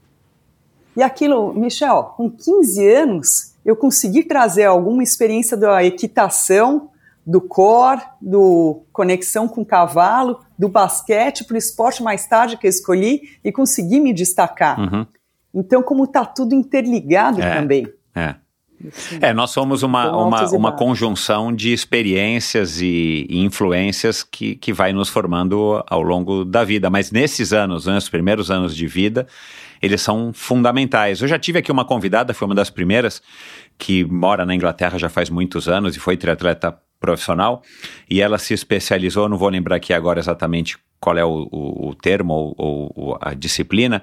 E aquilo, Michel, com quinze anos, eu consegui trazer alguma experiência da equitação, do core, do conexão com o cavalo, do basquete para o esporte mais tarde que eu escolhi e consegui me destacar. Uhum. Então, como está tudo interligado é, também. É. Assim, é, nós somos uma, uma, uma conjunção de experiências e, e influências que, que vai nos formando ao longo da vida, mas nesses anos, né, os primeiros anos de vida, eles são fundamentais. Eu já tive aqui uma convidada, foi uma das primeiras, que mora na Inglaterra já faz muitos anos e foi triatleta profissional, e ela se especializou, não vou lembrar aqui agora exatamente qual é o, o, o termo ou, ou a disciplina,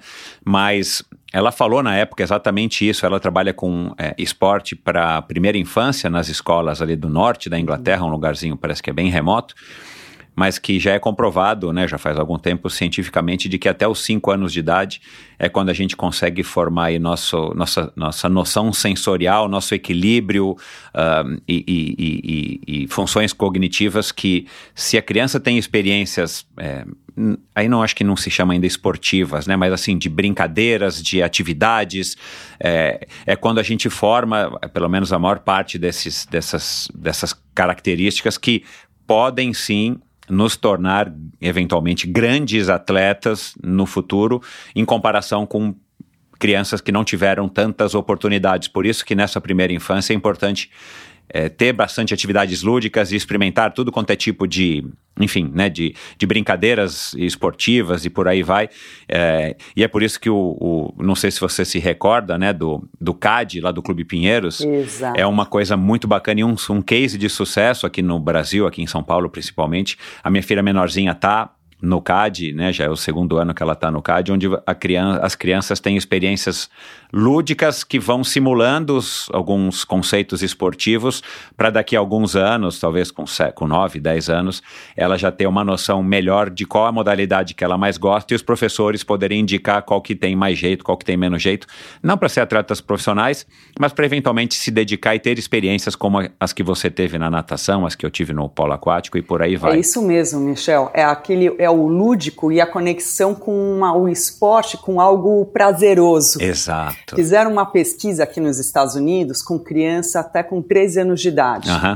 mas ela falou na época exatamente isso. Ela trabalha com é, esporte para a primeira infância nas escolas ali do norte da Inglaterra, um lugarzinho parece que é bem remoto, mas que já é comprovado, né, já faz algum tempo cientificamente, de que até os cinco anos de idade é quando a gente consegue formar aí nosso, nossa, nossa noção sensorial, nosso equilíbrio uh, e, e, e, e funções cognitivas que, se a criança tem experiências, é, aí não acho que não se chama ainda esportivas, né, mas assim, de brincadeiras, de atividades, é, é quando a gente forma, pelo menos a maior parte desses, dessas, dessas características que podem sim nos tornar, eventualmente, grandes atletas no futuro, em comparação com crianças que não tiveram tantas oportunidades. Por isso que nessa primeira infância é importante é, ter bastante atividades lúdicas e experimentar tudo quanto é tipo de, enfim, né, de, de brincadeiras esportivas e por aí vai. É, e é por isso que o, o, não sei se você se recorda, né, do, do C A D, lá do Clube Pinheiros. Exato. É uma coisa muito bacana e um, um case de sucesso aqui no Brasil, aqui em São Paulo principalmente. A minha filha menorzinha tá no C A D, né, já é o segundo ano que ela está no C A D, onde a criança, as crianças têm experiências lúdicas que vão simulando os, alguns conceitos esportivos para daqui a alguns anos, talvez com, com nove, dez anos, ela já ter uma noção melhor de qual a modalidade que ela mais gosta e os professores poderem indicar qual que tem mais jeito, qual que tem menos jeito, não para ser atletas profissionais, mas para eventualmente se dedicar e ter experiências como as que você teve na natação, as que eu tive no polo aquático e por aí vai. É isso mesmo, Michel, é aquele... É o lúdico e a conexão com uma, o esporte, com algo prazeroso. Exato. Fizeram uma pesquisa aqui nos Estados Unidos com criança até com treze anos de idade. Uhum.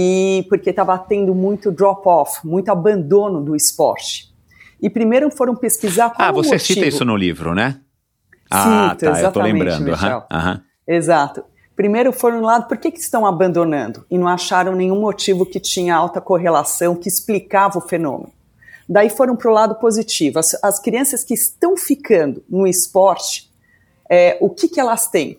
E porque estava tendo muito drop-off, muito abandono do esporte. E primeiro foram pesquisar qual Ah, você motivo. cita isso no livro, né? Cito, ah, tá, exatamente, eu tô lembrando. Michel. Uhum. Uhum. Exato. Primeiro foram lá, por que, que estão abandonando? E não acharam nenhum motivo que tinha alta correlação, que explicava o fenômeno. Daí foram para o lado positivo. As, as crianças que estão ficando no esporte, é, o que, que elas têm?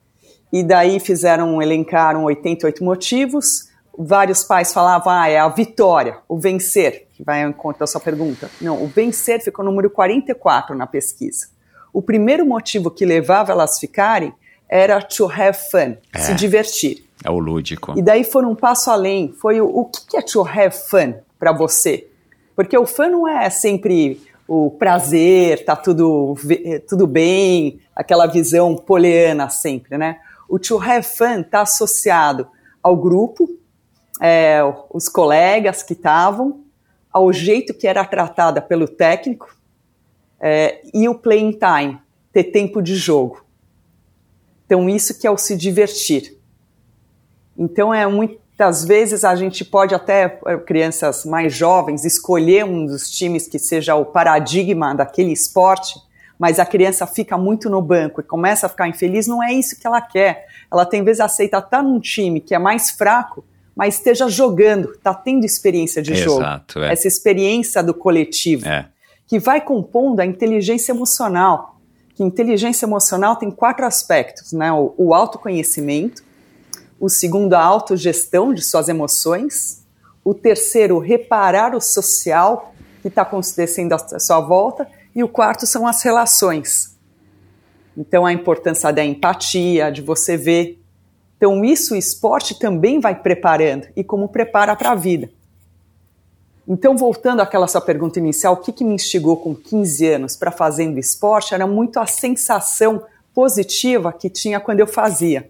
E daí fizeram, elencaram oitenta e oito motivos. Vários pais falavam, ah, é a vitória, o vencer, que vai ao encontro da sua pergunta. Não, o vencer ficou no número quarenta e quatro na pesquisa. O primeiro motivo que levava elas a ficarem era to have fun, é, se divertir. É o lúdico. E daí foram um passo além. Foi o, o que, que é to have fun para você? Porque o fun não é sempre o prazer, tá tudo, tudo bem, aquela visão poliana sempre, né? O to have fun está associado ao grupo, é, os colegas que estavam, ao jeito que era tratada pelo técnico, é, e o playing time, ter tempo de jogo. Então isso que é o se divertir. Então é muitas vezes a gente pode até, crianças mais jovens, escolher um dos times que seja o paradigma daquele esporte, mas a criança fica muito no banco e começa a ficar infeliz, não é isso que ela quer. Ela tem vezes aceita estar num time que é mais fraco, mas esteja jogando, está tendo experiência de jogo. Exato, é. Essa experiência do coletivo, é. que vai compondo a inteligência emocional. Que inteligência emocional tem quatro aspectos, né? O, o autoconhecimento, o segundo, a autogestão de suas emoções, o terceiro, reparar o social que está acontecendo à sua volta, e o quarto são as relações. Então, a importância da empatia, de você ver. Então, isso o esporte também vai preparando, e como prepara para a vida. Então, voltando àquela sua pergunta inicial, o que, que me instigou com quinze anos para fazendo esporte, era muito a sensação positiva que tinha quando eu fazia.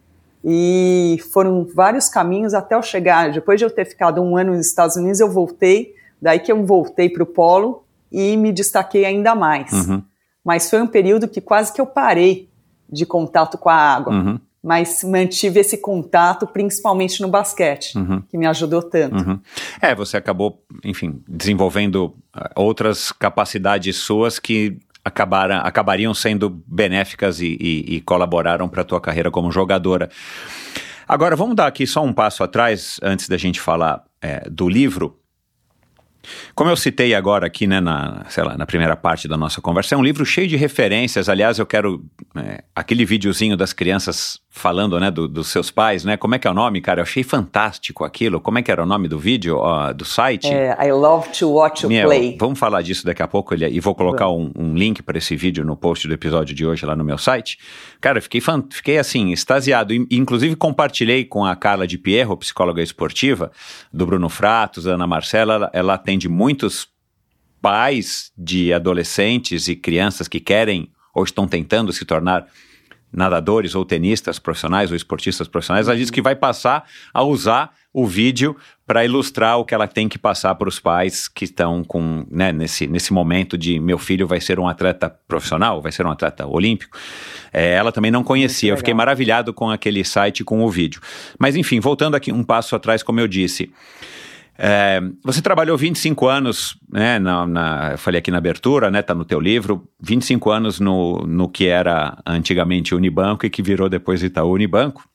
E foram vários caminhos até eu chegar. Depois de eu ter ficado um ano nos Estados Unidos, eu voltei, daí que eu voltei para o polo, e me destaquei ainda mais. Uhum. Mas foi um período que quase que eu parei de contato com a água. Uhum. Mas mantive esse contato principalmente no basquete, uhum. que me ajudou tanto. Uhum. É, você acabou, enfim, desenvolvendo outras capacidades suas que acabaram, acabariam sendo benéficas e, e, e colaboraram para a tua carreira como jogadora. Agora, vamos dar aqui só um passo atrás, antes da gente falar é, do livro. Como eu citei agora aqui, né, na, sei lá, na primeira parte da nossa conversa, é um livro cheio de referências. Aliás, eu quero é, aquele videozinho das crianças falando, né, do, dos seus pais, né? Como é que é o nome, cara? Eu achei fantástico aquilo. Como é que era o nome do vídeo, ó, do site? É, I love to watch you Meu, play. Vamos falar disso daqui a pouco e vou colocar um, um link para esse vídeo no post do episódio de hoje lá no meu site. Cara, eu fiquei, fan, fiquei assim, extasiado. Inclusive compartilhei com a Carla de Pierro, psicóloga esportiva, do Bruno Fratos, da Ana Marcela. Ela, ela atende muitos pais de adolescentes e crianças que querem ou estão tentando se tornar nadadores ou tenistas profissionais ou esportistas profissionais. Ela diz que vai passar a usar o vídeo para ilustrar o que ela tem que passar para os pais que estão com, né, nesse, nesse momento de meu filho vai ser um atleta profissional, vai ser um atleta olímpico. É, ela também não conhecia, eu fiquei maravilhado com aquele site, com o vídeo. Mas enfim, voltando aqui um passo atrás, como eu disse, é, você trabalhou vinte e cinco anos, né, na, na, eu falei aqui na abertura, né, tá no teu livro, vinte e cinco anos no, no que era antigamente Unibanco e que virou depois Itaú Unibanco.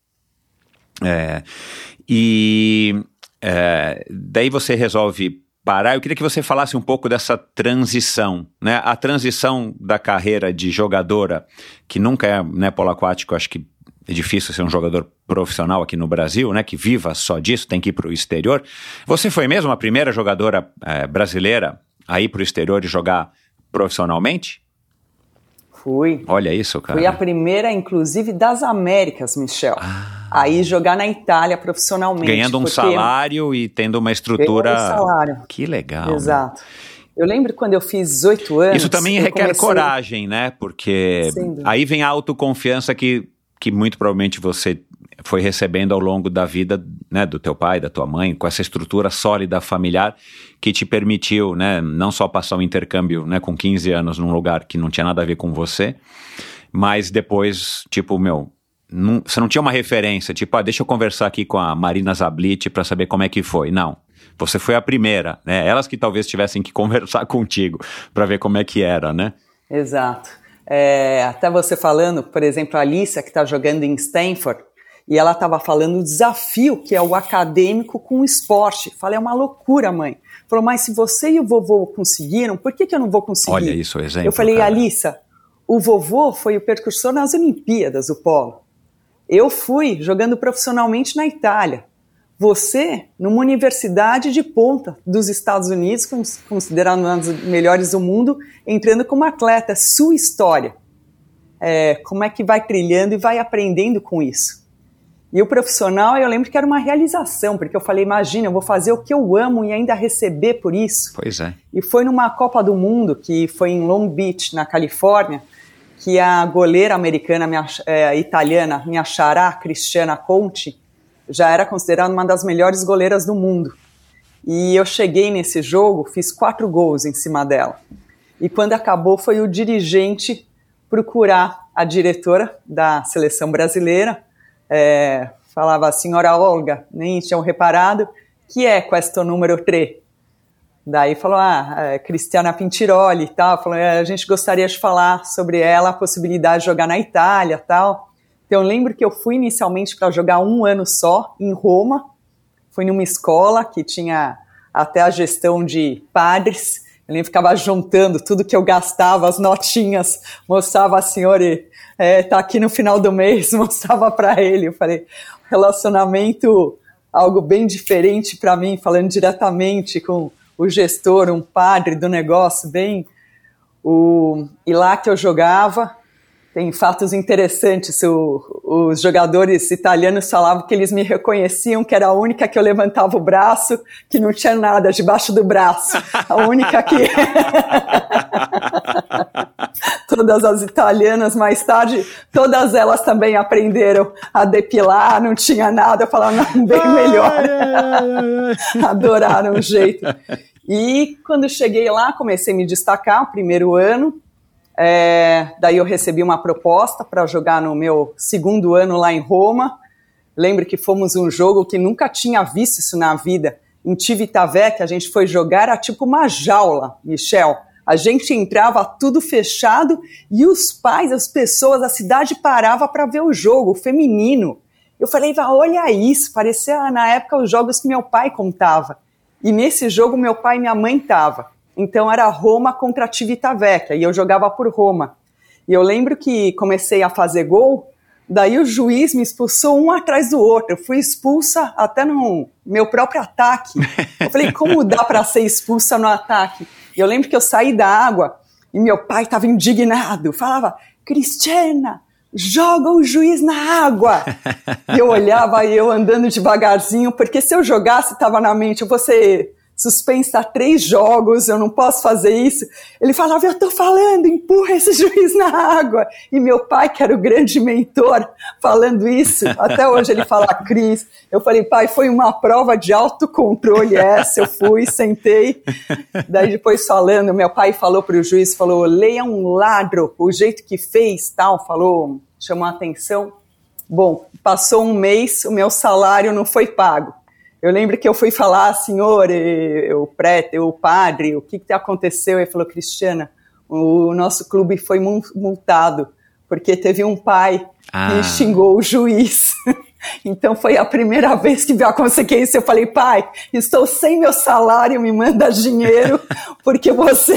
É, e é, daí você resolve parar. Eu queria que você falasse um pouco dessa transição, né, a transição da carreira de jogadora, que nunca é, né, polo aquático, acho que é difícil ser um jogador profissional aqui no Brasil, né, que viva só disso, tem que ir para o exterior. Você foi mesmo a primeira jogadora é, brasileira a ir para o exterior e jogar profissionalmente? Fui. Olha isso, cara. Fui a primeira, inclusive, das Américas, Michel. Ah. Aí jogar na Itália profissionalmente. Ganhando um salário e tendo uma estrutura... Ganhando um salário. Que legal. Exato. Né? Eu lembro quando eu fiz dezoito anos... Isso também requer comecei... coragem, né? Porque aí vem a autoconfiança que... que muito provavelmente você foi recebendo ao longo da vida, né, do teu pai, da tua mãe, com essa estrutura sólida familiar que te permitiu, né, não só passar um intercâmbio, né, com quinze anos num lugar que não tinha nada a ver com você, mas depois, tipo, meu, não, você não tinha uma referência, tipo, ah, deixa eu conversar aqui com a Marina Zablit para saber como é que foi. Não, você foi a primeira, né, elas que talvez tivessem que conversar contigo para ver como é que era, né? Exato. É, até você falando, por exemplo, a Alicia, que está jogando em Stanford, e ela estava falando o desafio que é o acadêmico com o esporte. Falei, é uma loucura, mãe. Falou, mas se você e o vovô conseguiram, por que, que eu não vou conseguir? Olha isso, o exemplo. Eu falei, cara. Alicia, o vovô foi o percursor nas Olimpíadas, o polo. Eu fui jogando profissionalmente na Itália. Você, numa universidade de ponta dos Estados Unidos, considerada uma das melhores do mundo, entrando como atleta, sua história. É, como é que vai trilhando e vai aprendendo com isso. E o profissional, eu lembro que era uma realização, porque eu falei, imagina, eu vou fazer o que eu amo e ainda receber por isso. Pois é. E foi numa Copa do Mundo, que foi em Long Beach, na Califórnia, que a goleira americana, minha, é, italiana, minha xará, Cristiana Conti, já era considerada uma das melhores goleiras do mundo. E eu cheguei nesse jogo, fiz quatro gols em cima dela. E quando acabou, foi o dirigente procurar a diretora da seleção brasileira, É, falava a senhora Olga, nem tinham reparado, que é questo número três. Daí falou, ah, é, Cristiana Pintiroli e tal, falou, é, a gente gostaria de falar sobre ela, a possibilidade de jogar na Itália e tal. Então eu lembro que eu fui inicialmente para jogar um ano só, em Roma, fui numa escola que tinha até a gestão de padres, eu lembro que ficava juntando tudo que eu gastava, as notinhas, mostrava a senhora e É, tá aqui no final do mês, mostrava para ele. Eu falei, relacionamento, algo bem diferente para mim, falando diretamente com o gestor, um padre do negócio, bem. O, e lá que eu jogava, tem fatos interessantes. O, os jogadores italianos falavam que eles me reconheciam, que era a única que eu levantava o braço, que não tinha nada debaixo do braço. A única que. Todas as italianas, mais tarde, todas elas também aprenderam a depilar, não tinha nada, eu falava, não, bem melhor. Adoraram o jeito. E quando cheguei lá, comecei a me destacar, o primeiro ano, é, daí eu recebi uma proposta para jogar no meu segundo ano lá em Roma. Lembro que fomos um jogo que nunca tinha visto isso na vida, em Civitavecchia, a gente foi jogar, era tipo uma jaula, Michel. A gente entrava tudo fechado e os pais, as pessoas, a cidade parava para ver o jogo, o feminino. Eu falei, olha isso, parecia na época os jogos que meu pai contava. E nesse jogo meu pai e minha mãe estavam. Então era Roma contra Civitavecchia e eu jogava por Roma. E eu lembro que comecei a fazer gol, daí o juiz me expulsou um atrás do outro. Eu fui expulsa até no meu próprio ataque. Eu falei, como dá para ser expulsa no ataque? E eu lembro que eu saí da água e meu pai estava indignado, falava, Cristiana, joga o juiz na água. E eu olhava e eu andando devagarzinho, porque se eu jogasse, estava na mente, você suspensa três jogos, eu não posso fazer isso. Ele falava, eu tô falando, empurra esse juiz na água. E meu pai, que era o grande mentor, falando isso, até hoje ele fala, Cris, eu falei, pai, foi uma prova de autocontrole essa, eu fui, sentei, daí depois falando, meu pai falou pro juiz, falou, leia um ladro, o jeito que fez, tal, falou, chamou a atenção. Bom, passou um mês, o meu salário não foi pago. Eu lembro que eu fui falar, senhor, o prete, o padre, o que, que aconteceu? Ele falou, Cristiana, o nosso clube foi multado, porque teve um pai ah. que xingou o juiz. Então foi a primeira vez que veio a consequência. Eu falei, pai, estou sem meu salário, me manda dinheiro, porque você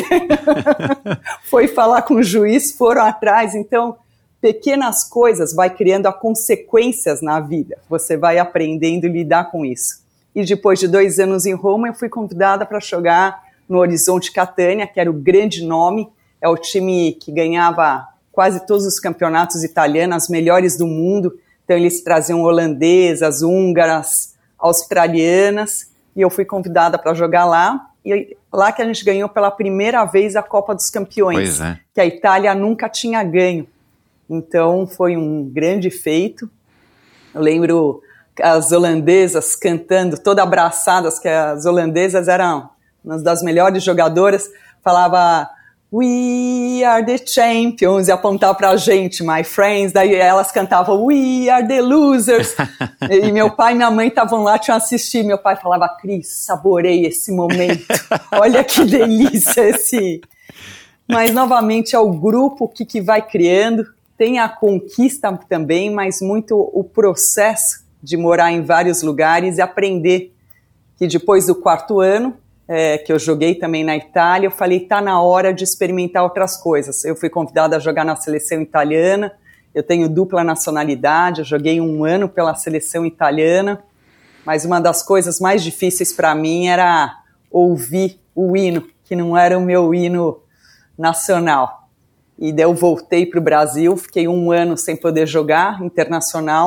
foi falar com o juiz, foram atrás. Então, pequenas coisas vai criando as consequências na vida. Você vai aprendendo a lidar com isso. E depois de dois anos em Roma, eu fui convidada para jogar no Horizonte Catania, que era o grande nome, é o time que ganhava quase todos os campeonatos italianos, as melhores do mundo, então eles traziam holandesas, húngaras, australianas, e eu fui convidada para jogar lá, e lá que a gente ganhou pela primeira vez a Copa dos Campeões, é. que a Itália nunca tinha ganho. Então foi um grande feito. Eu lembro as holandesas cantando, todas abraçadas, que as holandesas eram uma das melhores jogadoras, falava We are the champions, e apontava pra gente, my friends, daí elas cantavam We are the losers, e meu pai e minha mãe estavam lá, tinham assistido, meu pai falava, Cris, saborei esse momento, olha que delícia esse... Mas novamente é o grupo que, que vai criando, tem a conquista também, mas muito o processo de morar em vários lugares e aprender que depois do quarto ano, é, que eu joguei também na Itália, eu falei, tá na hora de experimentar outras coisas. Eu fui convidada a jogar na seleção italiana, eu tenho dupla nacionalidade, eu joguei um ano pela seleção italiana, mas uma das coisas mais difíceis para mim era ouvir o hino, que não era o meu hino nacional. E daí eu voltei para o Brasil, fiquei um ano sem poder jogar internacional,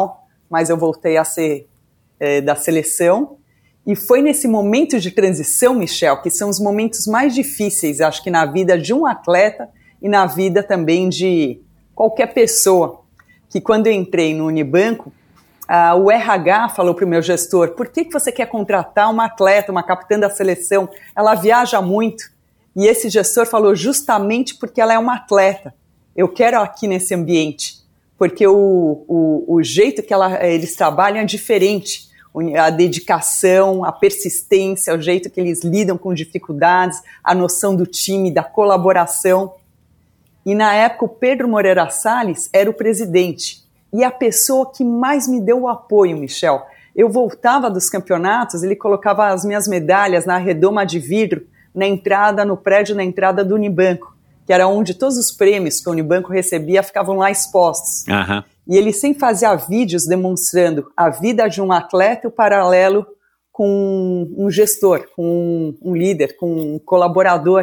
mas eu voltei a ser é, da seleção. E foi nesse momento de transição, Michel, que são os momentos mais difíceis, acho que na vida de um atleta e na vida também de qualquer pessoa, que quando eu entrei no Unibanco, ah, o R H falou para o meu gestor, por que, que você quer contratar uma atleta, uma capitã da seleção? Ela viaja muito. E esse gestor falou justamente porque ela é uma atleta. Eu quero aqui nesse ambiente, porque o, o, o jeito que ela, eles trabalham é diferente. A dedicação, a persistência, o jeito que eles lidam com dificuldades, a noção do time, da colaboração. E na época o Pedro Moreira Salles era o presidente e a pessoa que mais me deu o apoio, Michel. Eu voltava dos campeonatos, ele colocava as minhas medalhas na redoma de vidro na entrada, no prédio na entrada do Unibanco, que era onde todos os prêmios que o Unibanco recebia ficavam lá expostos. Aham. E ele sempre fazia vídeos demonstrando a vida de um atleta e o paralelo com um gestor, com um líder, com um colaborador.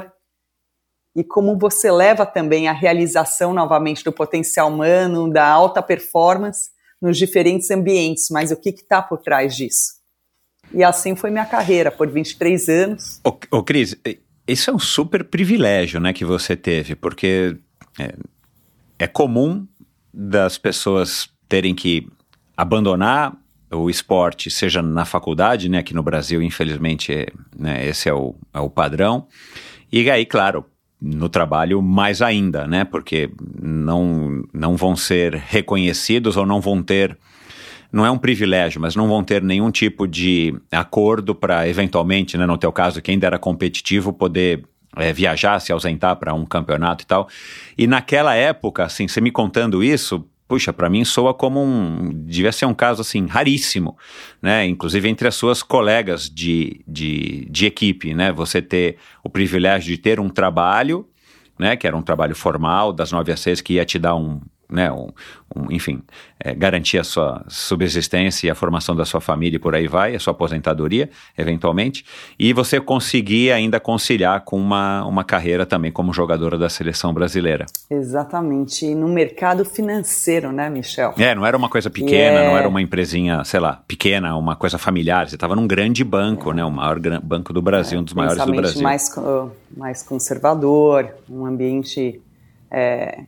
E como você leva também a realização novamente do potencial humano, da alta performance nos diferentes ambientes. Mas o que está por trás disso? E assim foi minha carreira, por vinte e três anos. Ô, ô Cris, isso é um super privilégio, né, que você teve, porque é, é comum das pessoas terem que abandonar o esporte, seja na faculdade, né, aqui no Brasil, infelizmente, é, né, esse é o, é o padrão, e aí, claro, no trabalho mais ainda, né, porque não, não vão ser reconhecidos ou não vão ter, não é um privilégio, mas não vão ter nenhum tipo de acordo para, eventualmente, né, no teu caso, que ainda era competitivo, poder É, viajar, se ausentar para um campeonato e tal. E naquela época, assim, você me contando isso, puxa, para mim soa como um, devia ser um caso, assim, raríssimo, né, inclusive entre as suas colegas de, de, de equipe, né, você ter o privilégio de ter um trabalho, né, que era um trabalho formal, das nove às seis, que ia te dar um, né, um, um, enfim, é, garantir a sua subsistência e a formação da sua família e por aí vai, a sua aposentadoria, eventualmente, e você conseguir ainda conciliar com uma, uma carreira também como jogadora da seleção brasileira. Exatamente, e no mercado financeiro, né, Michel? É, não era uma coisa pequena, é... não era uma empresinha, sei lá, pequena, uma coisa familiar, você estava num grande banco, é. né, o maior gran... banco do Brasil, é, um dos maiores do Brasil. mais, mais conservador, um ambiente... É...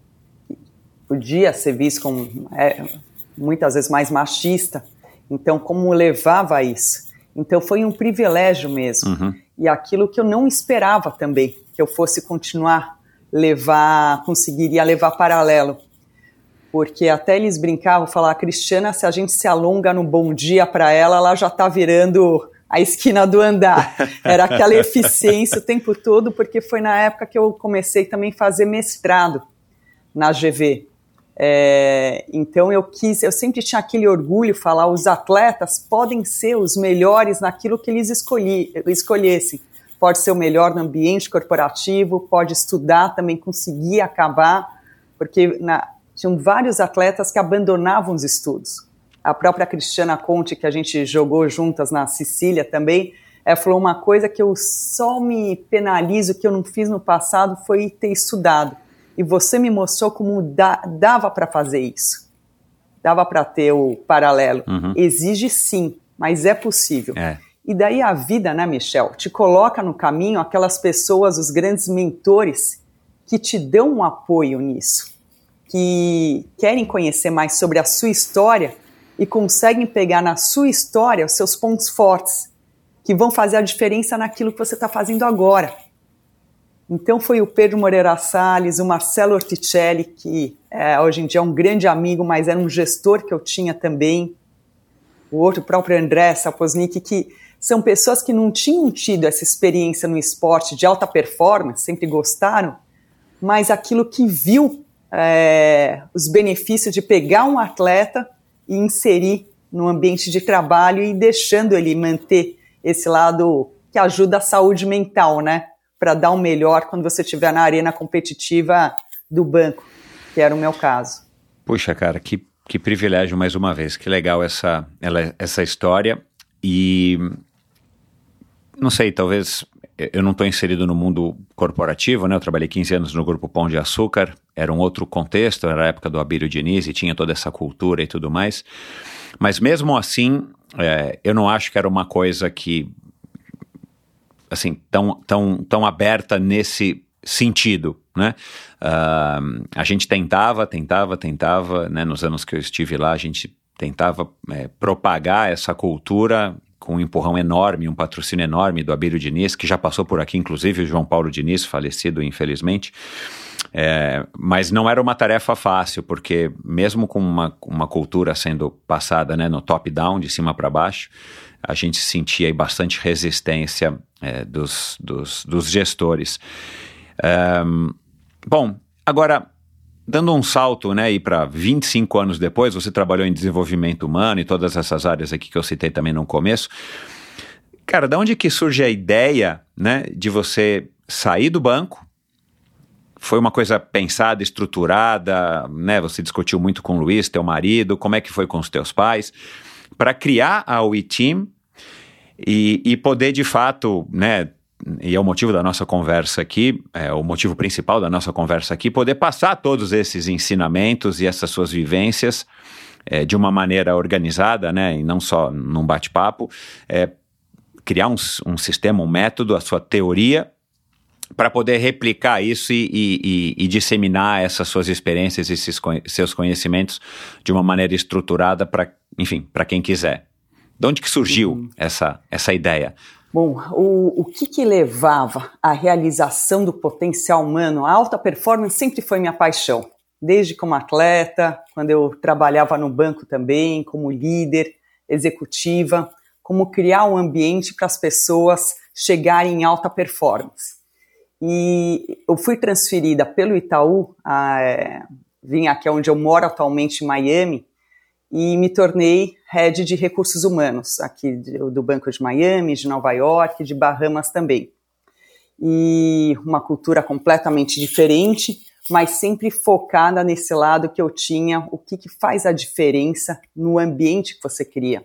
podia ser visto como é, muitas vezes mais machista, então como levava isso? Então foi um privilégio mesmo, uhum. E aquilo que eu não esperava também, que eu fosse continuar levar, conseguiria levar paralelo, porque até eles brincavam, falavam, Cristiana, se a gente se alonga no bom dia para ela, ela já está virando a esquina do andar, era aquela eficiência o tempo todo, porque foi na época que eu comecei também a fazer mestrado na G V. É, então eu quis, eu sempre tinha aquele orgulho de falar, os atletas podem ser os melhores naquilo que eles escolhi, escolhessem, pode ser o melhor no ambiente corporativo, pode estudar também, conseguir acabar, porque na, tinham vários atletas que abandonavam os estudos. A própria Cristiana Conte, que a gente jogou juntas na Sicília também, ela falou uma coisa que eu só me penalizo, que eu não fiz no passado, foi ter estudado. E você me mostrou como da, dava para fazer isso. Dava para ter o paralelo. Uhum. Exige sim, mas é possível. É. E daí a vida, né, Michel, te coloca no caminho aquelas pessoas, os grandes mentores, que te dão um apoio nisso. Que querem conhecer mais sobre a sua história e conseguem pegar na sua história os seus pontos fortes, que vão fazer a diferença naquilo que você está fazendo agora. Então foi o Pedro Moreira Salles, o Marcelo Orticelli, que é, hoje em dia é um grande amigo, mas era um gestor que eu tinha também, o outro, o próprio André Saposnik, que são pessoas que não tinham tido essa experiência no esporte de alta performance, sempre gostaram, mas aquilo que viu é, os benefícios de pegar um atleta e inserir no ambiente de trabalho e deixando ele manter esse lado que ajuda a saúde mental, né? Para dar o melhor quando você estiver na arena competitiva do banco, que era o meu caso. Puxa, cara, que, que privilégio mais uma vez, que legal essa, ela, essa história. E não sei, talvez eu não estou inserido no mundo corporativo, né? Eu trabalhei quinze anos no Grupo Pão de Açúcar, era um outro contexto, era a época do Abílio Diniz e tinha toda essa cultura e tudo mais. Mas mesmo assim, é, eu não acho que era uma coisa que, assim, tão, tão, tão aberta nesse sentido, né? Uh, a gente tentava, tentava, tentava, né? Nos anos que eu estive lá, a gente tentava é, propagar essa cultura com um empurrão enorme, um patrocínio enorme do Abílio Diniz, que já passou por aqui, inclusive o João Paulo Diniz, falecido infelizmente, é, mas não era uma tarefa fácil, porque mesmo com uma, uma cultura sendo passada, né, no top-down, de cima para baixo, a gente sentia aí bastante resistência é, dos, dos, dos gestores. É, bom, agora, dando um salto, né, e para vinte e cinco anos depois, você trabalhou em desenvolvimento humano e todas essas áreas aqui que eu citei também no começo. Cara, de onde que surge a ideia, né, de você sair do banco? Foi uma coisa pensada, estruturada, né, você discutiu muito com o Luiz, teu marido, como é que foi com os teus pais, para criar a WeTeam e, e poder de fato, né, e é o motivo da nossa conversa aqui, é o motivo principal da nossa conversa aqui, poder passar todos esses ensinamentos e essas suas vivências é, de uma maneira organizada, né, e não só num bate-papo, é, criar um, um sistema, um método, a sua teoria, para poder replicar isso e, e, e disseminar essas suas experiências e esses seus conhecimentos de uma maneira estruturada para, enfim, para quem quiser. De onde que surgiu uhum. essa, essa ideia? Bom, o, o que que levava à realização do potencial humano? A alta performance sempre foi minha paixão, desde como atleta, quando eu trabalhava no banco também, como líder, executiva, como criar um ambiente para as pessoas chegarem em alta performance. E eu fui transferida pelo Itaú, a, é, vim aqui onde eu moro atualmente, em Miami, e me tornei head de recursos humanos, aqui do, do Banco de Miami, de Nova York, de Bahamas também. E uma cultura completamente diferente, mas sempre focada nesse lado que eu tinha, o que, que faz a diferença no ambiente que você cria.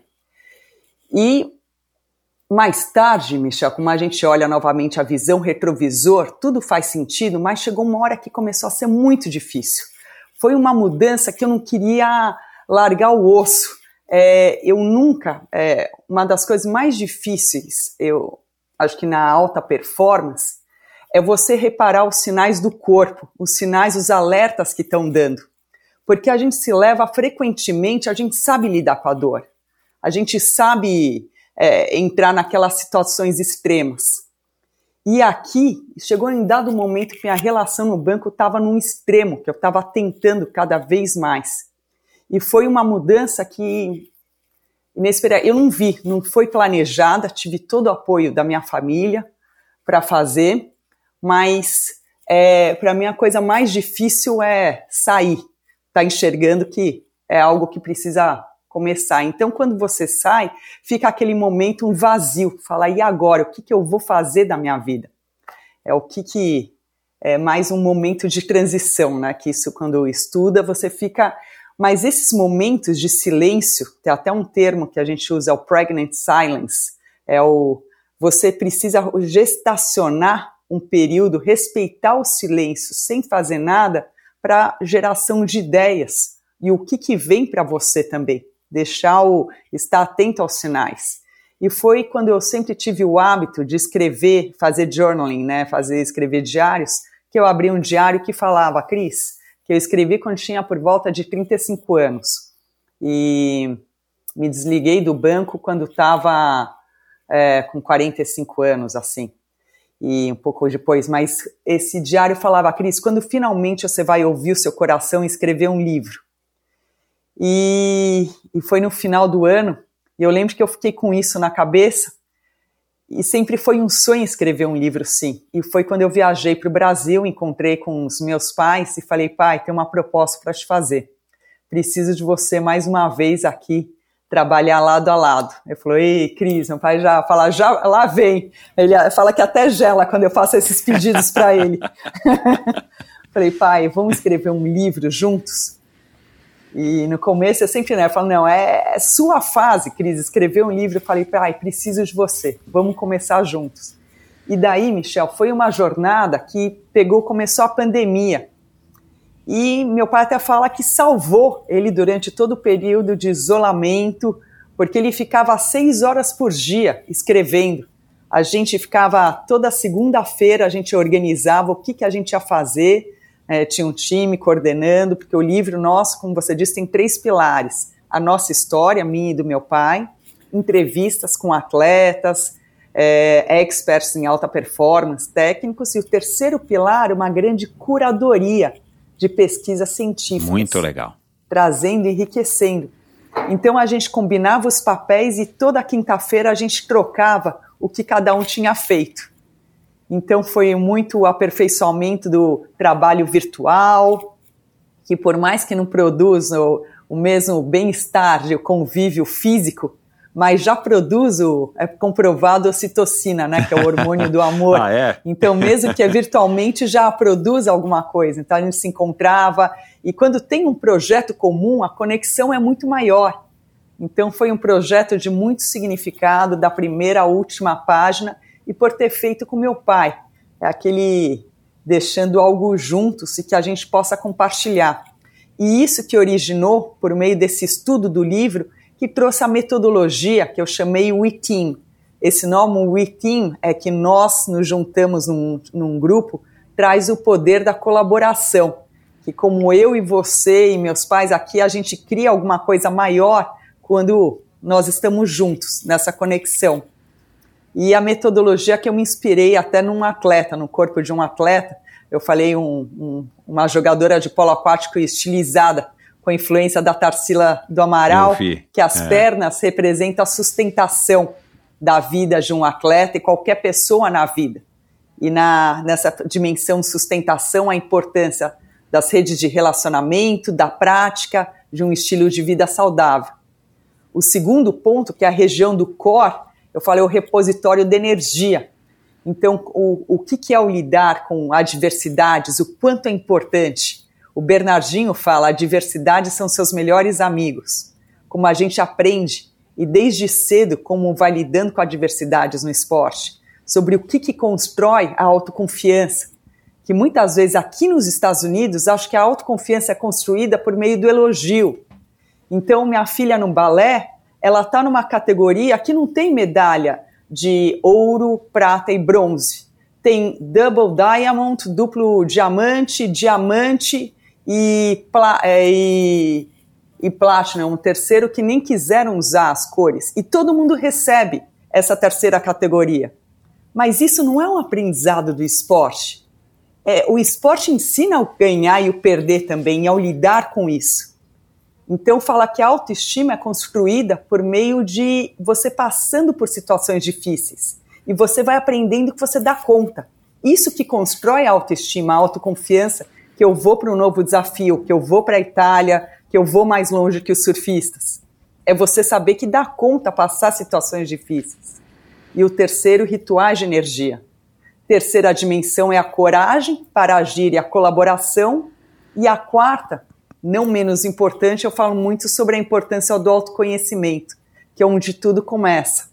E mais tarde, Michel, como a gente olha novamente a visão retrovisor, tudo faz sentido, mas chegou uma hora que começou a ser muito difícil. Foi uma mudança que eu não queria largar o osso. É, eu nunca, é, uma das coisas mais difíceis, eu acho que na alta performance, é você reparar os sinais do corpo, os sinais, os alertas que estão dando. Porque a gente se leva frequentemente, a gente sabe lidar com a dor. A gente sabe é, entrar naquelas situações extremas. E aqui, chegou em dado momento que minha relação no banco estava num extremo, que eu estava tentando cada vez mais. E foi uma mudança que, inesperada, eu não vi, não foi planejada, tive todo o apoio da minha família para fazer, mas é, para mim a coisa mais difícil é sair, tá enxergando que é algo que precisa começar. Então, quando você sai, fica aquele momento, um vazio, fala, e agora, o que, que eu vou fazer da minha vida? É o que que é mais um momento de transição, né? Que isso, quando estuda, você fica... Mas esses momentos de silêncio, tem até um termo que a gente usa, é o pregnant silence, é o você precisa gestacionar um período, respeitar o silêncio sem fazer nada para geração de ideias e o que, que vem para você também, deixar o, estar atento aos sinais. E foi quando eu sempre tive o hábito de escrever, fazer journaling, né, fazer, escrever diários, que eu abri um diário que falava, Cris, que eu escrevi quando tinha por volta de trinta e cinco anos. E me desliguei do banco quando estava é, com quarenta e cinco anos, assim. E um pouco depois, mas esse diário falava, Cris, quando finalmente você vai ouvir o seu coração e escrever um livro? E, e foi no final do ano, e eu lembro que eu fiquei com isso na cabeça, e sempre foi um sonho escrever um livro, sim. E foi quando eu viajei para o Brasil, encontrei com os meus pais e falei, pai, tem uma proposta para te fazer. Preciso de você mais uma vez aqui, trabalhar lado a lado. Ele falou, ei, Cris, meu pai já fala, já, lá vem. Ele fala que até gela quando eu faço esses pedidos para ele. Falei, pai, vamos escrever um livro juntos? E no começo eu sempre, né, eu falo, não, é, é sua fase, Cris, escrever um livro. Eu falei, pai, preciso de você, vamos começar juntos. E daí, Michel, foi uma jornada que pegou, começou a pandemia. E meu pai até fala que salvou ele durante todo o período de isolamento, porque ele ficava seis horas por dia escrevendo. A gente ficava toda segunda-feira, a gente organizava o que, que a gente ia fazer, é, tinha um time coordenando, porque o livro nosso, como você disse, tem três pilares. A nossa história, minha e do meu pai, entrevistas com atletas, é, experts em alta performance, técnicos, e o terceiro pilar, uma grande curadoria de pesquisas científicas. Muito legal. Trazendo e enriquecendo. Então a gente combinava os papéis e toda quinta-feira a gente trocava o que cada um tinha feito. Então foi muito o aperfeiçoamento do trabalho virtual, que por mais que não produza o, o mesmo bem-estar de convívio físico, mas já produz o, é comprovado, a ocitocina, né, que é o hormônio do amor. Ah, é? Então, mesmo que é virtualmente, já produz alguma coisa. Então, a gente se encontrava, e quando tem um projeto comum, a conexão é muito maior. Então, foi um projeto de muito significado, da primeira à última página, e por ter feito com meu pai. É aquele deixando algo juntos e que a gente possa compartilhar. E isso que originou, por meio desse estudo do livro, que trouxe a metodologia que eu chamei We Team. Esse nome We Team é que nós nos juntamos num, num grupo, traz o poder da colaboração, que como eu e você e meus pais aqui, a gente cria alguma coisa maior quando nós estamos juntos nessa conexão. E a metodologia que eu me inspirei até num atleta, no corpo de um atleta, eu falei um, um, uma jogadora de polo aquático estilizada, com a influência da Tarsila do Amaral, que as é. pernas representam a sustentação da vida de um atleta e qualquer pessoa na vida. E na, nessa dimensão de sustentação, a importância das redes de relacionamento, da prática, de um estilo de vida saudável. O segundo ponto, que é a região do core, eu falei o repositório de energia. Então, o, o que, que é o lidar com adversidades, o quanto é importante. O Bernardinho fala, a diversidade são seus melhores amigos. Como a gente aprende, e desde cedo, como vai lidando com adversidades no esporte, sobre o que, que constrói a autoconfiança. Que muitas vezes aqui nos Estados Unidos, acho que a autoconfiança é construída por meio do elogio. Então, minha filha no balé, ela está numa categoria que não tem medalha de ouro, prata e bronze. Tem double diamond, duplo diamante, diamante e, e, e platinum, um terceiro que nem quiseram usar as cores. E todo mundo recebe essa terceira categoria. Mas isso não é um aprendizado do esporte. É, o esporte ensina o ganhar e o perder também, ao lidar com isso. Então, fala que a autoestima é construída por meio de você passando por situações difíceis. E você vai aprendendo que você dá conta. Isso que constrói a autoestima, a autoconfiança, que eu vou para um novo desafio, que eu vou para a Itália, que eu vou mais longe que os surfistas. É você saber que dá conta passar situações difíceis. E o terceiro, rituais de energia. Terceira dimensão é a coragem para agir e a colaboração. E a quarta, não menos importante, eu falo muito sobre a importância do autoconhecimento, que é onde tudo começa.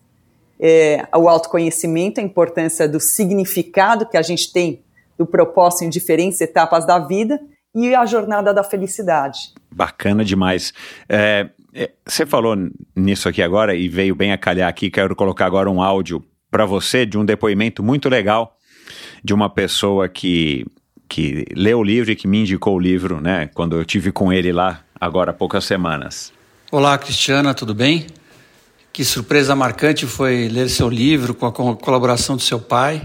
É, o autoconhecimento, a importância do significado que a gente tem do propósito em diferentes etapas da vida e a jornada da felicidade. Bacana demais. É, é, você falou nisso aqui agora e veio bem a calhar aqui, quero colocar agora um áudio para você de um depoimento muito legal de uma pessoa que, que leu o livro e que me indicou o livro, né, quando eu tive com ele lá agora há poucas semanas. Olá, Cristiana, tudo bem? Que surpresa marcante foi ler seu livro com a colaboração do seu pai,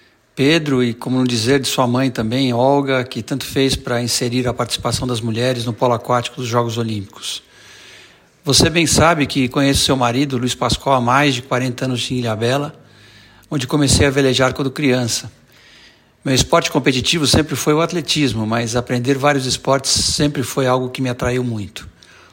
Pedro, e como não dizer de sua mãe também, Olga, que tanto fez para inserir a participação das mulheres no polo aquático dos Jogos Olímpicos. Você bem sabe que conheço seu marido, Luiz Pascoal, há mais de quarenta anos em Ilhabela, onde comecei a velejar quando criança. Meu esporte competitivo sempre foi o atletismo, mas aprender vários esportes sempre foi algo que me atraiu muito.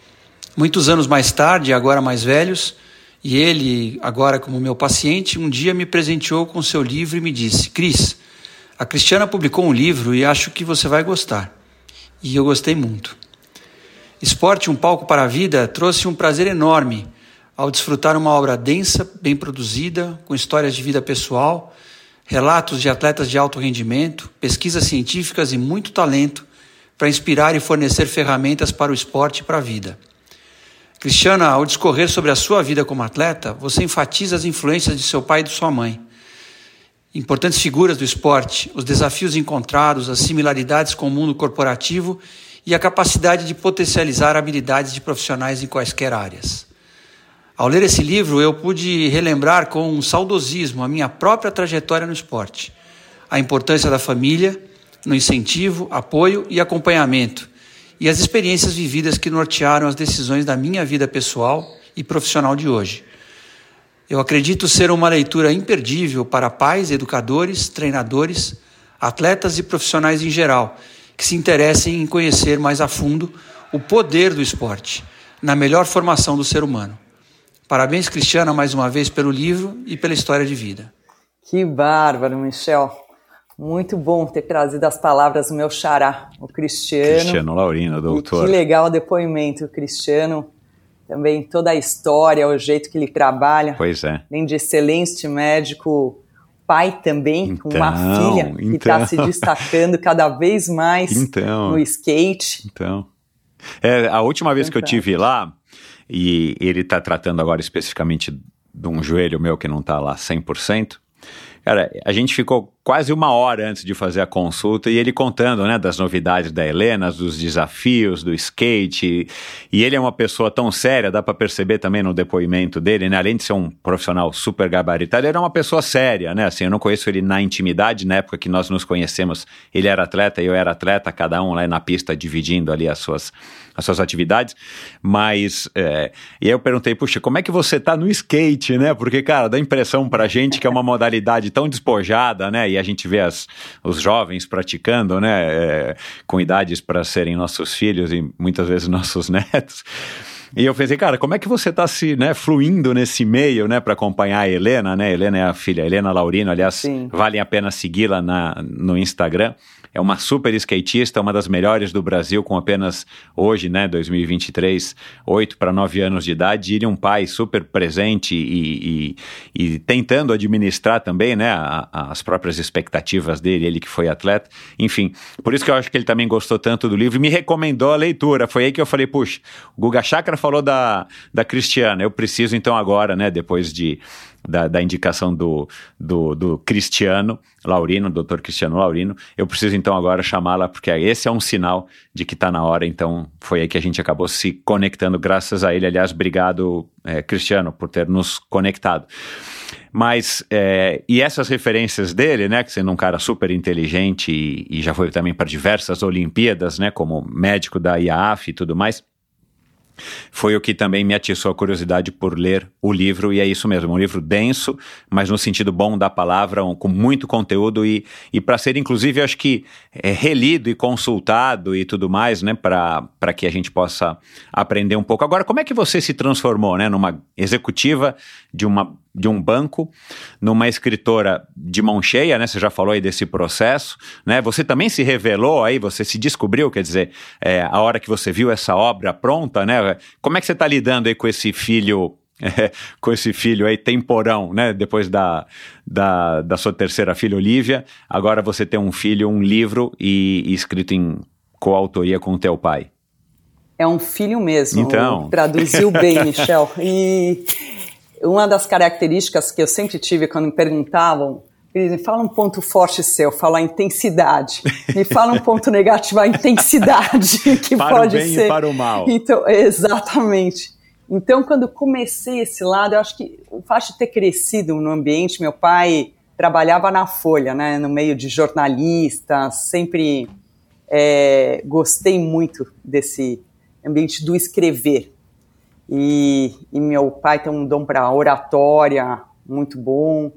Muitos anos mais tarde, agora mais velhos, e ele, agora como meu paciente, um dia me presenteou com seu livro e me disse: Cris, a Cristiana publicou um livro e acho que você vai gostar. E eu gostei muito. Esporte, um palco para a vida, trouxe um prazer enorme ao desfrutar uma obra densa, bem produzida, com histórias de vida pessoal, relatos de atletas de alto rendimento, pesquisas científicas e muito talento para inspirar e fornecer ferramentas para o esporte e para a vida. Cristiana, ao discorrer sobre a sua vida como atleta, você enfatiza as influências de seu pai e de sua mãe. Importantes figuras do esporte, os desafios encontrados, as similaridades com o mundo corporativo e a capacidade de potencializar habilidades de profissionais em quaisquer áreas. Ao ler esse livro, eu pude relembrar com um saudosismo a minha própria trajetória no esporte, a importância da família no incentivo, apoio e acompanhamento, e as experiências vividas que nortearam as decisões da minha vida pessoal e profissional de hoje. Eu acredito ser uma leitura imperdível para pais, educadores, treinadores, atletas e profissionais em geral, que se interessem em conhecer mais a fundo o poder do esporte na melhor formação do ser humano. Parabéns, Cristiana, mais uma vez pelo livro e pela história de vida. Que bárbaro, Michel. Muito bom ter trazido as palavras do meu xará, o Cristiano. Cristiano Laurino, doutor. E que legal o depoimento, o Cristiano. Também toda a história, o jeito que ele trabalha. Pois é. Além de excelente médico, pai também, então, com uma filha que está então. se destacando cada vez mais então, no skate. Então, é, a última vez que eu tive lá, e ele está tratando agora especificamente de um joelho meu que não está lá cem por cento, cara, a gente ficou quase uma hora antes de fazer a consulta e ele contando, né, das novidades da Helena, dos desafios, do skate, e ele é uma pessoa tão séria, dá para perceber também no depoimento dele, né, além de ser um profissional super gabaritado, ele era uma pessoa séria, né, assim, eu não conheço ele na intimidade, na época que nós nos conhecemos, ele era atleta e eu era atleta, cada um lá na pista dividindo ali as suas, as suas atividades, mas, é, e aí eu perguntei, puxa, como é que você tá no skate, né, porque, cara, dá impressão pra gente que é uma modalidade tão despojada, né, e a gente vê as, os jovens praticando, né, é, com idades para serem nossos filhos e muitas vezes nossos netos. E eu pensei, cara, como é que você está se, né, fluindo nesse meio, né, para acompanhar a Helena, né? Helena é a filha, Helena Laurino, aliás, Sim. vale a pena segui-la na, no Instagram. É uma super skatista, uma das melhores do Brasil, com apenas hoje, né, dois mil e vinte e três, oito para nove anos de idade, e um pai super presente e, e, e tentando administrar também, né, a, a, as próprias expectativas dele, ele que foi atleta. Enfim, por isso que eu acho que ele também gostou tanto do livro e me recomendou a leitura. Foi aí que eu falei, puxa, o Guga Chakra falou da, da Cristiana, eu preciso então agora, né, depois de... Da, da indicação do, do, do Cristiano Laurino, doutor Cristiano Laurino, eu preciso então agora chamá-la, porque esse é um sinal de que está na hora, então foi aí que a gente acabou se conectando, graças a ele. Aliás, obrigado, é, Cristiano, por ter nos conectado. Mas, é, e essas referências dele, né, que sendo um cara super inteligente e, e já foi também para diversas Olimpíadas, né, como médico da I A A F e tudo mais, foi o que também me atiçou a curiosidade por ler o livro, e é isso mesmo, um livro denso, mas no sentido bom da palavra, um, com muito conteúdo e, e para ser inclusive, eu acho que é, relido e consultado e tudo mais, né, para para que a gente possa aprender um pouco. Agora, como é que você se transformou, né, numa executiva de uma de um banco, numa escritora de mão cheia, né? Você já falou aí desse processo, né? Você também se revelou aí, você se descobriu, quer dizer, é, a hora que você viu essa obra pronta, né? Como é que você está lidando aí com esse filho, é, com esse filho aí temporão, né? Depois da, da, da sua terceira filha, Olivia, agora você tem um filho, um livro e, e escrito em coautoria com o teu pai. É um filho mesmo, então... traduziu bem, Michel. E... uma das características que eu sempre tive quando me perguntavam, eles me falam um ponto forte seu, eu falo a intensidade. Me fala um ponto negativo, a intensidade que para pode o bem ser. E para o mal. Então, exatamente. Então, quando comecei esse lado, eu acho que o fato de ter crescido no ambiente, meu pai trabalhava na Folha, né, no meio de jornalistas, sempre é, gostei muito desse ambiente do escrever. E, e meu pai tem um dom para oratória muito bom,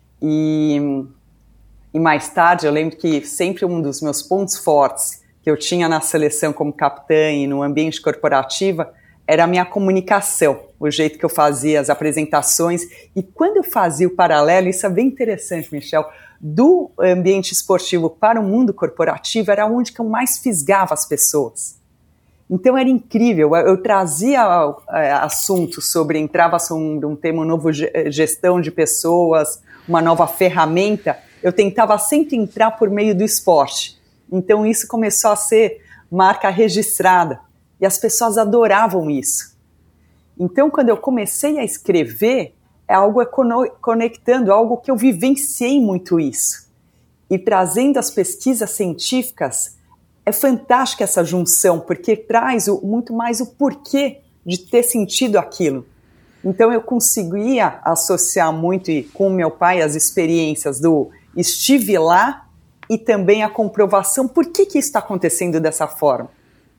e, e mais tarde eu lembro que sempre um dos meus pontos fortes que eu tinha na seleção como capitã e no ambiente corporativo era a minha comunicação, o jeito que eu fazia as apresentações. E quando eu fazia o paralelo, isso é bem interessante, Michel, do ambiente esportivo para o mundo corporativo, era onde que eu mais fisgava as pessoas. Então era incrível, eu trazia é, assuntos sobre, entrava sobre um tema, um novo gestão de pessoas, uma nova ferramenta, eu tentava sempre entrar por meio do esporte. Então isso começou a ser marca registrada. E as pessoas adoravam isso. Então, quando eu comecei a escrever, é algo conectando, algo que eu vivenciei muito isso. E trazendo as pesquisas científicas, é fantástica essa junção, porque traz o, muito mais o porquê de ter sentido aquilo. Então eu conseguia associar muito com o meu pai as experiências do estive lá e também a comprovação por que, que isso está acontecendo dessa forma.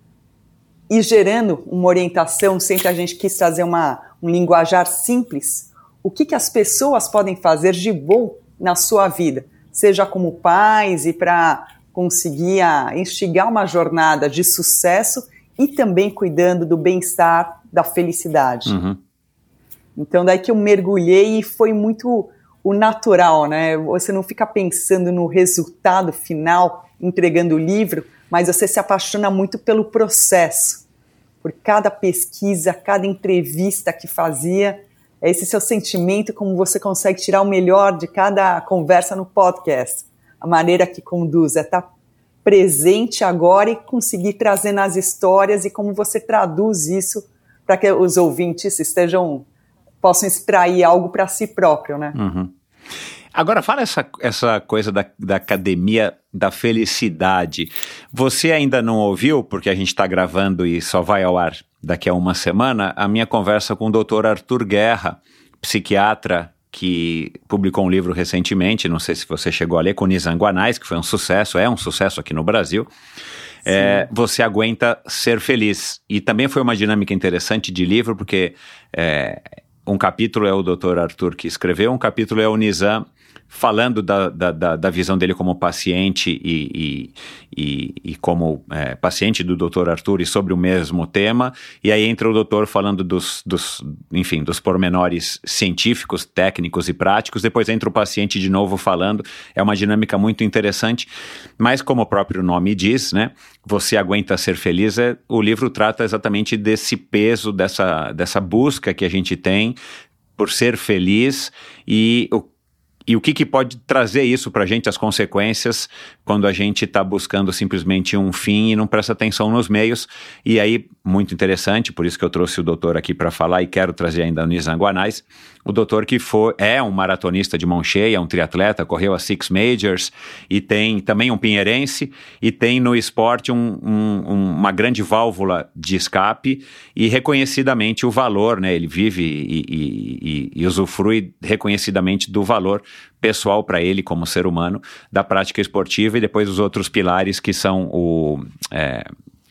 E gerando uma orientação, sempre a gente quis trazer uma, um linguajar simples, o que, que as pessoas podem fazer de bom na sua vida, seja como pais e para conseguir instigar uma jornada de sucesso e também cuidando do bem-estar, da felicidade. Uhum. Então daí que eu mergulhei e foi muito o natural, né? Você não fica pensando no resultado final, entregando o livro, mas você se apaixona muito pelo processo, por cada pesquisa, cada entrevista que fazia. É esse seu sentimento, como você consegue tirar o melhor de cada conversa no podcast. A maneira que conduz é estar presente agora e conseguir trazer nas histórias e como você traduz isso para que os ouvintes estejam, possam extrair algo para si próprio, né? Uhum. Agora, fala essa, essa coisa da, da Academia da Felicidade. Você ainda não ouviu, porque a gente está gravando e só vai ao ar daqui a uma semana, a minha conversa com o doutor Arthur Guerra, psiquiatra que publicou um livro recentemente, não sei se você chegou a ler, com Nizam Guanais, que foi um sucesso, é um sucesso aqui no Brasil. É, você aguenta ser feliz. E também foi uma dinâmica interessante de livro, porque é, um capítulo é o doutor Arthur que escreveu, um capítulo é o Nizam falando da, da, da, da visão dele como paciente e, e, e, e como é, paciente do doutor Arthur e sobre o mesmo tema, e aí entra o doutor falando dos, dos, enfim, dos pormenores científicos, técnicos e práticos, depois entra o paciente de novo falando, é uma dinâmica muito interessante, mas como o próprio nome diz, né, você aguenta ser feliz, é, o livro trata exatamente desse peso, dessa, dessa busca que a gente tem por ser feliz e o E o que, que pode trazer isso para a gente, as consequências, quando a gente está buscando simplesmente um fim e não presta atenção nos meios. E aí, muito interessante, por isso que eu trouxe o doutor aqui para falar e quero trazer ainda o Nizam Guanais, o doutor que foi, é um maratonista de mão cheia, um triatleta, correu a Six Majors e tem também um pinheirense e tem no esporte um, um, uma grande válvula de escape e reconhecidamente o valor, né? Ele vive e, e, e, e usufrui reconhecidamente do valor pessoal para ele como ser humano, da prática esportiva e depois os outros pilares que são o, é,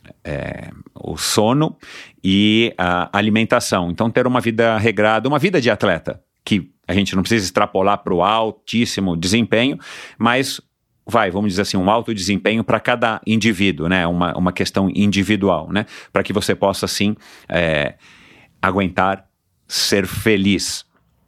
é, o sono e a alimentação. Então ter uma vida regrada, uma vida de atleta, que a gente não precisa extrapolar para o altíssimo desempenho, mas vai, vamos dizer assim, um alto desempenho para cada indivíduo, né? Uma, uma questão individual, né? Para que você possa, assim, é, aguentar ser feliz.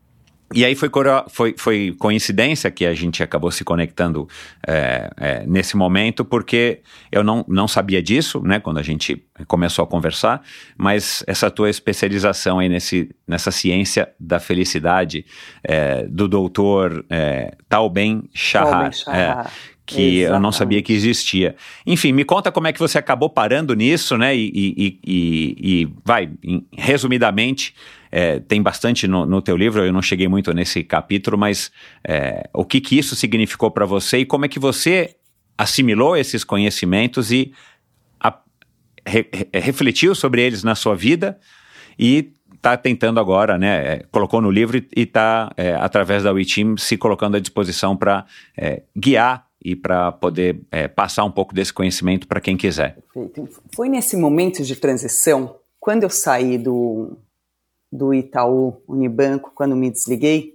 E aí foi, foi, foi coincidência que a gente acabou se conectando é, é, nesse momento, porque eu não, não sabia disso, né, quando a gente começou a conversar, mas essa tua especialização aí nesse, nessa ciência da felicidade é, do doutor é, Tal Ben-Shahar, é, que exatamente. Eu não sabia que existia. Enfim, me conta como é que você acabou parando nisso, né, e, e, e, e vai, em, resumidamente... É, tem bastante no, no teu livro, eu não cheguei muito nesse capítulo, mas é, o que que isso significou para você e como é que você assimilou esses conhecimentos e a, re, refletiu sobre eles na sua vida e está tentando agora, né, colocou no livro e está, é, através da WeTeam, se colocando à disposição para é, guiar e para poder é, passar um pouco desse conhecimento para quem quiser. Foi nesse momento de transição, quando eu saí do... do Itaú Unibanco, quando me desliguei,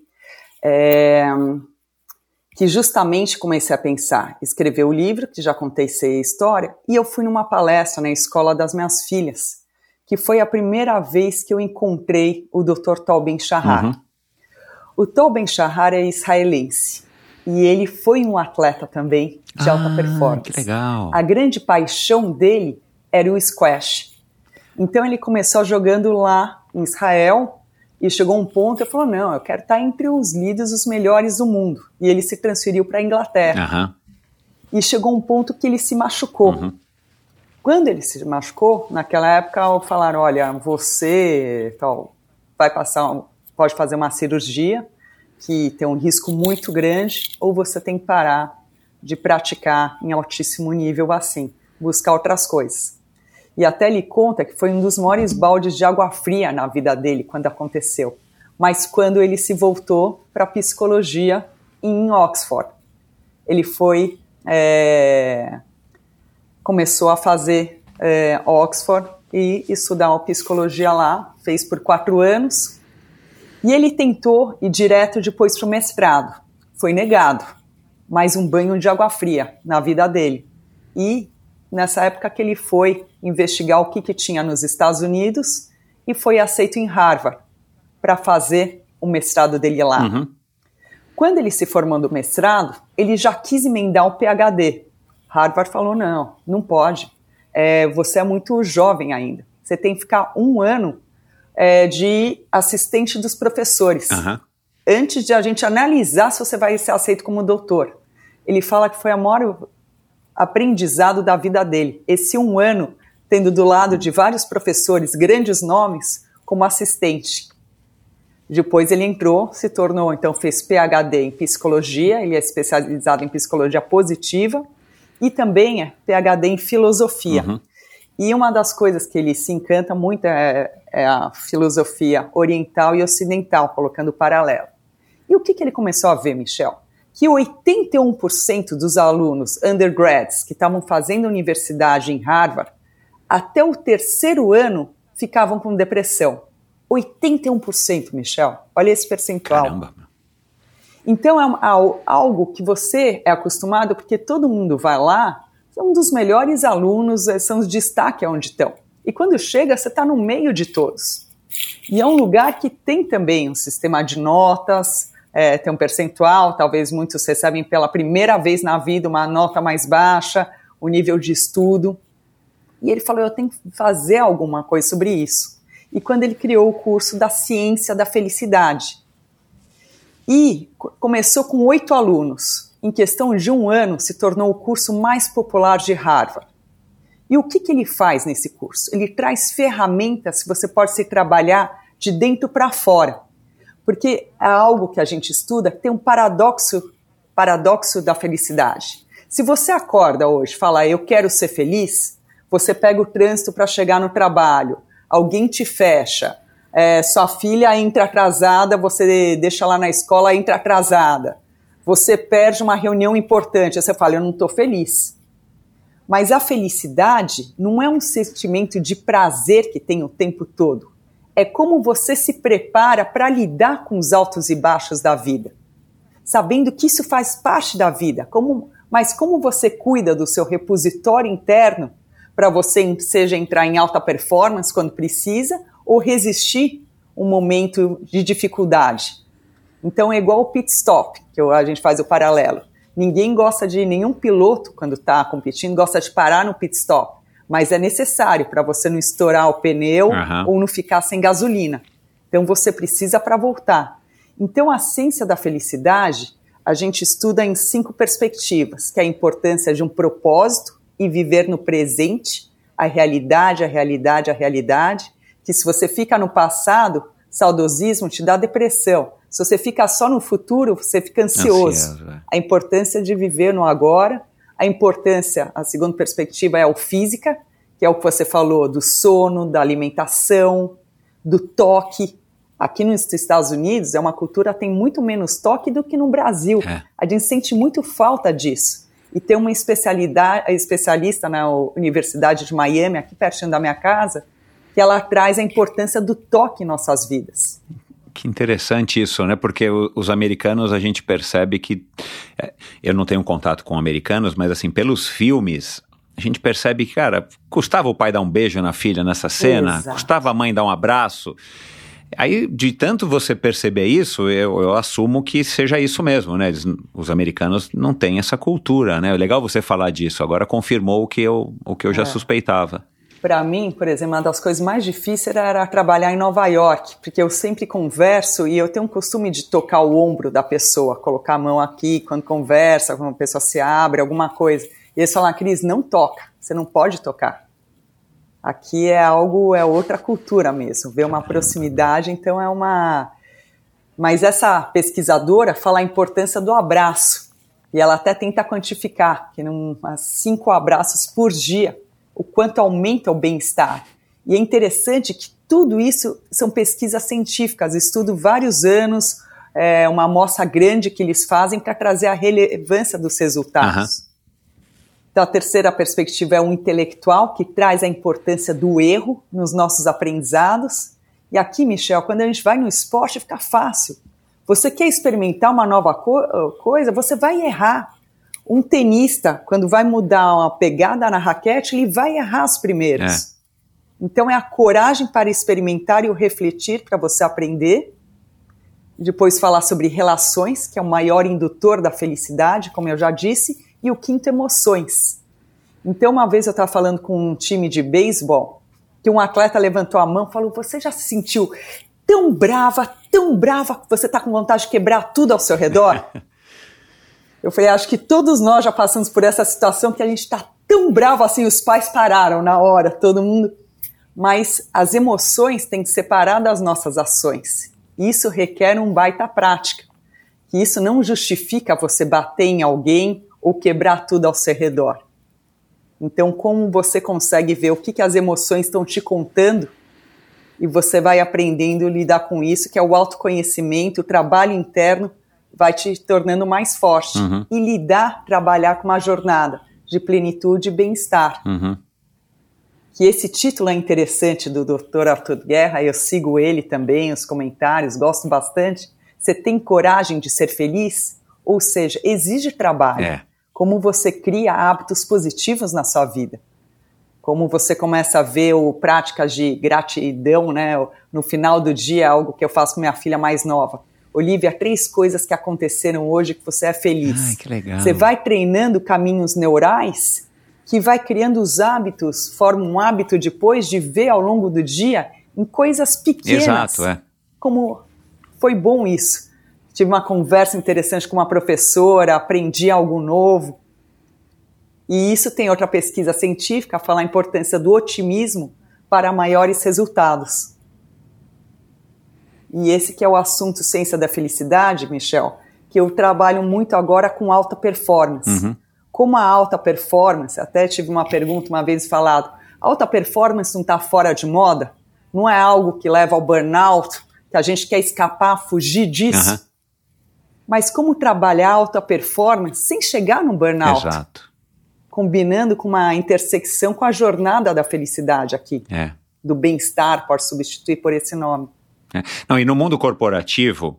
é, que justamente comecei a pensar, escrever o livro, que já contei a história, e eu fui numa palestra na escola das minhas filhas, que foi a primeira vez que eu encontrei o doutor Tal Ben-Shahar. Uhum. O Tal Ben-Shahar é israelense, e ele foi um atleta também de ah, alta performance. Que legal. A grande paixão dele era o squash. Então ele começou jogando lá em Israel e chegou um ponto e falou, não, eu quero estar entre os líderes, os melhores do mundo. E ele se transferiu para a Inglaterra. Uhum. E chegou um ponto que ele se machucou. Uhum. Quando ele se machucou, naquela época falaram, olha, você tal, vai passar, pode fazer uma cirurgia que tem um risco muito grande, ou você tem que parar de praticar em altíssimo nível assim, buscar outras coisas. E até ele conta que foi um dos maiores baldes de água fria na vida dele quando aconteceu, mas quando ele se voltou para a psicologia em Oxford. Ele foi... É, começou a fazer é, Oxford e estudar a psicologia lá, fez por quatro anos, e ele tentou ir direto depois para o mestrado. Foi negado, mais um banho de água fria na vida dele. E nessa época que ele foi investigar o que, que tinha nos Estados Unidos e foi aceito em Harvard para fazer o mestrado dele lá. Uhum. Quando ele se formou no mestrado, ele já quis emendar o P H D. Harvard falou, não, não pode. É, você é muito jovem ainda. Você tem que ficar um ano é, de assistente dos professores. Uhum. Antes de a gente analisar se você vai ser aceito como doutor. Ele fala que foi o maior aprendizado da vida dele. Esse um ano, tendo do lado de vários professores, grandes nomes, como assistente. Depois ele entrou, se tornou, então fez P H D em psicologia, ele é especializado em psicologia positiva, e também é P H D em filosofia. Uhum. E uma das coisas que ele se encanta muito é, é a filosofia oriental e ocidental, colocando paralelo. E o que, que ele começou a ver, Michel? Que oitenta e um por cento dos alunos undergrads que estavam fazendo universidade em Harvard, até o terceiro ano, ficavam com depressão. oitenta e um por cento, Michel. Olha esse percentual. Caramba. Então é algo que você é acostumado, porque todo mundo vai lá, são um dos melhores alunos, são os destaques onde estão. E quando chega, você está no meio de todos. E é um lugar que tem também um sistema de notas, é, tem um percentual, talvez muitos recebem pela primeira vez na vida uma nota mais baixa, o nível de estudo. E ele falou, eu tenho que fazer alguma coisa sobre isso. E quando ele criou o curso da Ciência da Felicidade, e começou com oito alunos. Em questão de um ano, se tornou o curso mais popular de Harvard. E o que, que ele faz nesse curso? Ele traz ferramentas que você pode se trabalhar de dentro para fora. Porque é algo que a gente estuda que tem um paradoxo, paradoxo da felicidade. Se você acorda hoje e fala, eu quero ser feliz, você pega o trânsito para chegar no trabalho, alguém te fecha, É, sua filha entra atrasada, você deixa lá na escola, entra atrasada. Você perde uma reunião importante, aí você fala, eu não estou feliz. Mas a felicidade não é um sentimento de prazer que tem o tempo todo. É como você se prepara para lidar com os altos e baixos da vida. Sabendo que isso faz parte da vida, como, mas como você cuida do seu repositório interno para você, seja entrar em alta performance quando precisa, ou resistir um momento de dificuldade. Então é igual o pit stop, que a gente faz o paralelo. Ninguém gosta de, nenhum piloto, quando está competindo, gosta de parar no pit stop, mas é necessário para você não estourar o pneu uhum. ou não ficar sem gasolina. Então você precisa para voltar. Então a ciência da felicidade, a gente estuda em cinco perspectivas, que é a importância de um propósito e viver no presente, a realidade, a realidade, a realidade, que se você fica no passado, saudosismo te dá depressão. Se você fica só no futuro, você fica ansioso. Ansioso é. A importância de viver no agora, a importância, a segunda perspectiva é a física, que é o que você falou, do sono, da alimentação, do toque. Aqui nos Estados Unidos, é uma cultura que tem muito menos toque do que no Brasil. É. A gente sente muito falta disso. E tem uma especialidade, especialista na Universidade de Miami, aqui pertinho da minha casa, que ela traz a importância do toque em nossas vidas. Que interessante isso, né? Porque os americanos, a gente percebe que... Eu não tenho contato com americanos, mas assim, pelos filmes, a gente percebe que, cara, custava o pai dar um beijo na filha nessa cena, Exato. Custava a mãe dar um abraço. Aí, de tanto você perceber isso, eu, eu assumo que seja isso mesmo, né? Eles, os americanos não têm essa cultura, né? É legal você falar disso, agora confirmou o que eu, o que eu já é. suspeitava. Para mim, por exemplo, uma das coisas mais difíceis era trabalhar em Nova York, porque eu sempre converso e eu tenho um costume de tocar o ombro da pessoa, colocar a mão aqui quando conversa, quando a pessoa se abre, alguma coisa. E eles falam, Cris, não toca, você não pode tocar. Aqui é algo, é outra cultura mesmo, ver uma proximidade, então é uma... Mas essa pesquisadora fala a importância do abraço, e ela até tenta quantificar, que num, cinco abraços por dia, o quanto aumenta o bem-estar. E é interessante que tudo isso são pesquisas científicas, estudo vários anos, é, uma amostra grande que eles fazem para trazer a relevância dos resultados. Uhum. Então, a terceira perspectiva é o intelectual, que traz a importância do erro nos nossos aprendizados. E aqui, Michel, quando a gente vai no esporte, fica fácil. Você quer experimentar uma nova co- coisa, você vai errar. Um tenista, quando vai mudar uma pegada na raquete, ele vai errar os primeiros. É. Então, é a coragem para experimentar e o refletir para você aprender. Depois, falar sobre relações, que é o maior indutor da felicidade, como eu já disse. E o quinto, emoções. Então, uma vez eu estava falando com um time de beisebol, que um atleta levantou a mão e falou, você já se sentiu tão brava, tão brava, que você está com vontade de quebrar tudo ao seu redor? Eu falei, acho que todos nós já passamos por essa situação que a gente está tão bravo assim, os pais pararam na hora, todo mundo. Mas as emoções têm que separar das nossas ações. Isso requer um baita prática. Que isso não justifica você bater em alguém ou quebrar tudo ao seu redor. Então, como você consegue ver o que, que as emoções estão te contando e você vai aprendendo a lidar com isso, que é o autoconhecimento, o trabalho interno vai te tornando mais forte. Uhum. E lidar, trabalhar com uma jornada de plenitude e bem-estar. Uhum. Que esse título é interessante do doutor Arthur Guerra, eu sigo ele também, os comentários, gosto bastante. Você tem coragem de ser feliz? Ou seja, exige trabalho. É. Como você cria hábitos positivos na sua vida. Como você começa a ver o, práticas de gratidão, né? No final do dia, algo que eu faço com minha filha mais nova. Olivia, três coisas que aconteceram hoje que você é feliz. Ai, que legal. Você vai treinando caminhos neurais que vai criando os hábitos, forma um hábito depois de ver ao longo do dia em coisas pequenas. Exato, é. Como foi bom isso. Tive uma conversa interessante com uma professora, aprendi algo novo. E isso tem outra pesquisa científica, fala a importância do otimismo para maiores resultados. E esse que é o assunto ciência da felicidade, Michel, que eu trabalho muito agora com alta performance. Uhum. Como a alta performance, até tive uma pergunta uma vez falado, alta performance não está fora de moda? Não é algo que leva ao burnout, que a gente quer escapar, fugir disso? Uhum. Mas como trabalhar alta performance sem chegar no burnout? Exato. Combinando com uma intersecção com a jornada da felicidade aqui. É. Do bem-estar, pode substituir por esse nome. É. Não, e no mundo corporativo,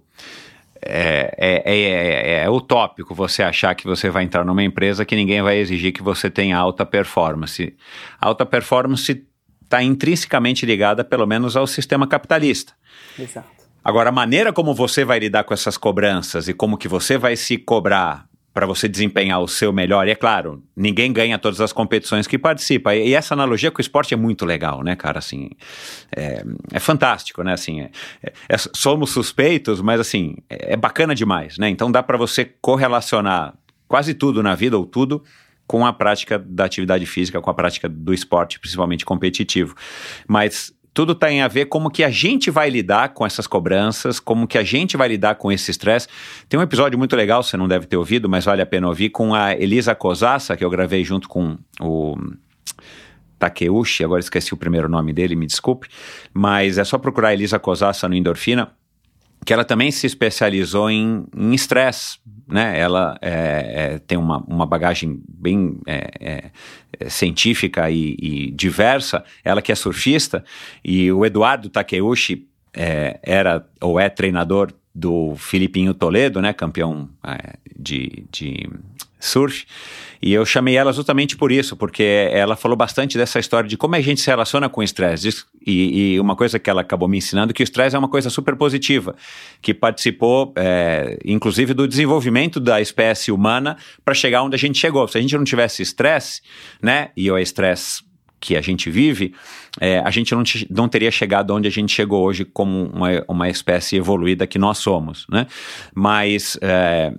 é, é, é, é utópico você achar que você vai entrar numa empresa que ninguém vai exigir que você tenha alta performance. A alta performance está intrinsecamente ligada, pelo menos, ao sistema capitalista. Exato. Agora, a maneira como você vai lidar com essas cobranças e como que você vai se cobrar para você desempenhar o seu melhor, e é claro, ninguém ganha todas as competições que participa, e essa analogia com o esporte é muito legal, né, cara, assim, é, é fantástico, né, assim, é, é, somos suspeitos, mas assim, é, é bacana demais, né, então dá para você correlacionar quase tudo na vida, ou tudo, com a prática da atividade física, com a prática do esporte, principalmente competitivo, mas tudo tem a ver como que a gente vai lidar com essas cobranças, como que a gente vai lidar com esse estresse. Tem um episódio muito legal, você não deve ter ouvido, mas vale a pena ouvir, com a Elisa Kozassa, que eu gravei junto com o Takeuchi, agora esqueci o primeiro nome dele, me desculpe, mas é só procurar Elisa Kozassa no Endorfina, que ela também se especializou em estresse, né? Ela é, é, tem uma, uma bagagem bem é, é, é, científica e, e diversa, ela que é surfista, e o Eduardo Takeuchi é, era ou é treinador do Filipinho Toledo, né? Campeão é, de, de surf, e eu chamei ela justamente por isso, porque ela falou bastante dessa história de como a gente se relaciona com o estresse, e, e uma coisa que ela acabou me ensinando, que o estresse é uma coisa super positiva, que participou, é, inclusive, do desenvolvimento da espécie humana para chegar onde a gente chegou. Se a gente não tivesse estresse, né, e o estresse que a gente vive, é, a gente não, não teria chegado onde a gente chegou hoje como uma, uma espécie evoluída que nós somos, né, mas... É,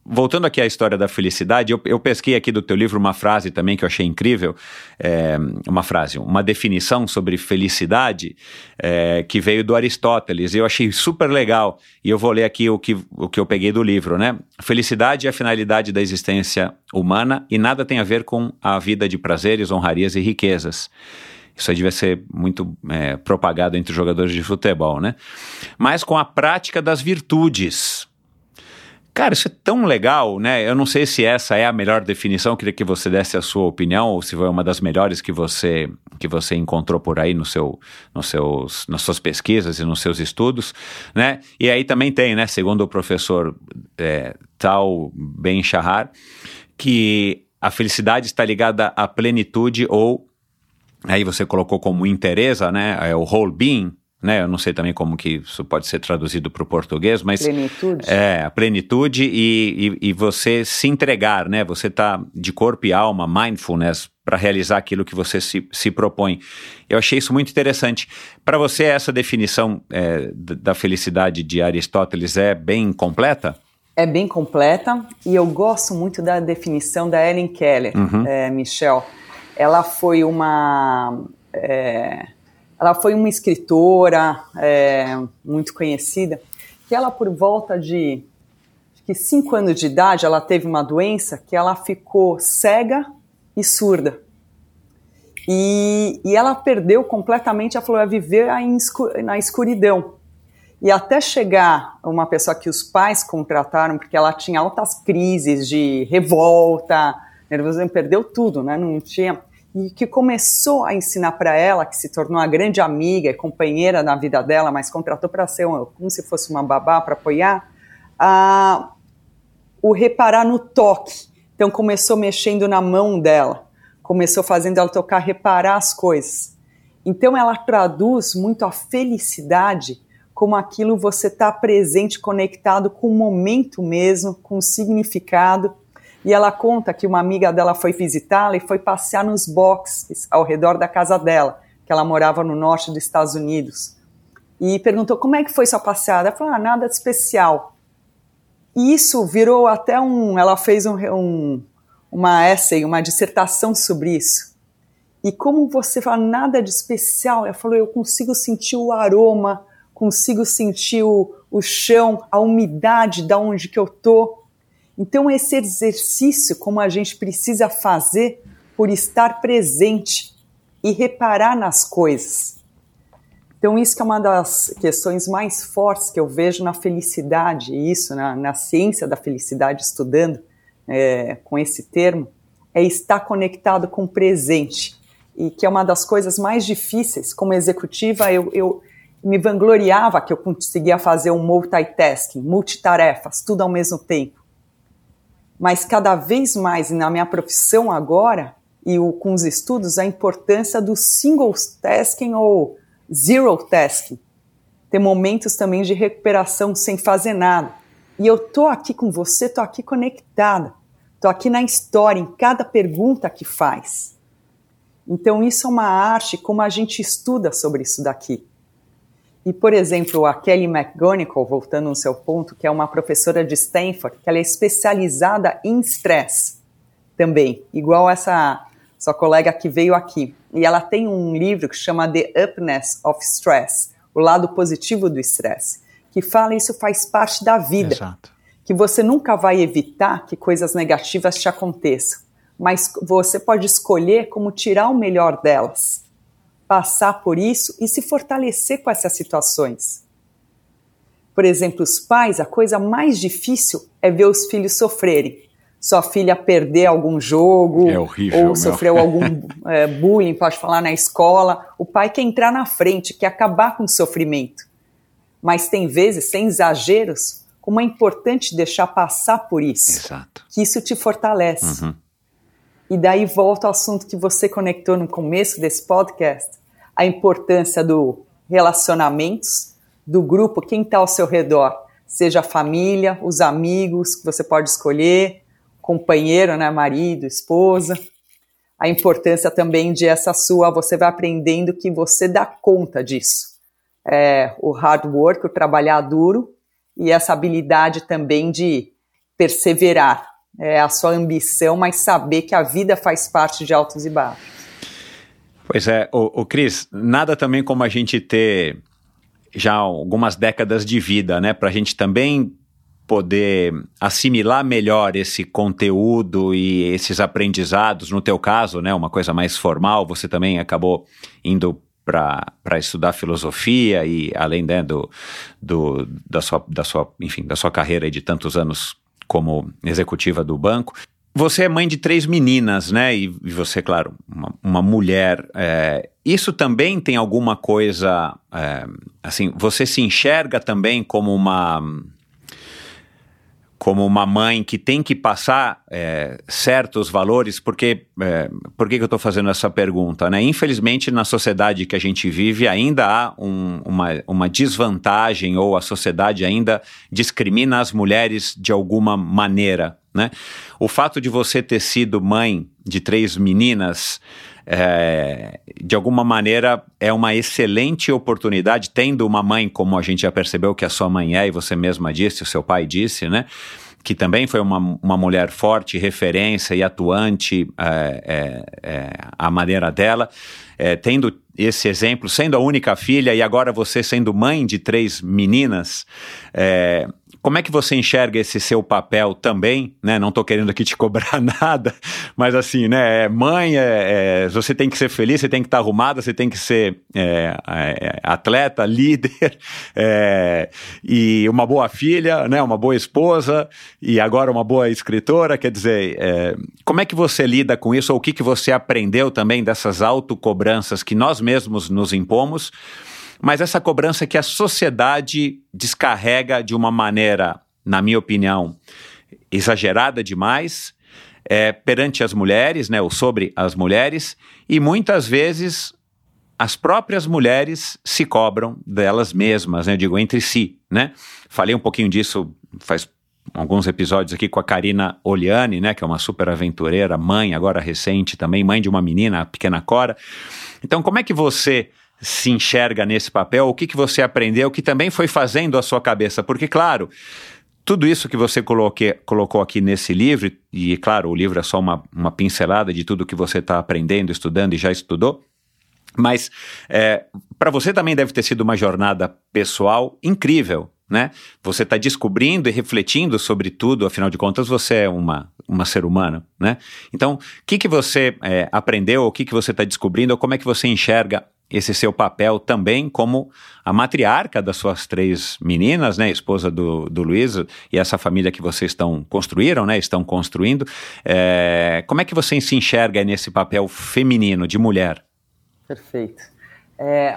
voltando aqui à história da felicidade, eu, eu pesquei aqui do teu livro uma frase também que eu achei incrível, é, uma frase, uma definição sobre felicidade é, que veio do Aristóteles, e eu achei super legal, e eu vou ler aqui o que, o que eu peguei do livro, né? Felicidade é a finalidade da existência humana e nada tem a ver com a vida de prazeres, honrarias e riquezas. Isso aí devia ser muito é, propagado entre os jogadores de futebol, né? Mas com a prática das virtudes. Cara, isso é tão legal, né? Eu não sei se essa é a melhor definição, eu queria que você desse a sua opinião, ou se foi uma das melhores que você, que você encontrou por aí no seu, no seus, nas suas pesquisas e nos seus estudos, né? E aí também tem, né, segundo o professor é, Tal Ben-Shahar, que a felicidade está ligada à plenitude ou... Aí você colocou como inteireza, né? É o whole being, né? Eu não sei também como que isso pode ser traduzido para o português, mas... Plenitude. É, a plenitude e, e, e você se entregar, né? Você tá de corpo e alma, mindfulness, para realizar aquilo que você se, se propõe. Eu achei isso muito interessante. Para você, essa definição é, da felicidade de Aristóteles é bem completa? É bem completa, e eu gosto muito da definição da Helen Keller, uhum. é, Michel. Ela foi uma, é, ela foi uma escritora é, muito conhecida, que ela, por volta de acho que cinco anos de idade, ela teve uma doença que ela ficou cega e surda. E, e ela perdeu completamente, ela falou, a viver na escuridão. E até chegar uma pessoa que os pais contrataram, porque ela tinha altas crises de revolta, nervosismo, perdeu tudo, né? Não tinha... E que começou a ensinar para ela, que se tornou uma grande amiga e companheira na vida dela, mas contratou para ser uma, como se fosse uma babá para apoiar, a, o reparar no toque. Então começou mexendo na mão dela, começou fazendo ela tocar, reparar as coisas. Então ela traduz muito a felicidade como aquilo você está presente, conectado com o momento mesmo, com o significado. E ela conta que uma amiga dela foi visitá-la e foi passear nos boxes ao redor da casa dela, que ela morava no norte dos Estados Unidos. E perguntou, como é que foi sua passeada? Ela falou, ah, nada de especial. E isso virou até um... Ela fez um, um, uma essay, uma dissertação sobre isso. E como você fala, nada de especial, ela falou, eu consigo sentir o aroma, consigo sentir o, o chão, a umidade de onde que eu estou. Então, esse exercício, como a gente precisa fazer por estar presente e reparar nas coisas. Então, isso que é uma das questões mais fortes que eu vejo na felicidade, e isso na, na ciência da felicidade, estudando é, com esse termo, é estar conectado com o presente. E que é uma das coisas mais difíceis. Como executiva, eu, eu me vangloriava que eu conseguia fazer um multitasking, multitarefas, tudo ao mesmo tempo. Mas cada vez mais, na minha profissão agora, e o, com os estudos, a importância do single tasking ou zero tasking. Ter momentos também de recuperação sem fazer nada. E eu tô aqui com você, tô aqui conectada. Tô aqui na história, em cada pergunta que faz. Então isso é uma arte, como a gente estuda sobre isso daqui. E, por exemplo, a Kelly McGonigal, voltando no seu ponto, que é uma professora de Stanford, que ela é especializada em estresse também, igual essa sua colega que veio aqui. E ela tem um livro que chama The Upness of Stress, o lado positivo do estresse, que fala isso faz parte da vida. Exato. Que você nunca vai evitar que coisas negativas te aconteçam, mas você pode escolher como tirar o melhor delas. Passar por isso e se fortalecer com essas situações. Por exemplo, os pais, a coisa mais difícil é ver os filhos sofrerem. Sua filha perder algum jogo, é horrível, ou sofreu meu. algum é, bullying, pode falar, na escola. O pai quer entrar na frente, quer acabar com o sofrimento. Mas tem vezes, sem exageros, como é importante deixar passar por isso. Exato. Que isso te fortalece. Uhum. E daí volta ao assunto que você conectou no começo desse podcast, a importância do relacionamentos, do grupo, quem está ao seu redor, seja a família, os amigos que você pode escolher, companheiro, né, marido, esposa. A importância também de essa sua, você vai aprendendo que você dá conta disso. É, o hard work, o trabalhar duro, e essa habilidade também de perseverar, é a sua ambição, mas saber que a vida faz parte de altos e baixos. Pois é, o, o Cris, nada também como a gente ter já algumas décadas de vida, né, para a gente também poder assimilar melhor esse conteúdo e esses aprendizados, no teu caso, né, uma coisa mais formal, você também acabou indo para estudar filosofia e além, né, do, do, da, sua, da, sua, enfim, da sua carreira de tantos anos como executiva do banco. Você é mãe de três meninas, né, e, e você, claro, uma, uma mulher, é, isso também tem alguma coisa, é, assim, você se enxerga também como uma... como uma mãe que tem que passar é, certos valores, porque, é, por que, que eu estou fazendo essa pergunta, né? Infelizmente, na sociedade que a gente vive, ainda há um, uma, uma desvantagem, ou a sociedade ainda discrimina as mulheres de alguma maneira, né? O fato de você ter sido mãe de três meninas... É, de alguma maneira é uma excelente oportunidade, tendo uma mãe como a gente já percebeu que a sua mãe é, e você mesma disse, o seu pai disse, né, que também foi uma, uma mulher forte, referência e atuante é, é, é, à maneira dela, é, tendo esse exemplo, sendo a única filha e agora você sendo mãe de três meninas, é, como é que você enxerga esse seu papel também, né? Não estou querendo aqui te cobrar nada, mas assim, né? Mãe, é, é, você tem que ser feliz, você tem que estar arrumada, você tem que ser é, é, atleta, líder, é, e uma boa filha, né? Uma boa esposa, e agora uma boa escritora. Quer dizer, é, como é que você lida com isso, ou o que, que você aprendeu também dessas autocobranças que nós mesmos nos impomos, mas essa cobrança que a sociedade descarrega de uma maneira, na minha opinião, exagerada demais, é, perante as mulheres, né, ou sobre as mulheres, e muitas vezes as próprias mulheres se cobram delas mesmas, né, eu digo, entre si, né? Falei um pouquinho disso faz alguns episódios aqui com a Karina Oliani, né, que é uma super aventureira, mãe agora recente também, mãe de uma menina, a pequena Cora. Então, como é que você se enxerga nesse papel? O que, que você aprendeu que também foi fazendo a sua cabeça? Porque, claro, tudo isso que você coloque, colocou aqui nesse livro, e claro, o livro é só uma, uma pincelada de tudo que você está aprendendo, estudando e já estudou, mas é, para você também deve ter sido uma jornada pessoal incrível, né? Você está descobrindo e refletindo sobre tudo, afinal de contas você é uma, uma ser humana, né? Então, o que, que você é, aprendeu, o que, que você está descobrindo, ou como é que você enxerga esse seu papel também como a matriarca das suas três meninas, né, esposa do, do Luiz, e essa família que vocês estão construíram, né, estão construindo. É, como é que você se enxerga nesse papel feminino, de mulher? Perfeito. É,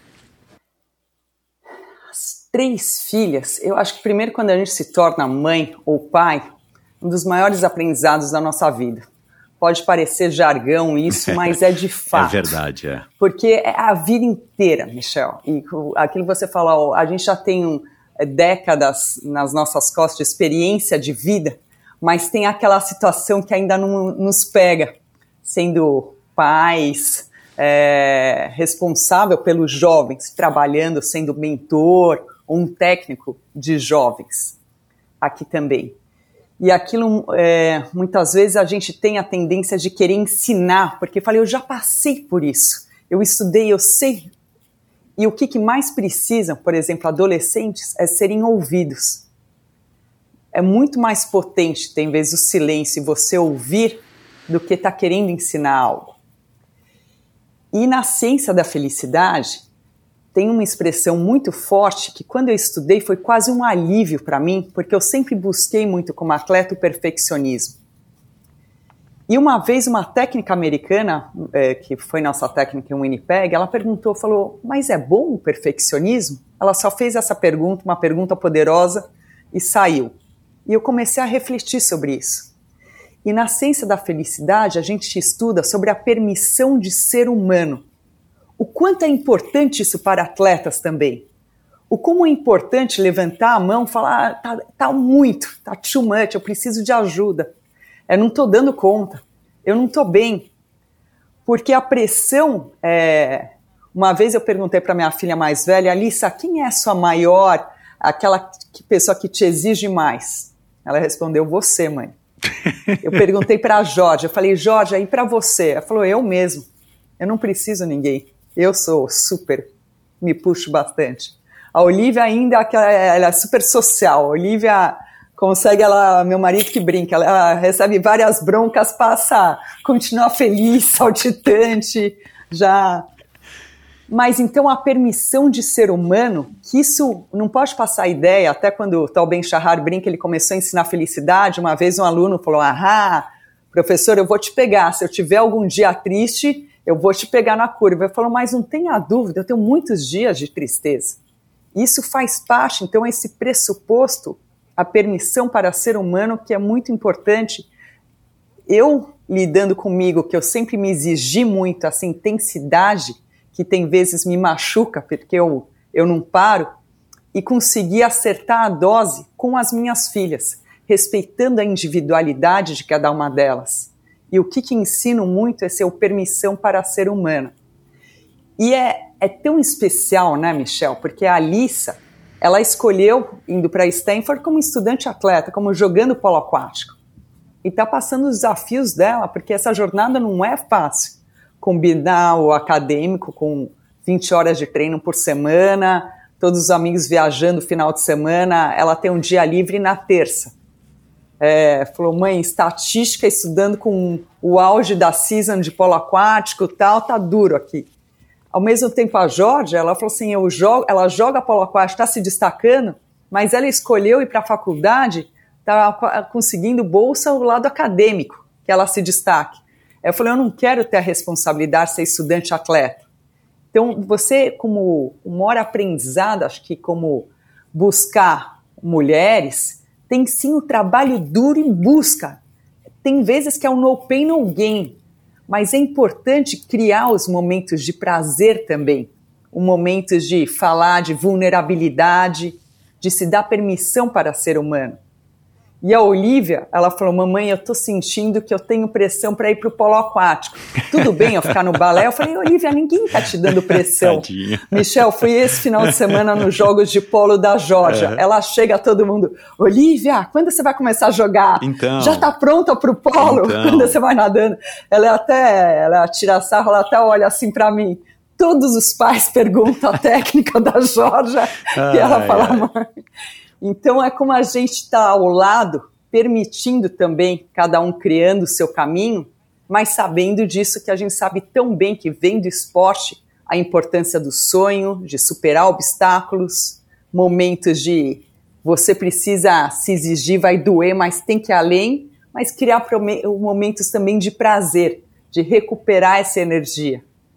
as três filhas, eu acho que primeiro quando a gente se torna mãe ou pai, um dos maiores aprendizados da nossa vida. Pode parecer jargão isso, mas é de fato. É verdade, é. Porque é a vida inteira, Michel. E aquilo que você falou, a gente já tem um, décadas nas nossas costas de experiência de vida, mas tem aquela situação que ainda não nos pega, sendo pais, é, responsável pelos jovens, trabalhando, sendo mentor, ou um técnico de jovens, aqui também. E aquilo, é, muitas vezes, a gente tem a tendência de querer ensinar, porque eu falei, eu já passei por isso, eu estudei, eu sei. E o que, que mais precisam, por exemplo, adolescentes, é serem ouvidos. É muito mais potente, tem vezes, o silêncio e você ouvir, do que estar tá querendo ensinar algo. E na ciência da felicidade, tem uma expressão muito forte que quando eu estudei foi quase um alívio para mim, porque eu sempre busquei muito como atleta o perfeccionismo. E uma vez uma técnica americana, é, que foi nossa técnica em Winnipeg, ela perguntou, falou, mas é bom o perfeccionismo? Ela só fez essa pergunta, uma pergunta poderosa, e saiu. E eu comecei a refletir sobre isso. E na ciência da felicidade a gente estuda sobre a permissão de ser humano. O quanto é importante isso para atletas também. O como é importante levantar a mão e falar, ah, tá, tá muito, tá too much, eu preciso de ajuda. Eu não estou dando conta, eu não estou bem. Porque a pressão, é... uma vez eu perguntei para minha filha mais velha, Alissa, quem é a sua maior, aquela pessoa que te exige mais? Ela respondeu, você, mãe. Eu perguntei para a Jorge, eu falei, Jorge, e para você? Ela falou, eu mesmo. Eu não preciso de ninguém. Eu sou super, me puxo bastante. A Olivia ainda, ela é super social. A Olivia consegue, ela, meu marido que brinca, ela recebe várias broncas, passa, continua feliz, saltitante, já... Mas então a permissão de ser humano, que isso não pode passar a ideia, até quando o Tal Ben-Shahar brinca, ele começou a ensinar felicidade, uma vez um aluno falou, ah, professor, eu vou te pegar, se eu tiver algum dia triste, eu vou te pegar na curva. Ele falou, mas não tenha dúvida, eu tenho muitos dias de tristeza. Isso faz parte, então, esse pressuposto, a permissão para ser humano, que é muito importante. Eu, lidando comigo, que eu sempre me exigi muito, essa intensidade, que tem vezes me machuca, porque eu, eu não paro, e conseguir acertar a dose com as minhas filhas, respeitando a individualidade de cada uma delas. E o que, que ensino muito é ser o permissão para ser humana. E é, é tão especial, né, Michel? Porque a Alissa, ela escolheu, indo para Stanford, como estudante atleta, como jogando polo aquático. E está passando os desafios dela, porque essa jornada não é fácil. Combinar o acadêmico com vinte horas de treino por semana, todos os amigos viajando no final de semana, ela tem um dia livre na terça. É, falou, mãe, estatística, estudando com o auge da season de polo aquático e tal, tá duro aqui. Ao mesmo tempo, a Jorge, ela falou assim, eu jogo, ela joga polo aquático, está se destacando, mas ela escolheu ir para a faculdade, está conseguindo bolsa ao lado acadêmico, que ela se destaque. Eu falei, eu não quero ter a responsabilidade de ser estudante atleta. Então, você, como um maior aprendizado, acho que como buscar mulheres, tem sim o trabalho duro em busca. Tem vezes que é um no pain, no gain, mas é importante criar os momentos de prazer também, os momentos de falar de vulnerabilidade, de se dar permissão para ser humano. E a Olivia, ela falou, mamãe, eu tô sentindo que eu tenho pressão para ir pro polo aquático. Tudo bem eu ficar no balé? Eu falei, Olivia, ninguém tá te dando pressão. Tadinha. Michel, fui esse final de semana nos Jogos de Polo da Geórgia. Uhum. Ela chega a todo mundo, Olivia, quando você vai começar a jogar? Então, já tá pronta pro polo? Então. Quando você vai nadando? Ela é até, ela tira sarro, ela até olha assim para mim. Todos os pais perguntam a técnica da Geórgia e ela fala, ai. Mãe... Então, é como a gente está ao lado, permitindo também, cada um criando o seu caminho, mas sabendo disso que a gente sabe tão bem que vem do esporte, a importância do sonho, de superar obstáculos, momentos de você precisa se exigir, vai doer, mas tem que ir além, mas criar momentos também de prazer, de recuperar essa energia.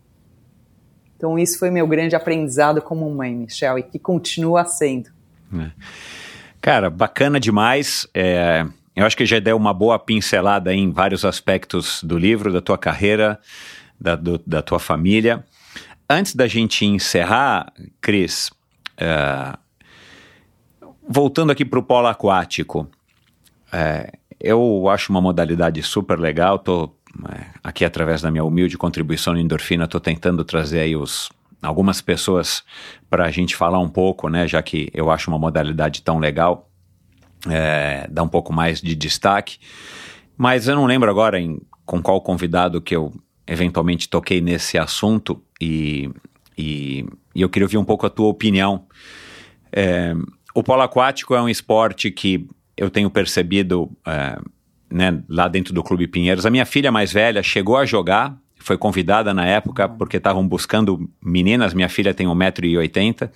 Então, isso foi meu grande aprendizado como mãe, Michel, e que continua sendo. É. Cara, bacana demais. É, eu acho que já deu uma boa pincelada em vários aspectos do livro, da tua carreira, da, do, da tua família. Antes da gente encerrar, Cris, é, voltando aqui para o polo aquático, é, eu acho uma modalidade super legal. Tô é, aqui através da minha humilde contribuição no Endorfina, estou tentando trazer aí os algumas pessoas para a gente falar um pouco, né, já que eu acho uma modalidade tão legal, é, dá um pouco mais de destaque, mas eu não lembro agora em, com qual convidado que eu eventualmente toquei nesse assunto e, e, e eu queria ouvir um pouco a tua opinião. É, o polo aquático é um esporte que eu tenho percebido, é, né, lá dentro do Clube Pinheiros. A minha filha mais velha chegou a jogar, foi convidada na época porque estavam buscando meninas. Minha filha tem um metro e oitenta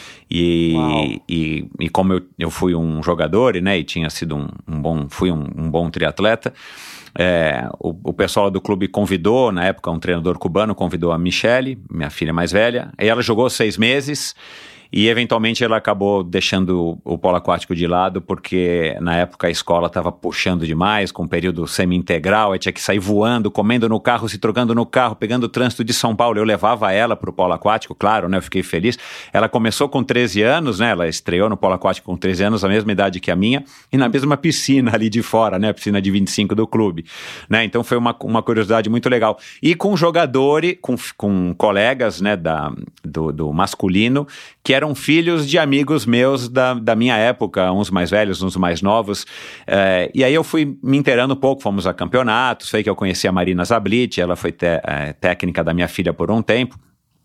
e, e, e como eu, eu fui um jogador, né, e tinha sido um, um bom, fui um, um bom triatleta, é, o, o pessoal do clube convidou, na época um treinador cubano convidou a Michele, minha filha mais velha, e ela jogou seis meses e eventualmente ela acabou deixando o polo aquático de lado porque na época a escola estava puxando demais, com um período semi-integral, aí tinha que sair voando, comendo no carro, se trocando no carro, pegando o trânsito de São Paulo. Eu levava ela para o polo aquático, claro, né, eu fiquei feliz. Ela começou com treze anos, né, ela estreou no polo aquático com treze anos, a mesma idade que a minha, e na mesma piscina ali de fora, né, a piscina de vinte e cinco do clube, né, então foi uma, uma curiosidade muito legal. E com jogadores, com, com colegas, né, da, do, do masculino, que eram eram filhos de amigos meus da, da minha época, uns mais velhos, uns mais novos. É, e aí eu fui me inteirando um pouco, fomos a campeonatos, foi que eu conheci a Marina Zablit, ela foi te, é, técnica da minha filha por um tempo.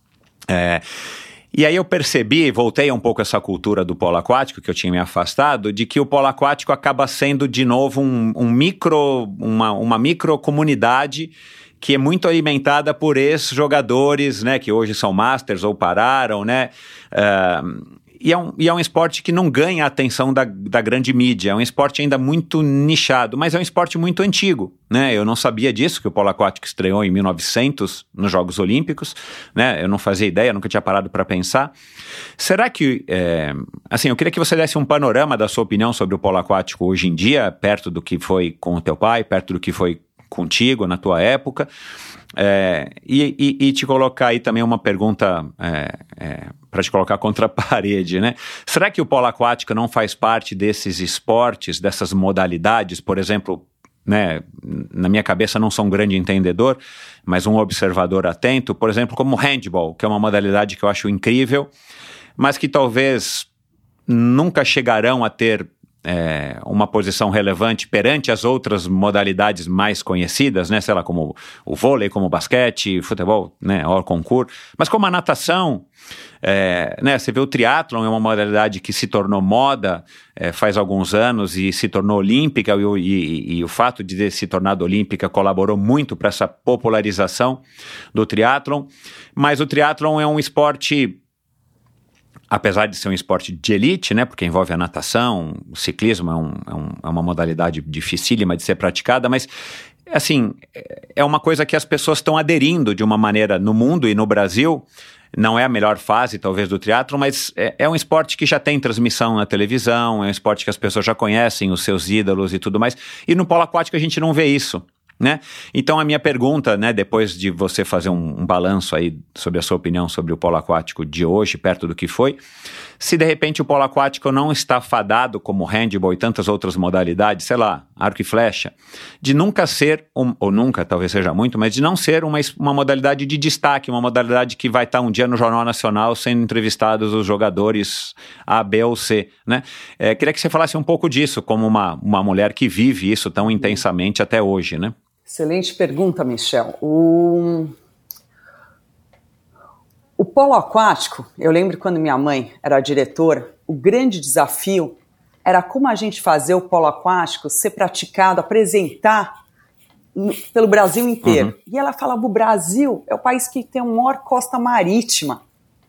É, e aí eu percebi, voltei um pouco essa cultura do polo aquático, que eu tinha me afastado, de que o polo aquático acaba sendo de novo um, um micro, uma, uma micro comunidade que é muito alimentada por ex-jogadores, né, que hoje são masters ou pararam, né, uh, e, é um, e é um esporte que não ganha a atenção da, da grande mídia, é um esporte ainda muito nichado, mas é um esporte muito antigo, né, eu não sabia disso, que o polo aquático estreou em mil e novecentos nos Jogos Olímpicos, né, eu não fazia ideia, nunca tinha parado para pensar. Será que, é, assim, eu queria que você desse um panorama da sua opinião sobre o polo aquático hoje em dia, perto do que foi com o teu pai, perto do que foi contigo, na tua época, é, e, e, e te colocar aí também uma pergunta é, é, para te colocar contra a parede, né? Será que o polo aquático não faz parte desses esportes, dessas modalidades, por exemplo, né, na minha cabeça não sou um grande entendedor, mas um observador atento, por exemplo, como o handball, que é uma modalidade que eu acho incrível, mas que talvez nunca chegarão a ter É, uma posição relevante perante as outras modalidades mais conhecidas, né, sei lá, como o vôlei, como o basquete, futebol, né, hors concours, mas como a natação, é, né, você vê o triatlon é uma modalidade que se tornou moda é, faz alguns anos e se tornou olímpica e, e, e o fato de ter se tornado olímpica colaborou muito para essa popularização do triatlon, mas o triatlon é um esporte, apesar de ser um esporte de elite, né, porque envolve a natação, o ciclismo é, um, é, um, é uma modalidade dificílima de ser praticada, mas, assim, é uma coisa que as pessoas estão aderindo de uma maneira no mundo e no Brasil. Não é a melhor fase, talvez, do triatlo, mas é, é um esporte que já tem transmissão na televisão, é um esporte que as pessoas já conhecem, os seus ídolos e tudo mais, e no polo aquático a gente não vê isso, né? Então a minha pergunta, né, depois de você fazer um, um balanço aí sobre a sua opinião sobre o polo aquático de hoje, perto do que foi, se de repente o polo aquático não está fadado como handball e tantas outras modalidades, sei lá, arco e flecha, de nunca ser, um, ou nunca, talvez seja muito, mas de não ser uma, uma modalidade de destaque, uma modalidade que vai estar um dia no Jornal Nacional sendo entrevistados os jogadores A, B ou C, né? É, queria que você falasse um pouco disso, como uma, uma mulher que vive isso tão intensamente até hoje, né? Excelente pergunta, Michel. O... o polo aquático, eu lembro quando minha mãe era diretora, o grande desafio era como a gente fazer o polo aquático ser praticado, apresentar no, pelo Brasil inteiro. Uhum. E ela falava, o Brasil é o país que tem a maior costa marítima.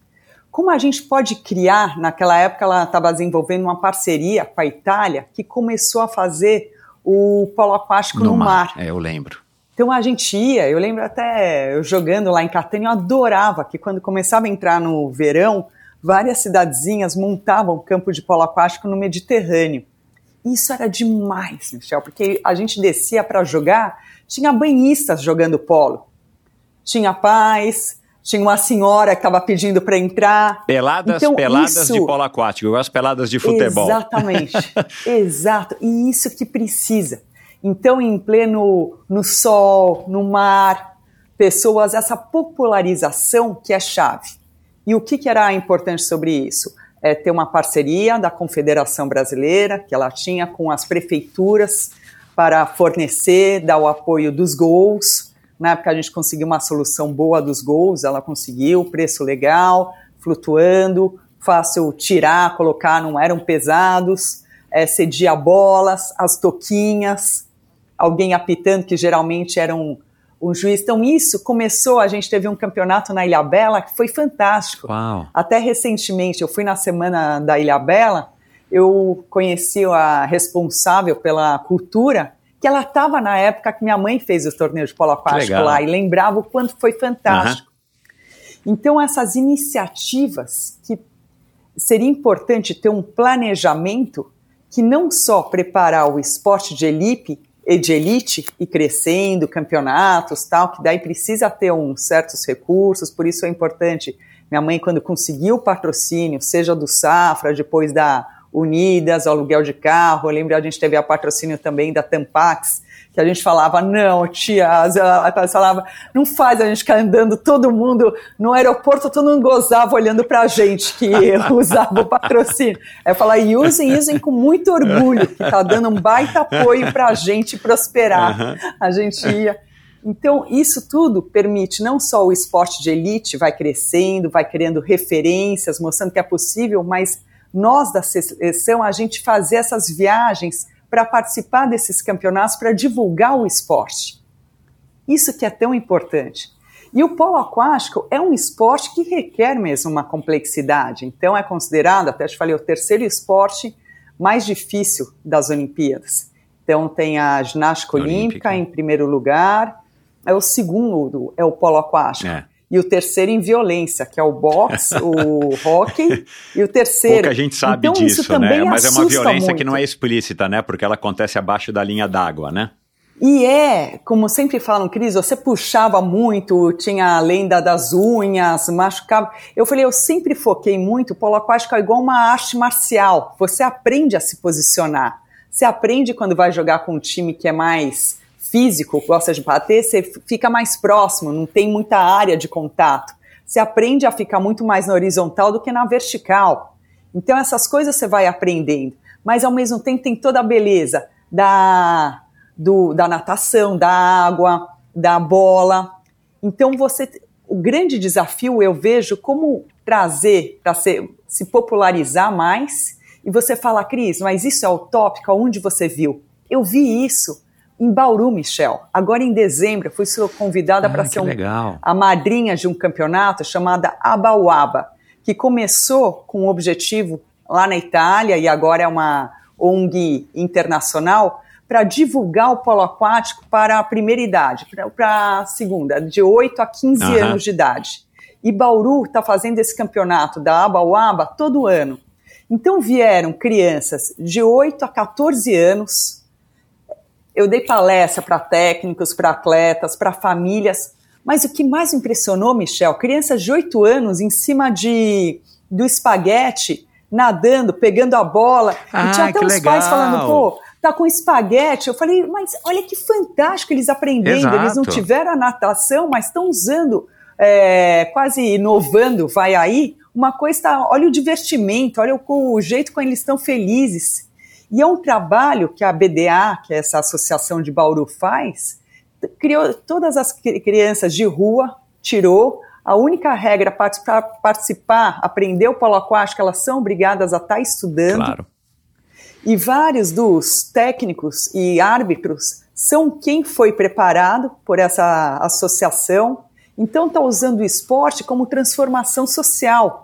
Como a gente pode criar, naquela época ela estava desenvolvendo uma parceria com a Itália, que começou a fazer o polo aquático no, no mar. mar. É, eu lembro. Então a gente ia, eu lembro até eu jogando lá em Catânia, eu adorava que quando começava a entrar no verão, várias cidadezinhas montavam campo de polo aquático no Mediterrâneo. Isso era demais, Michel, porque a gente descia para jogar, tinha banhistas jogando polo. Tinha pais, tinha uma senhora que estava pedindo para entrar. Peladas, então, peladas isso... de polo aquático, igual as peladas de futebol. Exatamente, exato. E isso que precisa. Então, em pleno, no sol, no mar, pessoas, essa popularização que é chave. E o que, que era importante sobre isso? É ter uma parceria da Confederação Brasileira, que ela tinha com as prefeituras, para fornecer, dar o apoio dos gols. Na época a gente conseguiu uma solução boa dos gols, ela conseguiu, preço legal, flutuando, fácil tirar, colocar, não eram pesados, é, cedia bolas, as toquinhas, alguém apitando, que geralmente era um, um juiz. Então isso começou, a gente teve um campeonato na Ilhabela que foi fantástico. Uau. Até recentemente, eu fui na semana da Ilhabela, eu conheci a responsável pela cultura, que ela estava na época que minha mãe fez os torneios de polo aquático lá, e lembrava o quanto foi fantástico. Uhum. Então, essas iniciativas, que seria importante ter um planejamento que não só preparar o esporte de elite, de elite e crescendo, campeonatos, tal, que daí precisa ter uns certos recursos, por isso é importante. Minha mãe, quando conseguiu o patrocínio, seja do Safra, depois da Unidas, o aluguel de carro, eu lembro, a gente teve a patrocínio também da Tampax, que que a gente falava, não, tia, ela falava, não faz a gente ficar andando, todo mundo no aeroporto, todo mundo gozava olhando pra gente, que usava o patrocínio. Aí eu falava, e usem, usem com muito orgulho, que tá dando um baita apoio pra gente prosperar. Uhum. A gente ia... Então, isso tudo permite não só o esporte de elite vai crescendo, vai criando referências, mostrando que é possível, mas nós da seleção, a gente fazer essas viagens para participar desses campeonatos, para divulgar o esporte. Isso que é tão importante. E o polo aquático é um esporte que requer mesmo uma complexidade. Então, é considerado, até te falei, o terceiro esporte mais difícil das Olimpíadas. Então, tem a ginástica olímpica, olímpica em primeiro lugar, é o segundo, é o polo aquático. É. E o terceiro em violência, que é o boxe, o hóquei, e o terceiro... Pouca gente sabe então, disso, né? Mas é uma violência muito. Que não é explícita, né? Porque ela acontece abaixo da linha d'água, né? E é, como sempre falam, Cris, você puxava muito, tinha a lenda das unhas, machucava. Eu falei, eu sempre foquei muito, o polo aquático é igual uma arte marcial. Você aprende a se posicionar. Você aprende quando vai jogar com um time que é mais... físico, gosta de bater, você fica mais próximo, não tem muita área de contato. Você aprende a ficar muito mais na horizontal do que na vertical. Então, essas coisas você vai aprendendo. Mas, ao mesmo tempo, tem toda a beleza da, do, da natação, da água, da bola. Então, você, o grande desafio, eu vejo, como trazer para se popularizar mais. E você fala, Cris, mas isso é utópico? Onde você viu? Eu vi isso em Bauru, Michel. Agora, em dezembro, eu fui convidada ah, para ser um, a madrinha de um campeonato chamada Abauaba, que começou com um objetivo lá na Itália e agora é uma O N G internacional para divulgar o polo aquático para a primeira idade, para a segunda, de oito a quinze uhum. anos de idade. E Bauru está fazendo esse campeonato da Abauaba todo ano. Então, vieram crianças de oito a catorze anos. Eu dei palestra para técnicos, para atletas, para famílias, mas o que mais me impressionou, Michel, crianças de oito anos em cima de, do espaguete, nadando, pegando a bola, ah, e tinha até os legal. Pais falando, pô, tá com espaguete. Eu falei, mas olha que fantástico eles aprendendo, Exato. Eles não tiveram a natação, mas estão usando, é, quase inovando, vai aí, uma coisa, tá, olha o divertimento, olha o, o jeito como eles estão felizes. E é um trabalho que a B D A, que é essa associação de Bauru, faz, criou todas as crianças de rua, tirou, a única regra para participar, aprender o polo aquático, elas são obrigadas a estar estudando. Claro. E vários dos técnicos e árbitros são quem foi preparado por essa associação, então está usando o esporte como transformação social.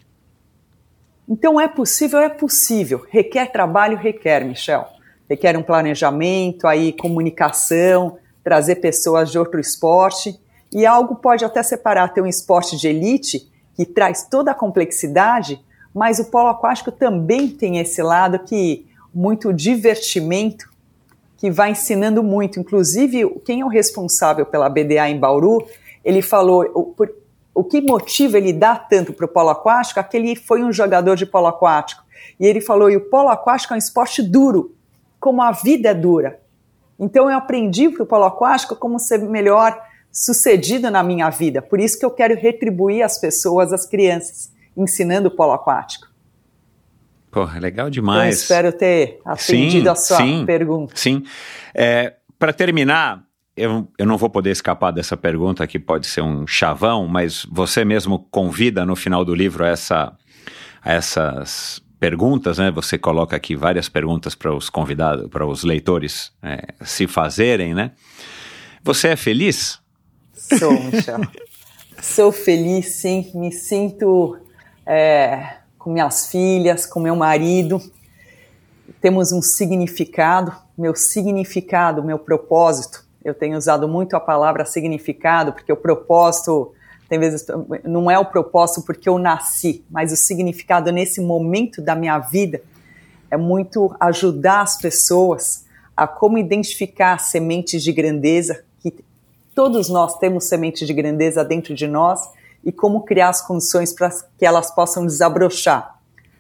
Então, é possível? É possível. Requer trabalho? Requer, Michel. Requer um planejamento, aí, comunicação, trazer pessoas de outro esporte. E algo pode até separar, ter um esporte de elite, que traz toda a complexidade, mas o polo aquático também tem esse lado que, muito divertimento, que vai ensinando muito. Inclusive, quem é o responsável pela B D A em Bauru, ele falou... Por, o que motiva ele dar tanto para o polo aquático é que ele foi um jogador de polo aquático. E ele falou, e o polo aquático é um esporte duro, como a vida é dura. Então eu aprendi para o polo aquático como ser melhor sucedido na minha vida. Por isso que eu quero retribuir as pessoas, as crianças, ensinando o polo aquático. Pô, legal demais. Eu espero ter atendido sim, a sua sim, pergunta. Sim. É, para terminar... Eu, eu não vou poder escapar dessa pergunta, que pode ser um chavão, mas você mesmo convida no final do livro a, essa, a essas perguntas, né? Você coloca aqui várias perguntas para os convidados, para os leitores é, se fazerem, né? Você é feliz? Sou, Michel. Sou feliz, sim. Me sinto é, com minhas filhas, com meu marido. Temos um significado, meu significado, meu propósito. Eu tenho usado muito a palavra significado, porque o propósito, tem vezes, não é o propósito porque eu nasci, mas o significado nesse momento da minha vida é muito ajudar as pessoas a como identificar sementes de grandeza, que todos nós temos sementes de grandeza dentro de nós, e como criar as condições para que elas possam desabrochar.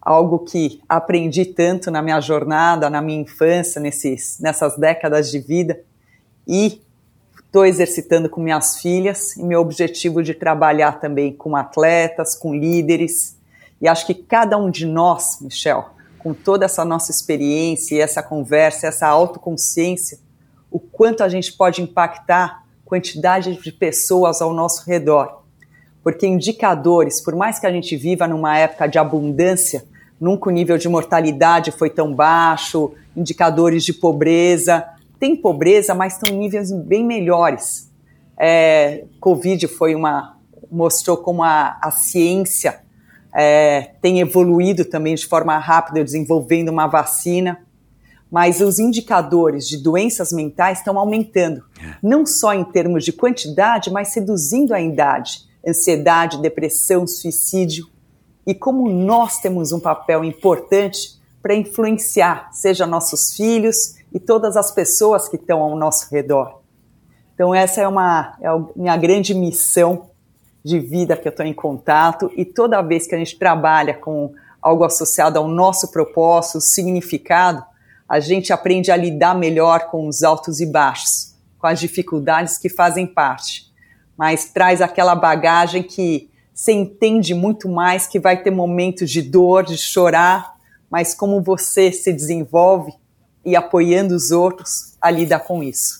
algo que aprendi tanto na minha jornada, na minha infância, nesses, nessas décadas de vida, e estou exercitando com minhas filhas, e meu objetivo de trabalhar também com atletas, com líderes, e acho que cada um de nós, Michel, com toda essa nossa experiência, essa conversa, essa autoconsciência, o quanto a gente pode impactar a quantidade de pessoas ao nosso redor. Porque indicadores, por mais que a gente viva numa época de abundância, nunca o nível de mortalidade foi tão baixo, indicadores de pobreza, tem pobreza, mas estão em níveis bem melhores. É, Covid foi uma, mostrou como a, a ciência é, tem evoluído também de forma rápida, desenvolvendo uma vacina, mas os indicadores de doenças mentais estão aumentando, não só em termos de quantidade, mas reduzindo a idade, ansiedade, depressão, suicídio. E como nós temos um papel importante para influenciar, seja nossos filhos e todas as pessoas que estão ao nosso redor. Então essa é, uma, é a minha grande missão de vida que eu estou em contato, e toda vez que a gente trabalha com algo associado ao nosso propósito, significado, a gente aprende a lidar melhor com os altos e baixos, com as dificuldades que fazem parte, mas traz aquela bagagem que você entende muito mais, que vai ter momentos de dor, de chorar, mas como você se desenvolve e apoiando os outros a lidar com isso.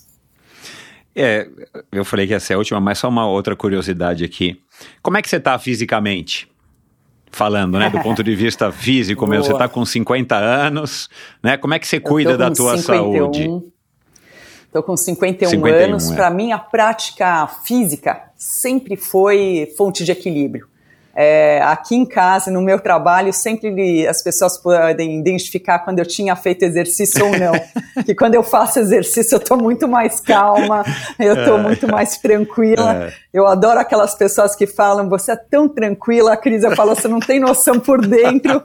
É, eu falei que essa é a última, mas só uma outra curiosidade aqui. Como é que você está fisicamente? Falando, né, do ponto de vista físico mesmo, você está com cinquenta anos, né? Como é que você cuida da tua saúde? Estou com cinquenta e um, cinquenta e um anos. É. Para mim, a prática física sempre foi fonte de equilíbrio. É, aqui em casa, no meu trabalho, sempre as pessoas podem identificar quando eu tinha feito exercício ou não. Que quando eu faço exercício, eu estou muito mais calma, eu estou é. muito mais tranquila. É. Eu adoro aquelas pessoas que falam, você é tão tranquila, Cris. Eu falo, você não tem noção por dentro.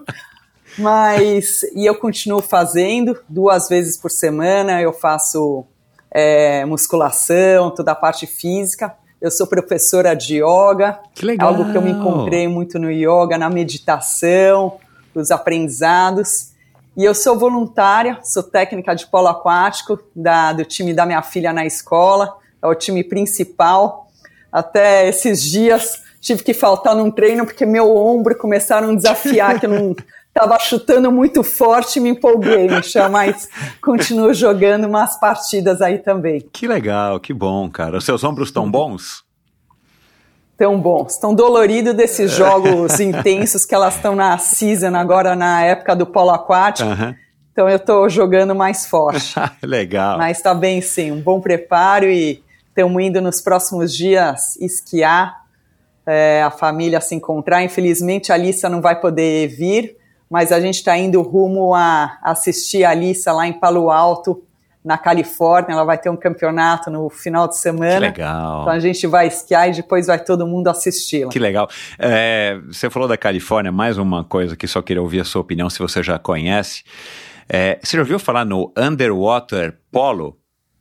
Mas, e eu continuo fazendo, duas vezes por semana, eu faço é, musculação, toda a parte física. Eu sou professora de yoga, que legal. Algo que eu me encontrei muito no yoga, na meditação, nos aprendizados. E eu sou voluntária, sou técnica de polo aquático da, do time da minha filha na escola, é o time principal. Até esses dias tive que faltar num treino porque meu ombro começaram a desafiar, que eu não estava chutando muito forte e me empolguei, Michel, mas continuo jogando umas partidas aí também. Que legal, que bom, cara. Os seus ombros estão bons? Estão bons. Estão doloridos desses jogos intensos que elas estão na season agora, na época do polo aquático. Uhum. Então eu estou jogando mais forte. Legal. Mas está bem sim, um bom preparo, e estamos indo nos próximos dias esquiar, é, a família se encontrar. Infelizmente a Alissa não vai poder vir, mas a gente está indo rumo a assistir a Alissa lá em Palo Alto, na Califórnia. Ela vai ter um campeonato no final de semana. Que legal. Então a gente vai esquiar e depois vai todo mundo assisti-la. Que legal. É, você falou da Califórnia, mais uma coisa que só queria ouvir a sua opinião, se você já conhece. É, você já ouviu falar no Underwater Polo?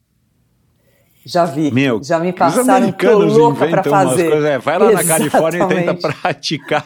Já vi, Meu, já me passaram, tô louca para fazer. Coisas, é, vai lá Exatamente. Na Califórnia e tenta praticar.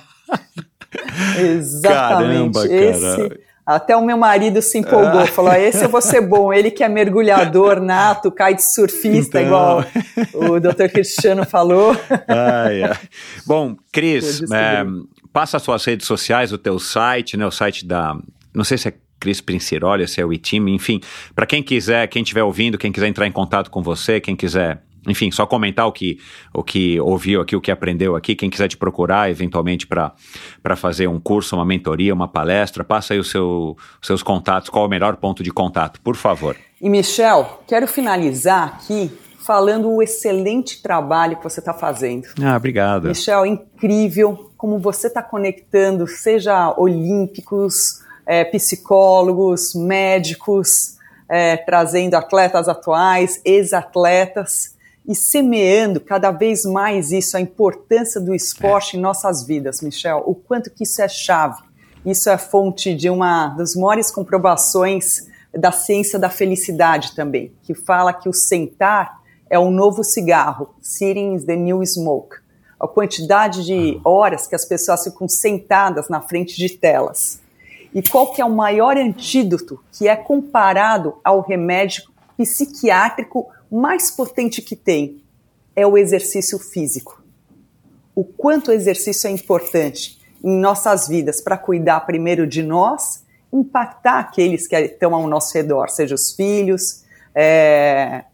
Exatamente. Caramba, esse, até o meu marido se empolgou, ah. falou, esse eu vou ser bom. Ele que é mergulhador nato, kitesurfista, então... igual o doutor Cristiano falou. Ai, ai. Bom, Cris, é, passa as suas redes sociais, o teu site, né, o site da, não sei se é Cris Princiroli, se é o iTeam, enfim, para quem quiser, quem estiver ouvindo, quem quiser entrar em contato com você, quem quiser... Enfim, só comentar o que, o que ouviu aqui, o que aprendeu aqui. Quem quiser te procurar, eventualmente, para fazer um curso, uma mentoria, uma palestra, passa aí os seu, seus contatos, qual é o melhor ponto de contato, por favor. E, Michel, quero finalizar aqui falando o excelente trabalho que você está fazendo. Ah, obrigado. Michel, incrível como você está conectando, seja olímpicos, é, psicólogos, médicos, é, trazendo atletas atuais, ex-atletas, e semeando cada vez mais isso, a importância do esporte é. em nossas vidas, Michel, o quanto que isso é chave. Isso é fonte de uma das maiores comprovações da ciência da felicidade também, que fala que o sentar é um novo cigarro, sitting is the new smoke. A quantidade de horas que as pessoas ficam sentadas na frente de telas. E qual que é o maior antídoto que é comparado ao remédio psiquiátrico mais potente que tem? É o exercício físico. O quanto o exercício é importante em nossas vidas para cuidar primeiro de nós, impactar aqueles que estão ao nosso redor, seja os filhos, é,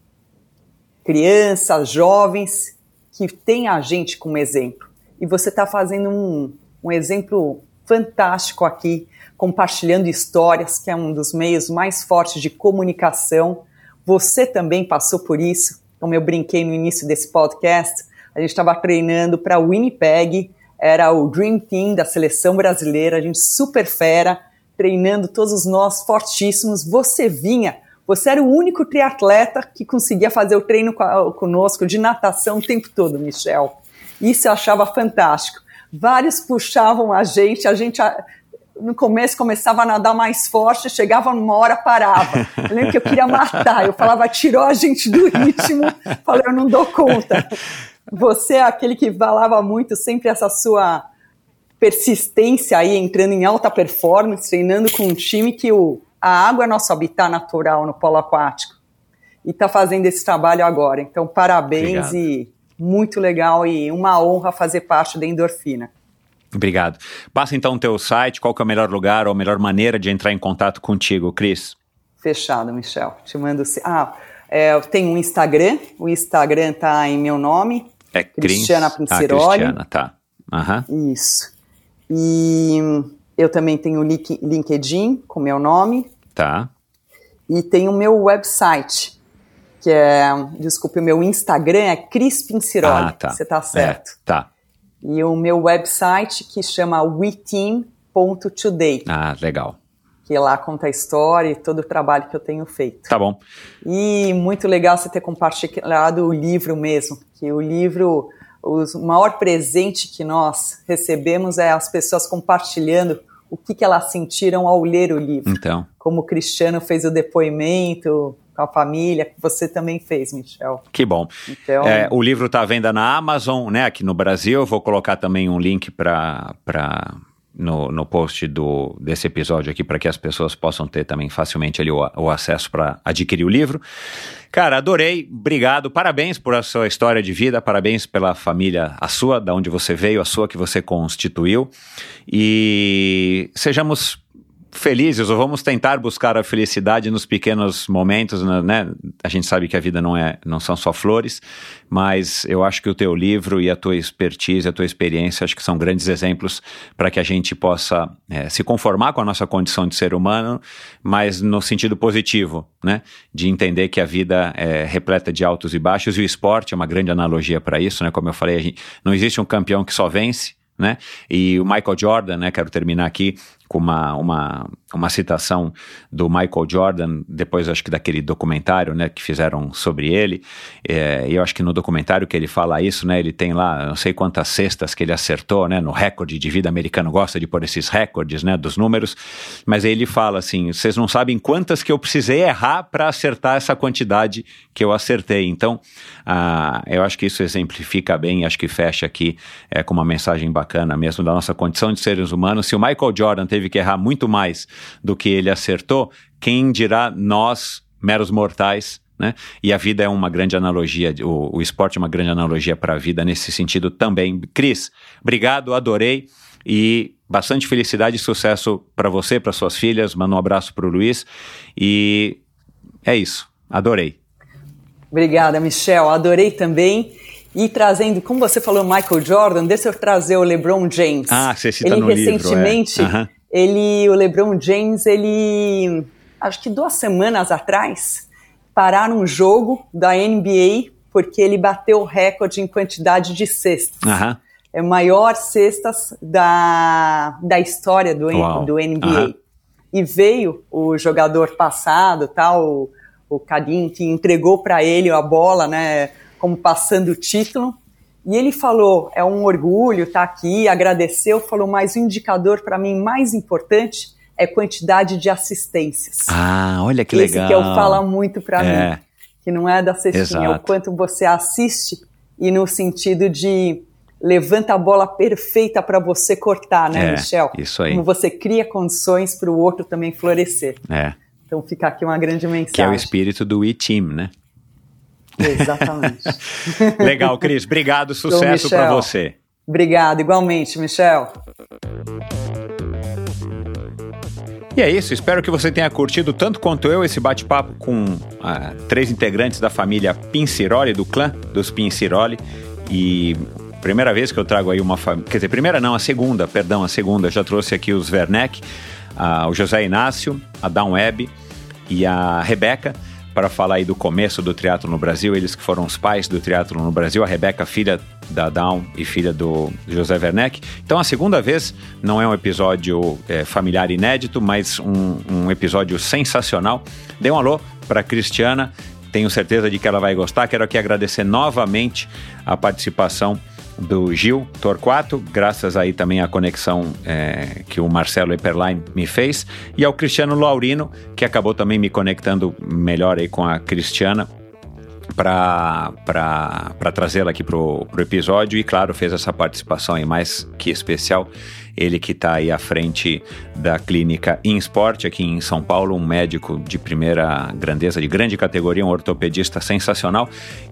crianças, jovens, que têm a gente como exemplo. E você está fazendo um, um exemplo fantástico aqui, compartilhando histórias, que é um dos meios mais fortes de comunicação. Você também passou por isso, como eu brinquei no início desse podcast. A gente estava treinando para o Winnipeg, era o Dream Team da seleção brasileira, a gente super fera, treinando todos nós fortíssimos. Você vinha, você era o único triatleta que conseguia fazer o treino conosco de natação o tempo todo, Michel. Isso eu achava fantástico. Vários puxavam a gente, a gente no começo começava a nadar mais forte, chegava numa hora, parava. Eu lembro que eu queria matar, eu falava, tirou a gente do ritmo, falei, eu não dou conta. Você é aquele que falava muito, sempre essa sua persistência aí, entrando em alta performance, treinando com um time que o, a água é nosso habitat natural no polo aquático. E está fazendo esse trabalho agora. Então, parabéns. Obrigado. E muito legal e uma honra fazer parte da Endorfina. Obrigado. Passa então o teu site, qual que é o melhor lugar ou a melhor maneira de entrar em contato contigo, Cris? Fechado, Michel. Te mando... Ah, é, eu tenho um Instagram, o Instagram tá em meu nome. É Cristiana Pinceroli. Ah, Cristiana, tá. Uhum. Isso. E eu também tenho o LinkedIn com meu nome. Tá. E tenho o meu website, que é, desculpe, o meu Instagram é Cris Pinceroli. Ah, tá. Você tá certo. É, tá. E o meu website que chama we team ponto today. Ah, legal. Que lá conta a história e todo o trabalho que eu tenho feito. Tá bom. E muito legal você ter compartilhado o livro mesmo, que o livro, o maior presente que nós recebemos é as pessoas compartilhando o que, que elas sentiram ao ler o livro. Então. Como o Cristiano fez o depoimento com a família, que você também fez, Michel. Que bom. Então, é, o livro está à venda na Amazon, né, aqui no Brasil. Eu vou colocar também um link para... pra... No, no post do, desse episódio aqui, para que as pessoas possam ter também facilmente ali o, o acesso para adquirir o livro. Cara, adorei, obrigado, parabéns por a sua história de vida, parabéns pela família, a sua, da onde você veio, a sua que você constituiu, e sejamos felizes, ou vamos tentar buscar a felicidade nos pequenos momentos, né? A gente sabe que a vida não, é, não são só flores, mas eu acho que o teu livro e a tua expertise, a tua experiência, acho que são grandes exemplos para que a gente possa é, se conformar com a nossa condição de ser humano, mas no sentido positivo, né? De entender que a vida é repleta de altos e baixos, e o esporte é uma grande analogia para isso, né? Como eu falei, a gente, não existe um campeão que só vence, né? E o Michael Jordan, né? Quero terminar aqui com uma, uma, uma citação do Michael Jordan, depois acho que daquele documentário, né, que fizeram sobre ele, é, e eu acho que no documentário que ele fala isso, né, ele tem lá, não sei quantas cestas que ele acertou, né, no recorde de vida americano, gosta de pôr esses recordes, né, dos números, mas aí ele fala assim, vocês não sabem quantas que eu precisei errar para acertar essa quantidade que eu acertei, então, ah, eu acho que isso exemplifica bem, acho que fecha aqui é, com uma mensagem bacana mesmo da nossa condição de seres humanos. Se o Michael Jordan teve que errar muito mais do que ele acertou, quem dirá nós, meros mortais, né? E a vida é uma grande analogia, o, o esporte é uma grande analogia para a vida nesse sentido também. Cris, obrigado, adorei, e bastante felicidade e sucesso para você, para suas filhas, manda um abraço para o Luiz, e é isso, adorei. Obrigada, Michel, adorei também. E trazendo, como você falou, Michael Jordan, deixa eu trazer o LeBron James. Ah, você cita ele no recentemente, livro, é. Uhum. ele, o LeBron James, ele, acho que duas semanas atrás, pararam um jogo da N B A porque ele bateu o recorde em quantidade de cestas. Uhum. É o maior cestas da, da história do, do N B A. Uhum. E veio o jogador passado, tal, o, o Karim, que entregou para ele a bola, né, como passando o título, e ele falou, é um orgulho estar aqui, agradeceu, falou, mas o indicador para mim mais importante é quantidade de assistências. Ah, olha que Esse legal. Esse que eu falo muito para é. mim, que não é da cestinha, é o quanto você assiste, e no sentido de levanta a bola perfeita para você cortar, né, é, Michel? Isso aí. Como você cria condições para o outro também florescer. É. Então fica aqui uma grande mensagem. Que é o espírito do E-Team, né? Exatamente. Legal, Cris. Obrigado, sucesso para você. Obrigado, igualmente, Michel. E é isso, espero que você tenha curtido tanto quanto eu esse bate-papo com ah, três integrantes da família Pinciroli, do clã dos Pinciroli. E primeira vez que eu trago aí uma família, quer dizer, primeira não, a segunda, perdão, a segunda, já trouxe aqui os Werneck, ah, o José Inácio, a Dawn Webb e a Rebeca, para falar aí do começo do triatlo no Brasil, eles que foram os pais do triatlo no Brasil, a Rebeca, filha da Dawn e filha do José Werneck. Então a segunda vez não é um episódio é, familiar inédito, mas um, um episódio sensacional. Dê um alô para a Cristiana, tenho certeza de que ela vai gostar. Quero aqui agradecer novamente a participação do Gil Torquato, graças aí também à conexão é, que o Marcelo Eperline me fez, e ao Cristiano Laurino, que acabou também me conectando melhor aí com a Cristiana para trazê-la aqui pro, pro episódio, e claro, fez essa participação aí mais que especial. Ele que está aí à frente da clínica InSport aqui em São Paulo, um médico de primeira grandeza, de grande categoria, um ortopedista sensacional.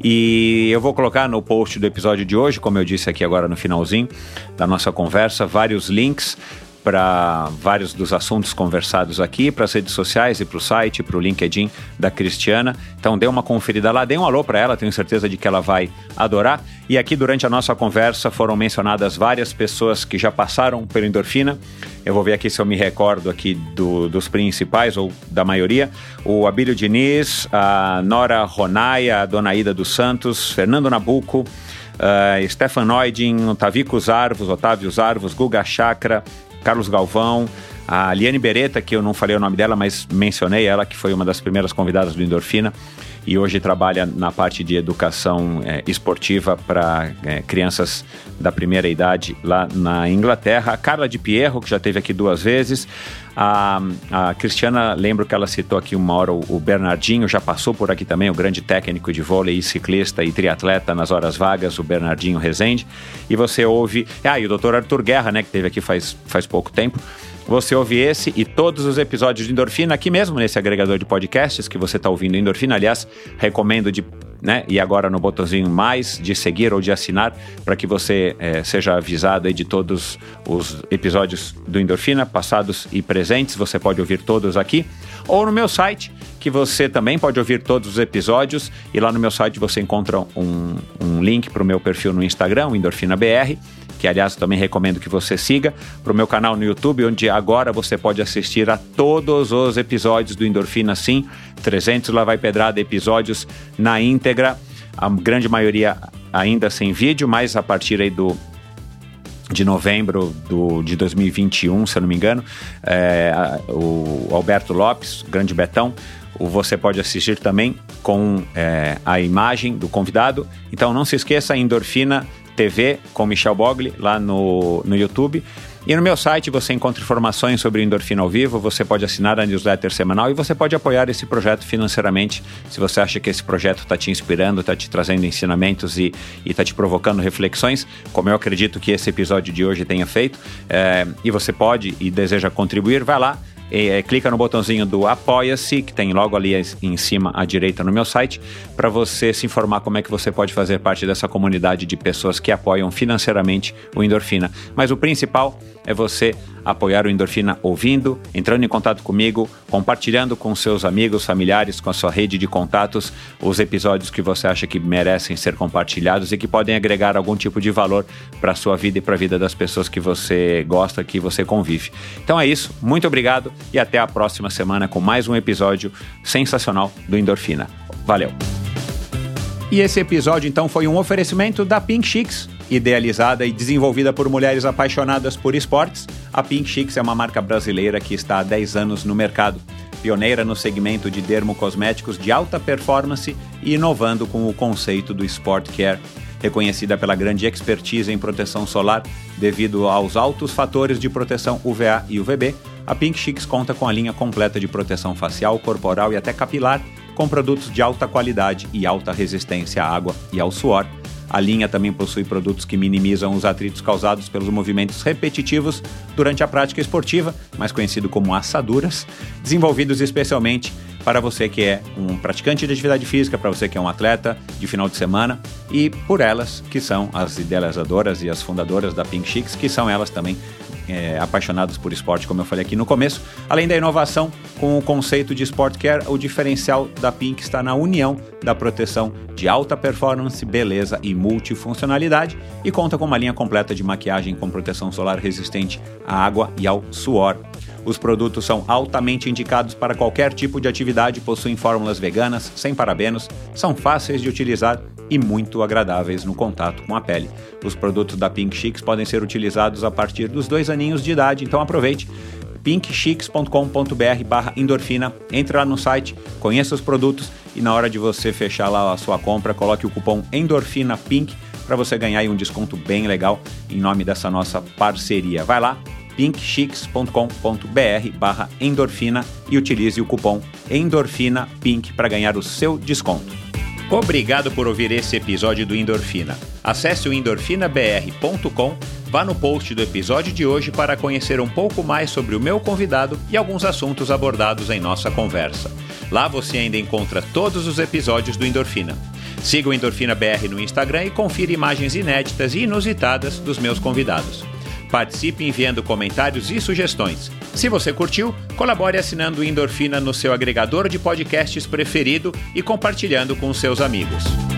E eu vou colocar no post do episódio de hoje, como eu disse aqui agora no finalzinho da nossa conversa, vários links para vários dos assuntos conversados aqui, para as redes sociais e para o site, para o LinkedIn da Cristiana. Então dê uma conferida lá, dê um alô para ela, tenho certeza de que ela vai adorar. E aqui durante a nossa conversa foram mencionadas várias pessoas que já passaram pelo Endorfina. Eu vou ver aqui se eu me recordo aqui do, dos principais, ou da maioria. O Abílio Diniz, a Nora Ronaia, a Dona Ida dos Santos, Fernando Nabuco, uh, Stefan Neudin, Tavico Zarvos, Otávio Zarvos, Guga Chakra, Carlos Galvão, a Liane Beretta, que eu não falei o nome dela, mas mencionei ela, que foi uma das primeiras convidadas do Endorfina e hoje trabalha na parte de educação é, esportiva para é, crianças da primeira idade lá na Inglaterra. A Carla de Pierro, que já esteve aqui duas vezes. A, a Cristiana, lembro que ela citou aqui uma hora o, o Bernardinho, já passou por aqui também, o grande técnico de vôlei, ciclista e triatleta nas horas vagas, o Bernardinho Rezende. E você ouve... Ah, e o doutor Arthur Guerra, né, que esteve aqui faz, faz pouco tempo. Você ouve esse e todos os episódios de Endorfina aqui mesmo, nesse agregador de podcasts que você está ouvindo Endorfina. Aliás, recomendo de... né, e agora no botãozinho mais, de seguir ou de assinar, para que você é, seja avisado aí de todos os episódios do Endorfina, passados e presentes. Você pode ouvir todos aqui, ou no meu site, que você também pode ouvir todos os episódios, e lá no meu site você encontra um, um link para o meu perfil no Instagram, o Endorfina B R, que aliás também recomendo que você siga, para o meu canal no YouTube, onde agora você pode assistir a todos os episódios do Endorfina, sim, trezentos Lá Vai Pedrada episódios na íntegra, a grande maioria ainda sem vídeo, mas a partir aí do de novembro do, de dois mil e vinte e um, se eu não me engano, é, o Alberto Lopes, grande Betão, o você pode assistir também com é, a imagem do convidado. Então não se esqueça, Endorfina T V com Michel Bogli lá no, no YouTube. E no meu site você encontra informações sobre Endorfina ao vivo, você pode assinar a newsletter semanal e você pode apoiar esse projeto financeiramente, se você acha que esse projeto está te inspirando, está te trazendo ensinamentos e está te provocando reflexões, como eu acredito que esse episódio de hoje tenha feito, é, e você pode e deseja contribuir, vai lá, É, clica no botãozinho do Apoia-se, que tem logo ali em cima à direita no meu site, para você se informar como é que você pode fazer parte dessa comunidade de pessoas que apoiam financeiramente o Endorfina. Mas o principal é você apoiar o Endorfina ouvindo, entrando em contato comigo, compartilhando com seus amigos, familiares, com a sua rede de contatos, os episódios que você acha que merecem ser compartilhados e que podem agregar algum tipo de valor para a sua vida e para a vida das pessoas que você gosta, que você convive. Então é isso, muito obrigado e até a próxima semana com mais um episódio sensacional do Endorfina. Valeu! E esse episódio então foi um oferecimento da Pink Chicks. Idealizada e desenvolvida por mulheres apaixonadas por esportes, a Pink Chicks é uma marca brasileira que está há dez anos no mercado, pioneira no segmento de dermocosméticos de alta performance e inovando com o conceito do Sport Care. Reconhecida pela grande expertise em proteção solar devido aos altos fatores de proteção U V A e U V B, a Pink Chicks conta com a linha completa de proteção facial, corporal e até capilar, com produtos de alta qualidade e alta resistência à água e ao suor. A linha também possui produtos que minimizam os atritos causados pelos movimentos repetitivos durante a prática esportiva, mais conhecido como assaduras, desenvolvidos especialmente para você que é um praticante de atividade física, para você que é um atleta de final de semana, e por elas, que são as idealizadoras e as fundadoras da Pink Chicks, que são elas também é, apaixonadas por esporte, como eu falei aqui no começo. Além da inovação com o conceito de Sport Care, o diferencial da Pink está na união da proteção de alta performance, beleza e multifuncionalidade, e conta com uma linha completa de maquiagem com proteção solar resistente à água e ao suor. Os produtos são altamente indicados para qualquer tipo de atividade, possuem fórmulas veganas, sem parabenos, são fáceis de utilizar e muito agradáveis no contato com a pele. Os produtos da Pink Chicks podem ser utilizados a partir dos dois aninhos de idade, então aproveite. pink chicks ponto com ponto b r barra endorfina, entre lá no site, conheça os produtos e na hora de você fechar lá a sua compra, coloque o cupom ENDORFINAPINK para você ganhar aí um desconto bem legal em nome dessa nossa parceria. Vai lá, pink chicks ponto com ponto b r barra endorfina e utilize o cupom ENDORFINAPINK para ganhar o seu desconto. Obrigado por ouvir esse episódio do Endorfina. Acesse o endorfina b r ponto com, vá no post do episódio de hoje para conhecer um pouco mais sobre o meu convidado e alguns assuntos abordados em nossa conversa. Lá você ainda encontra todos os episódios do Endorfina. Siga o Endorfina B R no Instagram e confira imagens inéditas e inusitadas dos meus convidados. Participe enviando comentários e sugestões. Se você curtiu, colabore assinando o Endorfina no seu agregador de podcasts preferido e compartilhando com seus amigos.